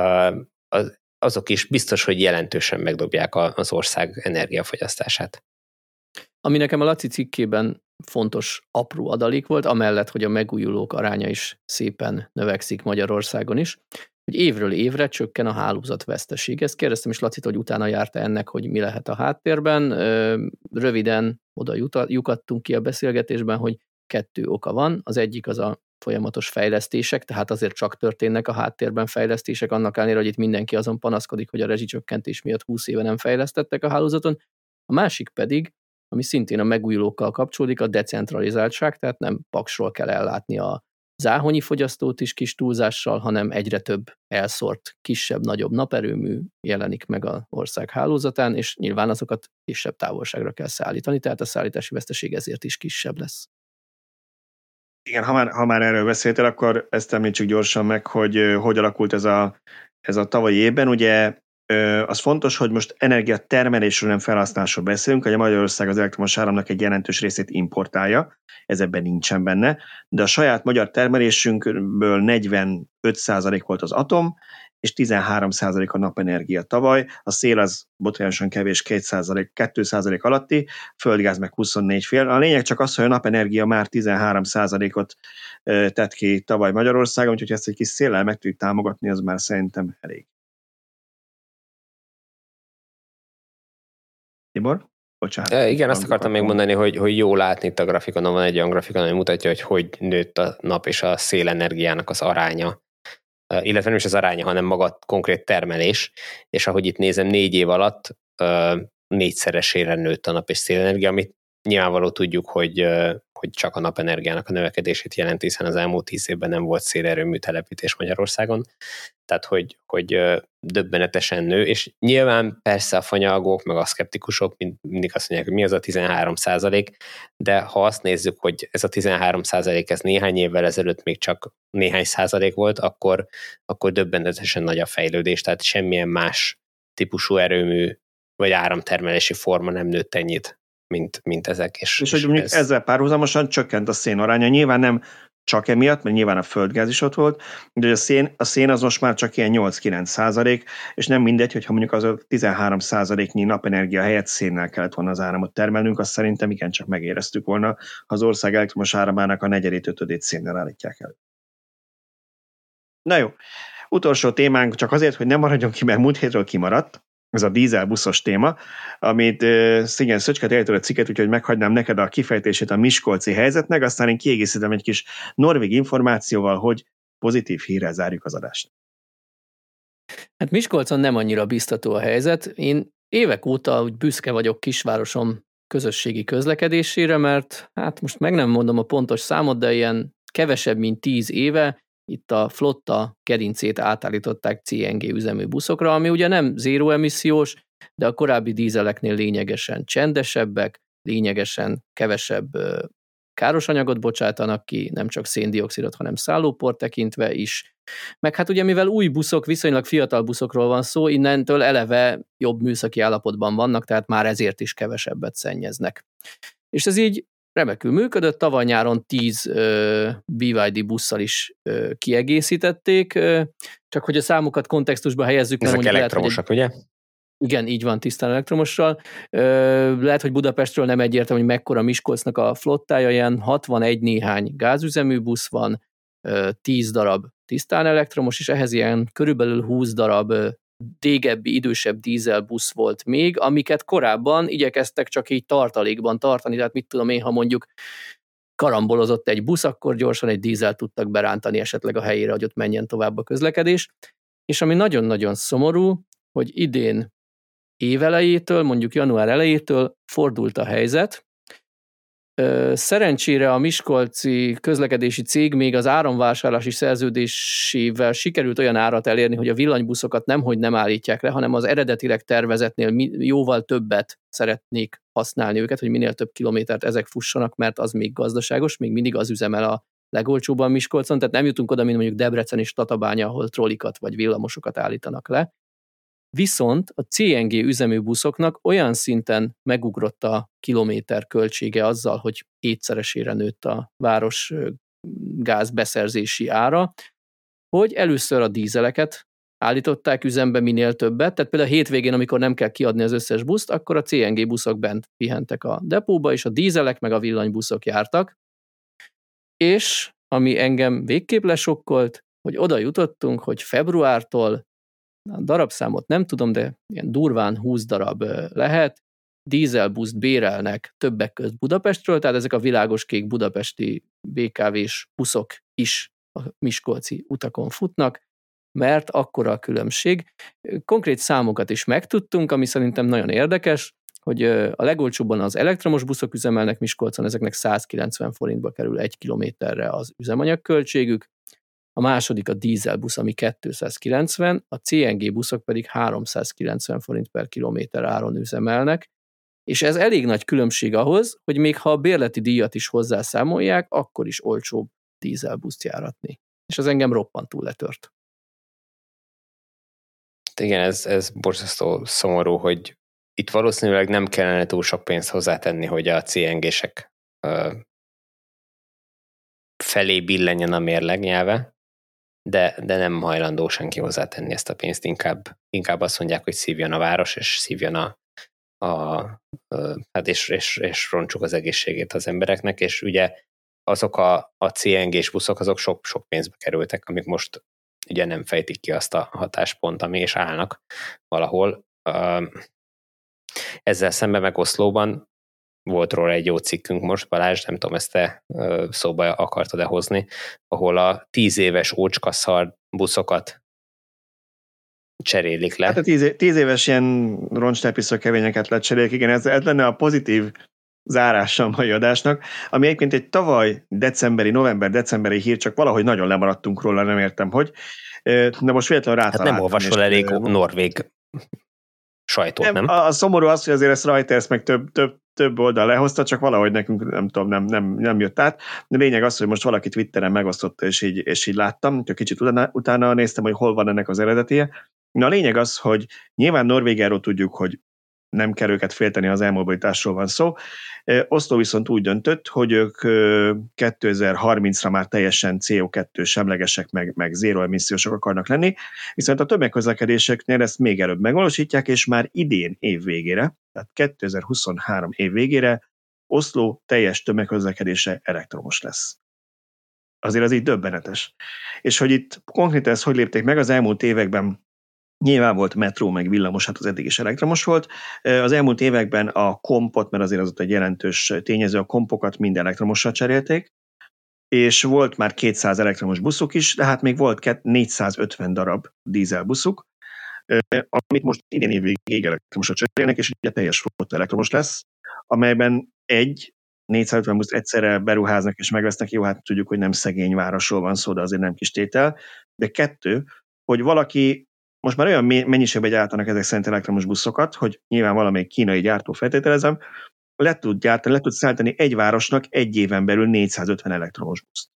azok is biztos, hogy jelentősen megdobják az ország energiafogyasztását.
Ami nekem a Laci cikkében fontos apró adalék volt, amellett, hogy a megújulók aránya is szépen növekszik Magyarországon is, hogy évről évre csökken a hálózatveszteség. Ezt kérdeztem is Lacit, hogy utána járta ennek, hogy mi lehet a háttérben. Röviden oda lyukadtunk ki a beszélgetésben, hogy kettő oka van. Az egyik az a folyamatos fejlesztések, tehát azért csak történnek a háttérben fejlesztések, annak ellenére, hogy itt mindenki azon panaszkodik, hogy a rezsicsökkentés miatt húsz éve nem fejlesztettek a hálózaton. A másik pedig, ami szintén a megújulókkal kapcsolódik, a decentralizáltság, tehát nem paksról kell ellátni a záhonyi fogyasztót is kis túlzással, hanem egyre több elszórt, kisebb, nagyobb naperőmű jelenik meg az ország hálózatán, és nyilván azokat kisebb távolságra kell szállítani, tehát a szállítási veszteség ezért is kisebb lesz.
Igen, ha már, ha már erről beszéltél, akkor ezt említsük gyorsan meg, hogy hogy alakult ez a, ez a tavalyi évben. Ugye az fontos, hogy most energiatermelésről, nem felhasználásról beszélünk, hogy a Magyarország az elektromos áramnak egy jelentős részét importálja, ez ebben nincsen benne, de a saját magyar termelésünkből negyvenöt százalék volt az atom, és tizenhárom százalék a napenergia tavaly, a szél az botrányosan kevés, két százalék, két százalék alatti, földgáz meg huszonnégy fél. A lényeg csak az, hogy a napenergia már tizenhárom százalékot tett ki tavaly Magyarországon, úgyhogy ezt egy kis széllel meg tudjuk támogatni, az már szerintem elég. Tibor? Bocsánat.
E, igen, azt akartam még mondani, hogy, hogy jó látni itt a grafikonon, van egy olyan grafikon, ami mutatja, hogy hogy nőtt a nap és a szélenergiának az aránya, illetve nem is az aránya, hanem maga a konkrét termelés, és ahogy itt nézem, négy év alatt négyszeresére nőtt a nap és szélenergia, amit nyilvánvaló tudjuk, hogy, hogy csak a napenergiának a növekedését jelenti, hiszen az elmúlt tíz évben nem volt szélerőmű telepítés Magyarországon, tehát hogy, hogy döbbenetesen nő, és nyilván persze a fanyalgók, meg a szkeptikusok mindig azt mondják, hogy mi az a tizenhárom százalék, de ha azt nézzük, hogy ez a tizenhárom százalék, ez néhány évvel ezelőtt még csak néhány százalék volt, akkor, akkor döbbenetesen nagy a fejlődés, tehát semmilyen más típusú erőmű vagy áramtermelési forma nem nőtt ennyit, mint, mint ezek. És,
és, és hogy ez... ezzel párhuzamosan csökkent a szén aránya. Nyilván nem csak emiatt, mert nyilván a földgáz is ott volt, de a szén, a szén az most már csak ilyen nyolc-kilenc százalék, és nem mindegy, hogyha mondjuk az a tizenhárom százaléknyi napenergia helyett szénnel kellett volna az áramot termelnünk, azt szerintem igencsak megéreztük volna, ha az ország elektromos áramának a negyedét, ötödét szénnel állítják el. Na jó, utolsó témánk csak azért, hogy nem maradjon ki, mert múlt hétről kimaradt, ez a dízelbuszos téma, amit uh, Szigen Szöcske eltől a cikket, úgyhogy meghagynám neked a kifejtését a miskolci helyzetnek, aztán én kiegészítem egy kis norvég információval, hogy pozitív hírrel zárjuk az adást.
Hát Miskolcon nem annyira biztató a helyzet. Én évek óta úgy büszke vagyok kisvárosom közösségi közlekedésére, mert hát most meg nem mondom a pontos számot, de ilyen kevesebb, mint tíz éve itt a flotta gerincét átállították cé en gé üzemű buszokra, ami ugye nem zéró emissziós, de a korábbi dízeleknél lényegesen csendesebbek, lényegesen kevesebb káros anyagot bocsátanak ki, nem csak széndioxidot, hanem szállóport tekintve is. Meg hát ugye mivel új buszok, viszonylag fiatal buszokról van szó, innentől eleve jobb műszaki állapotban vannak, tehát már ezért is kevesebbet szennyeznek. És ez így remekül működött, tavaly nyáron tíz uh, bé vé dé busszal is uh, kiegészítették, uh, csak hogy a számokat kontextusba helyezzük.
Ezek elektromosak, lehet, ugye?
Igen, így van, tisztán elektromossal. Uh, lehet, hogy Budapestről nem egyértelmű, hogy mekkora Miskolcnak a flottája, ilyen hatvanegy néhány gázüzemű busz van, uh, tíz darab tisztán elektromos, és ehhez ilyen körülbelül húsz darab uh, régebbi, idősebb dízelbusz volt még, amiket korábban igyekeztek csak így tartalékban tartani, tehát mit tudom én, ha mondjuk karambolozott egy busz, akkor gyorsan egy dízel tudtak berántani esetleg a helyére, hogy ott menjen tovább a közlekedés. És ami nagyon-nagyon szomorú, hogy idén évelejétől, mondjuk január elejétől fordult a helyzet. Szerencsére a miskolci közlekedési cég még az áramvásárlási szerződésével sikerült olyan árat elérni, hogy a villanybuszokat nemhogy nem állítják le, hanem az eredetileg tervezetnél jóval többet szeretnék használni őket, hogy minél több kilométert ezek fussanak, mert az még gazdaságos, még mindig az üzemel a legolcsóbban Miskolcon, tehát nem jutunk oda, mint mondjuk Debrecen és Tatabánya, ahol trollikat vagy villamosokat állítanak le. Viszont a cé en gé üzemű buszoknak olyan szinten megugrott a kilométer költsége azzal, hogy kétszeresére nőtt a város gáz beszerzési ára, hogy először a dízeleket állították üzembe minél többet, tehát például a hétvégén, amikor nem kell kiadni az összes buszt, akkor a cé en gé buszok bent pihentek a depóba, és a dízelek meg a villanybuszok jártak, és ami engem végképp lesokkolt, hogy oda jutottunk, hogy februártól, a darabszámot nem tudom, de ilyen durván húsz darab lehet, dízelbuszt bérelnek többek között Budapestről, tehát ezek a világos kék budapesti bé ká vés buszok is a miskolci utakon futnak, mert akkora a különbség. Konkrét számokat is megtudtunk, ami szerintem nagyon érdekes, hogy a legolcsóbban az elektromos buszok üzemelnek Miskolcon, ezeknek százkilencven forintba kerül egy kilométerre az üzemanyagköltségük, a második a dízelbusz, ami kétszázkilencven, a cé en gé buszok pedig háromszázkilencven forint per kilométer áron üzemelnek, és ez elég nagy különbség ahhoz, hogy még ha a bérleti díjat is hozzászámolják, akkor is olcsóbb dízelbuszt járatni. És az engem roppantul letört.
Igen, ez, ez borzasztó szomorú, hogy itt valószínűleg nem kellene túl sok pénzt hozzátenni, hogy a cé en gések uh, felé billenjen a mérleg nyelve, de, de nem hajlandó senki hozzátenni ezt a pénzt, inkább, inkább azt mondják, hogy szívjon a város, és szívjon a, a, a hát és, és, és roncsuk az egészségét az embereknek, és ugye azok a, a cé en gés buszok, azok sok, sok pénzbe kerültek, amik most ugye nem fejtik ki azt a hatáspont, ami is állnak valahol. Ezzel szemben meg Oszlóban volt róla egy jó cikkünk most, Balázs, nem tudom, ezt te szóba akartad-e hozni, ahol a tíz éves ócskaszar buszokat cserélik le.
Hát a tíz, tíz éves ilyen roncstepiszok kevényeket lecserélik, igen, ez, ez lenne a pozitív zárása a mai adásnak, ami egyébként egy tavaly decemberi, november-decemberi hír, csak valahogy nagyon lemaradtunk róla, nem értem, hogy. De most véletlenül rátaláltam.
Hát nem olvasol elég norvég sajtót, nem?
nem? A, a szomorú az, hogy azért ezt Reuters meg több, több, több oldal lehozta, csak valahogy nekünk nem tudom, nem, nem, nem jött át. De lényeg az, hogy most valaki Twitteren megosztotta, és így, és így láttam, kicsit utána, utána néztem, hogy hol van ennek az eredetie. Na a lényeg az, hogy nyilván Norvégiáról tudjuk, hogy nem kell őket félteni, az elmobilitásról van szó. Oszló viszont úgy döntött, hogy ők kétezer-harmincra már teljesen cé o kettő semlegesek, meg, meg zéro emissziósok akarnak lenni, viszont a tömegközlekedéseknél ezt még előbb megvalósítják, és már idén év végére, tehát kétezer-huszonhárom év végére Oszló teljes tömegközlekedése elektromos lesz. Azért az így döbbenetes. És hogy itt konkrétan ezt hogy lépték meg, az elmúlt években nyilván volt metró, meg villamos, hát az eddig is elektromos volt. Az elmúlt években a kompot, mert azért az ott egy jelentős tényező, a kompokat mind elektromosra cserélték, és volt már kétszáz elektromos buszuk is, de hát még volt négyszázötven darab dízelbuszuk, amit most idén év végéig elektromosra cserélnek, és ugye teljes flotta elektromos lesz, amelyben egy négyszázötven buszt egyszerre beruháznak és megvesznek, jó, hát tudjuk, hogy nem szegény városról van szó, de azért nem kis tétel, de kettő, hogy valaki most már olyan mennyiségben gyártanak ezek szerint elektromos buszokat, hogy nyilván valamelyik kínai gyártó feltételezem, le tud gyártani, le tud szállítani egy városnak egy éven belül négyszázötven elektromos buszt.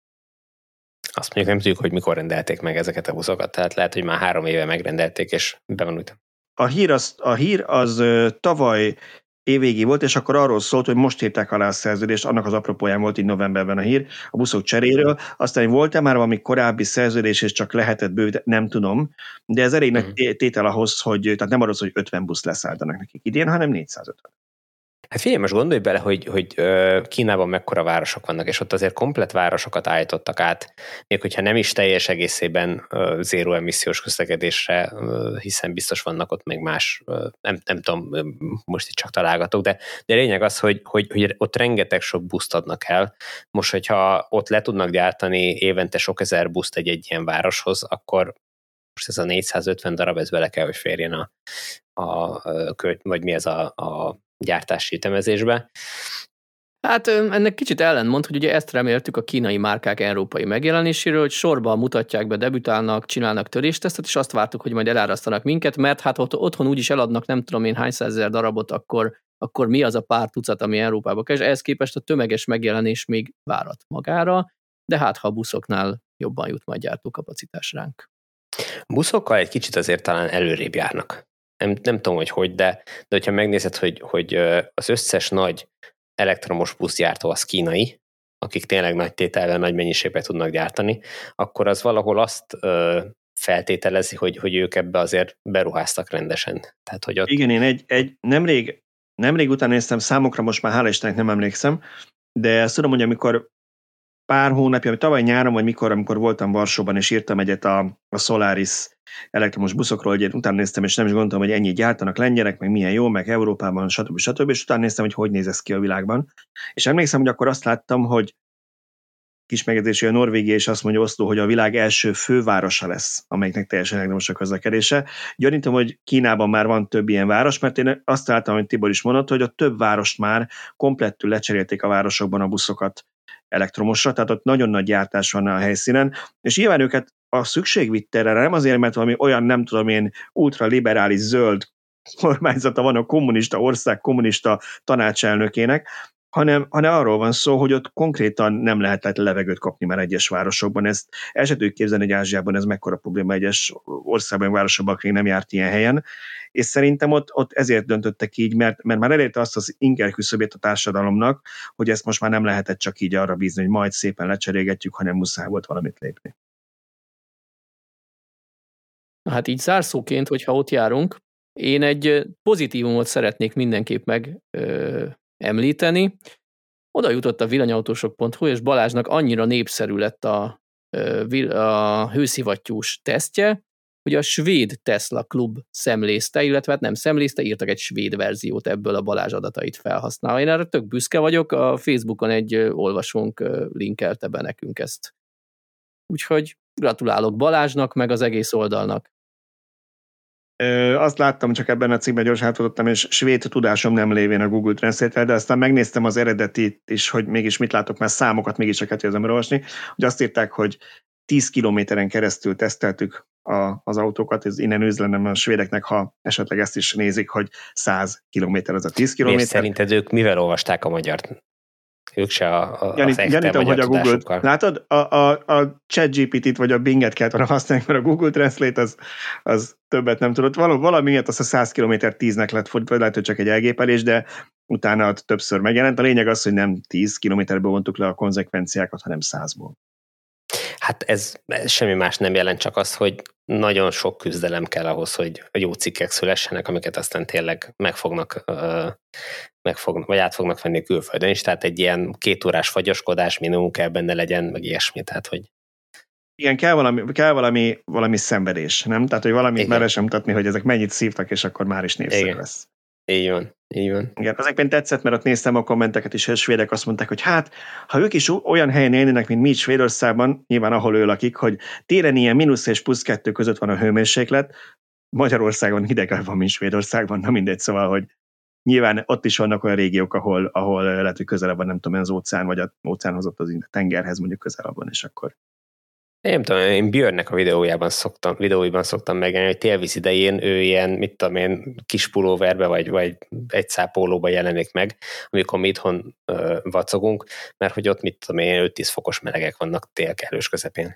Azt mondjuk nem tudjuk, hogy mikor rendelték meg ezeket a buszokat, tehát lehet, hogy már három éve megrendelték, és bevonultam.
A hír az, a hír az tavaly évvégi volt, és akkor arról szólt, hogy most írták alá a szerződést, annak az apropóján volt így novemberben a hír, a buszok cseréről. Aztán volt-e már valami korábbi szerződés, és csak lehetett bővíteni, nem tudom, de ez elég nagy tétel ahhoz, hogy, tehát nem arról szól, hogy ötven busz leszálltanak nekik idén, hanem négyszázötven.
Hát figyelj, most gondolj bele, hogy, hogy Kínában mekkora városok vannak, és ott azért komplett városokat állítottak át, még hogyha nem is teljes egészében zéró emissziós közlekedésre, hiszen biztos vannak ott még más, nem, nem tudom, most itt csak találgatok, de, de lényeg az, hogy, hogy, hogy ott rengeteg sok buszt adnak el. Most, hogyha ott le tudnak gyártani évente sok ezer buszt egy-egy ilyen városhoz, akkor most ez a négyszázötven darab, ez bele kell, hogy férjen a, a, a költ, vagy mi ez a, a gyártási ütemezésbe.
Hát ennek kicsit ellentmond, hogy ugye ezt reméltük a kínai márkák európai megjelenéséről, hogy sorban mutatják be, debütálnak, csinálnak töréstesztet, és azt vártuk, hogy majd elárasztanak minket, mert hát ott, otthon úgyis eladnak nem tudom én hány százezer darabot, akkor, akkor mi az a pár tucat, ami Európába kell, és ehhez képest a tömeges megjelenés még várat magára, de hát ha a buszoknál jobban jut majd gyártókapacitás ránk.
Buszokkal egy kicsit azért talán előrébb járnak. Nem, nem tudom, hogy hogy, de, de hogyha megnézed, hogy, hogy az összes nagy elektromos buszgyártó az kínai, akik tényleg nagy tételben, nagy mennyiségben tudnak gyártani, akkor az valahol azt ö, feltételezi, hogy, hogy ők ebbe azért beruháztak rendesen. Tehát, hogy ott...
Igen, én egy, egy nemrég, nemrég után néztem számokra, most már hála Istennek nem emlékszem, de azt tudom, hogy amikor pár hónapja, vagy tavaly nyáron, vagy mikor, amikor voltam Varsóban, és írtam egyet a, a Solaris elektromos buszokról, hogy utána néztem, és nem is gondoltam, hogy ennyit gyártanak lengyelek, meg milyen jó, meg Európában, stb. stb. És utána néztem, hogy hogy néz ez ki a világban. És emlékszem, hogy akkor azt láttam, hogy kis megjegyzés, hogy a Norvégia is azt mondja Oszló, hogy a világ első fővárosa lesz, amelyiknek teljesen elektromos a közlekedése. Gyanítom, hogy Kínában már van több ilyen város, mert én azt láttam, hogy Tibor is mondott, hogy a több várost már komplettül lecserélték a városokban a buszokat elektromosra, tehát ott nagyon nagy gyártás van a helyszínen, és nyilván őket a szükség vitt erre, nem azért, mert valami olyan, nem tudom én, ultraliberális zöld kormányzata van a kommunista ország kommunista tanácselnökének, hanem, hanem arról van szó, hogy ott konkrétan nem lehetett levegőt kapni már egyes városokban. Ezt el sem tudjuk képzelni, hogy Ázsiában ez mekkora probléma, egyes országban, városokban, akik nem járt ilyen helyen, és szerintem ott, ott ezért döntöttek így, mert, mert már elérte azt az inger küszöbét a társadalomnak, hogy ezt most már nem lehetett csak így arra bízni, hogy majd szépen lecserélgetjük, hanem muszáj volt valamit lépni.
Hát így zárszóként, hogyha ott járunk, én egy pozitívumot szeretnék mindenképp meg ö, említeni. Oda jutott a villanyautósok pont hu, és Balázsnak annyira népszerű lett a, a hőszivattyús tesztje, hogy a svéd Tesla klub szemlézte, illetve hát nem szemlézte, írtak egy svéd verziót ebből a Balázs adatait felhasználva. Én erre tök büszke vagyok, a Facebookon egy olvasónk linkelte be nekünk ezt. Úgyhogy gratulálok Balázsnak, meg az egész oldalnak.
Ö, azt láttam, csak ebben a cikkben gyorsan átadottam, és svéd tudásom nem lévén a Google Translate-vel, de aztán megnéztem az eredetit is, hogy mégis mit látok, mert számokat mégis csak el tudom olvasni, hogy azt írták, hogy tíz kilométeren keresztül teszteltük a, az autókat, ez innen üzlenem a svédeknek, ha esetleg ezt is nézik, hogy száz kilométer az a tíz kilométer.
És szerinted ők mivel olvasták a magyart? Ők se a, a,
Gyanít,
az
gyanítom, hogy a Google, látod, a, a, a ChatGPT-t vagy a Binget kellett volna használni, mert a Google Translate az, az többet nem tudott. Valami, valami miatt azt a száz kilométer tíznek lett fordítva, lehet, hogy csak egy elgépelés, de utána többször megjelent. A lényeg az, hogy nem tíz kilométerből vontuk le a konzekvenciákat, hanem százból.
Hát ez, ez semmi más nem jelent, csak az, hogy nagyon sok küzdelem kell ahhoz, hogy jó cikkek szülessenek, amiket aztán tényleg megfognak, megfognak vagy át fognak venni külföldön is, tehát egy ilyen két órás fagyoskodás minimum kell benne legyen, meg ilyesmi, tehát hogy...
Igen, kell valami, kell valami, valami szenvedés, nem? Tehát, hogy valamit meresen mutatni, hogy ezek mennyit szívtak, és akkor már is népszerű lesz.
Így van, így van.
Igen, azért tetszett, mert ott néztem a kommenteket is, hogy a svédek azt mondták, hogy hát, ha ők is olyan helyen élnének, mint mi Svédországban, nyilván ahol ő lakik, hogy télen ilyen mínusz és plusz kettő között van a hőmérséklet, Magyarországon hidegebb van, mint Svédországban, na mindegy, szóval, hogy nyilván ott is vannak olyan régiók, ahol, ahol lehet, hogy közelebb van, nem tudom, az óceán, vagy az óceánhoz ott az tengerhez mondjuk közelebb van, és akkor
Én nem tudom, én Björnnek a videójában szoktam, videóiban szoktam megjelenni, hogy télvíz idején ő ilyen, mit tudom én, kis pulóverbe, vagy, vagy egy szápólóba jelenik meg, amikor mi itthon ö, vacogunk, mert hogy ott, mit tudom én, öt-tíz fokos melegek vannak tél kellős közepén.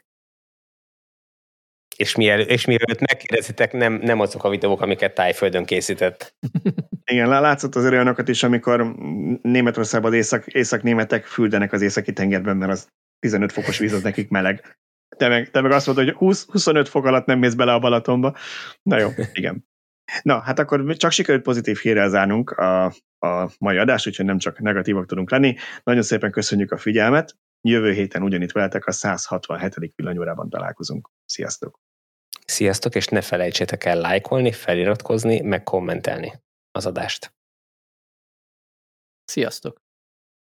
És, miel, és mielőtt megkérdezitek, nem, nem azok a videók, amiket Tájföldön készített.
Igen, látszott az olyanokat is, amikor Németországban észak, észak-németek fürdenek az északi tengerben, mert az tizenöt fokos víz az nekik meleg. Te meg, te meg azt mondod, hogy húsz-huszonöt fok alatt nem mész bele a Balatonba. Na jó, igen. Na, hát akkor csak sikerült pozitív hírrel zárnunk a a mai adást, úgyhogy nem csak negatívak tudunk lenni. Nagyon szépen köszönjük a figyelmet. Jövő héten ugyanitt veletek a száz hatvanhetedik villanyórában találkozunk. Sziasztok!
Sziasztok, és ne felejtsétek el lájkolni, feliratkozni, meg kommentelni az adást.
Sziasztok!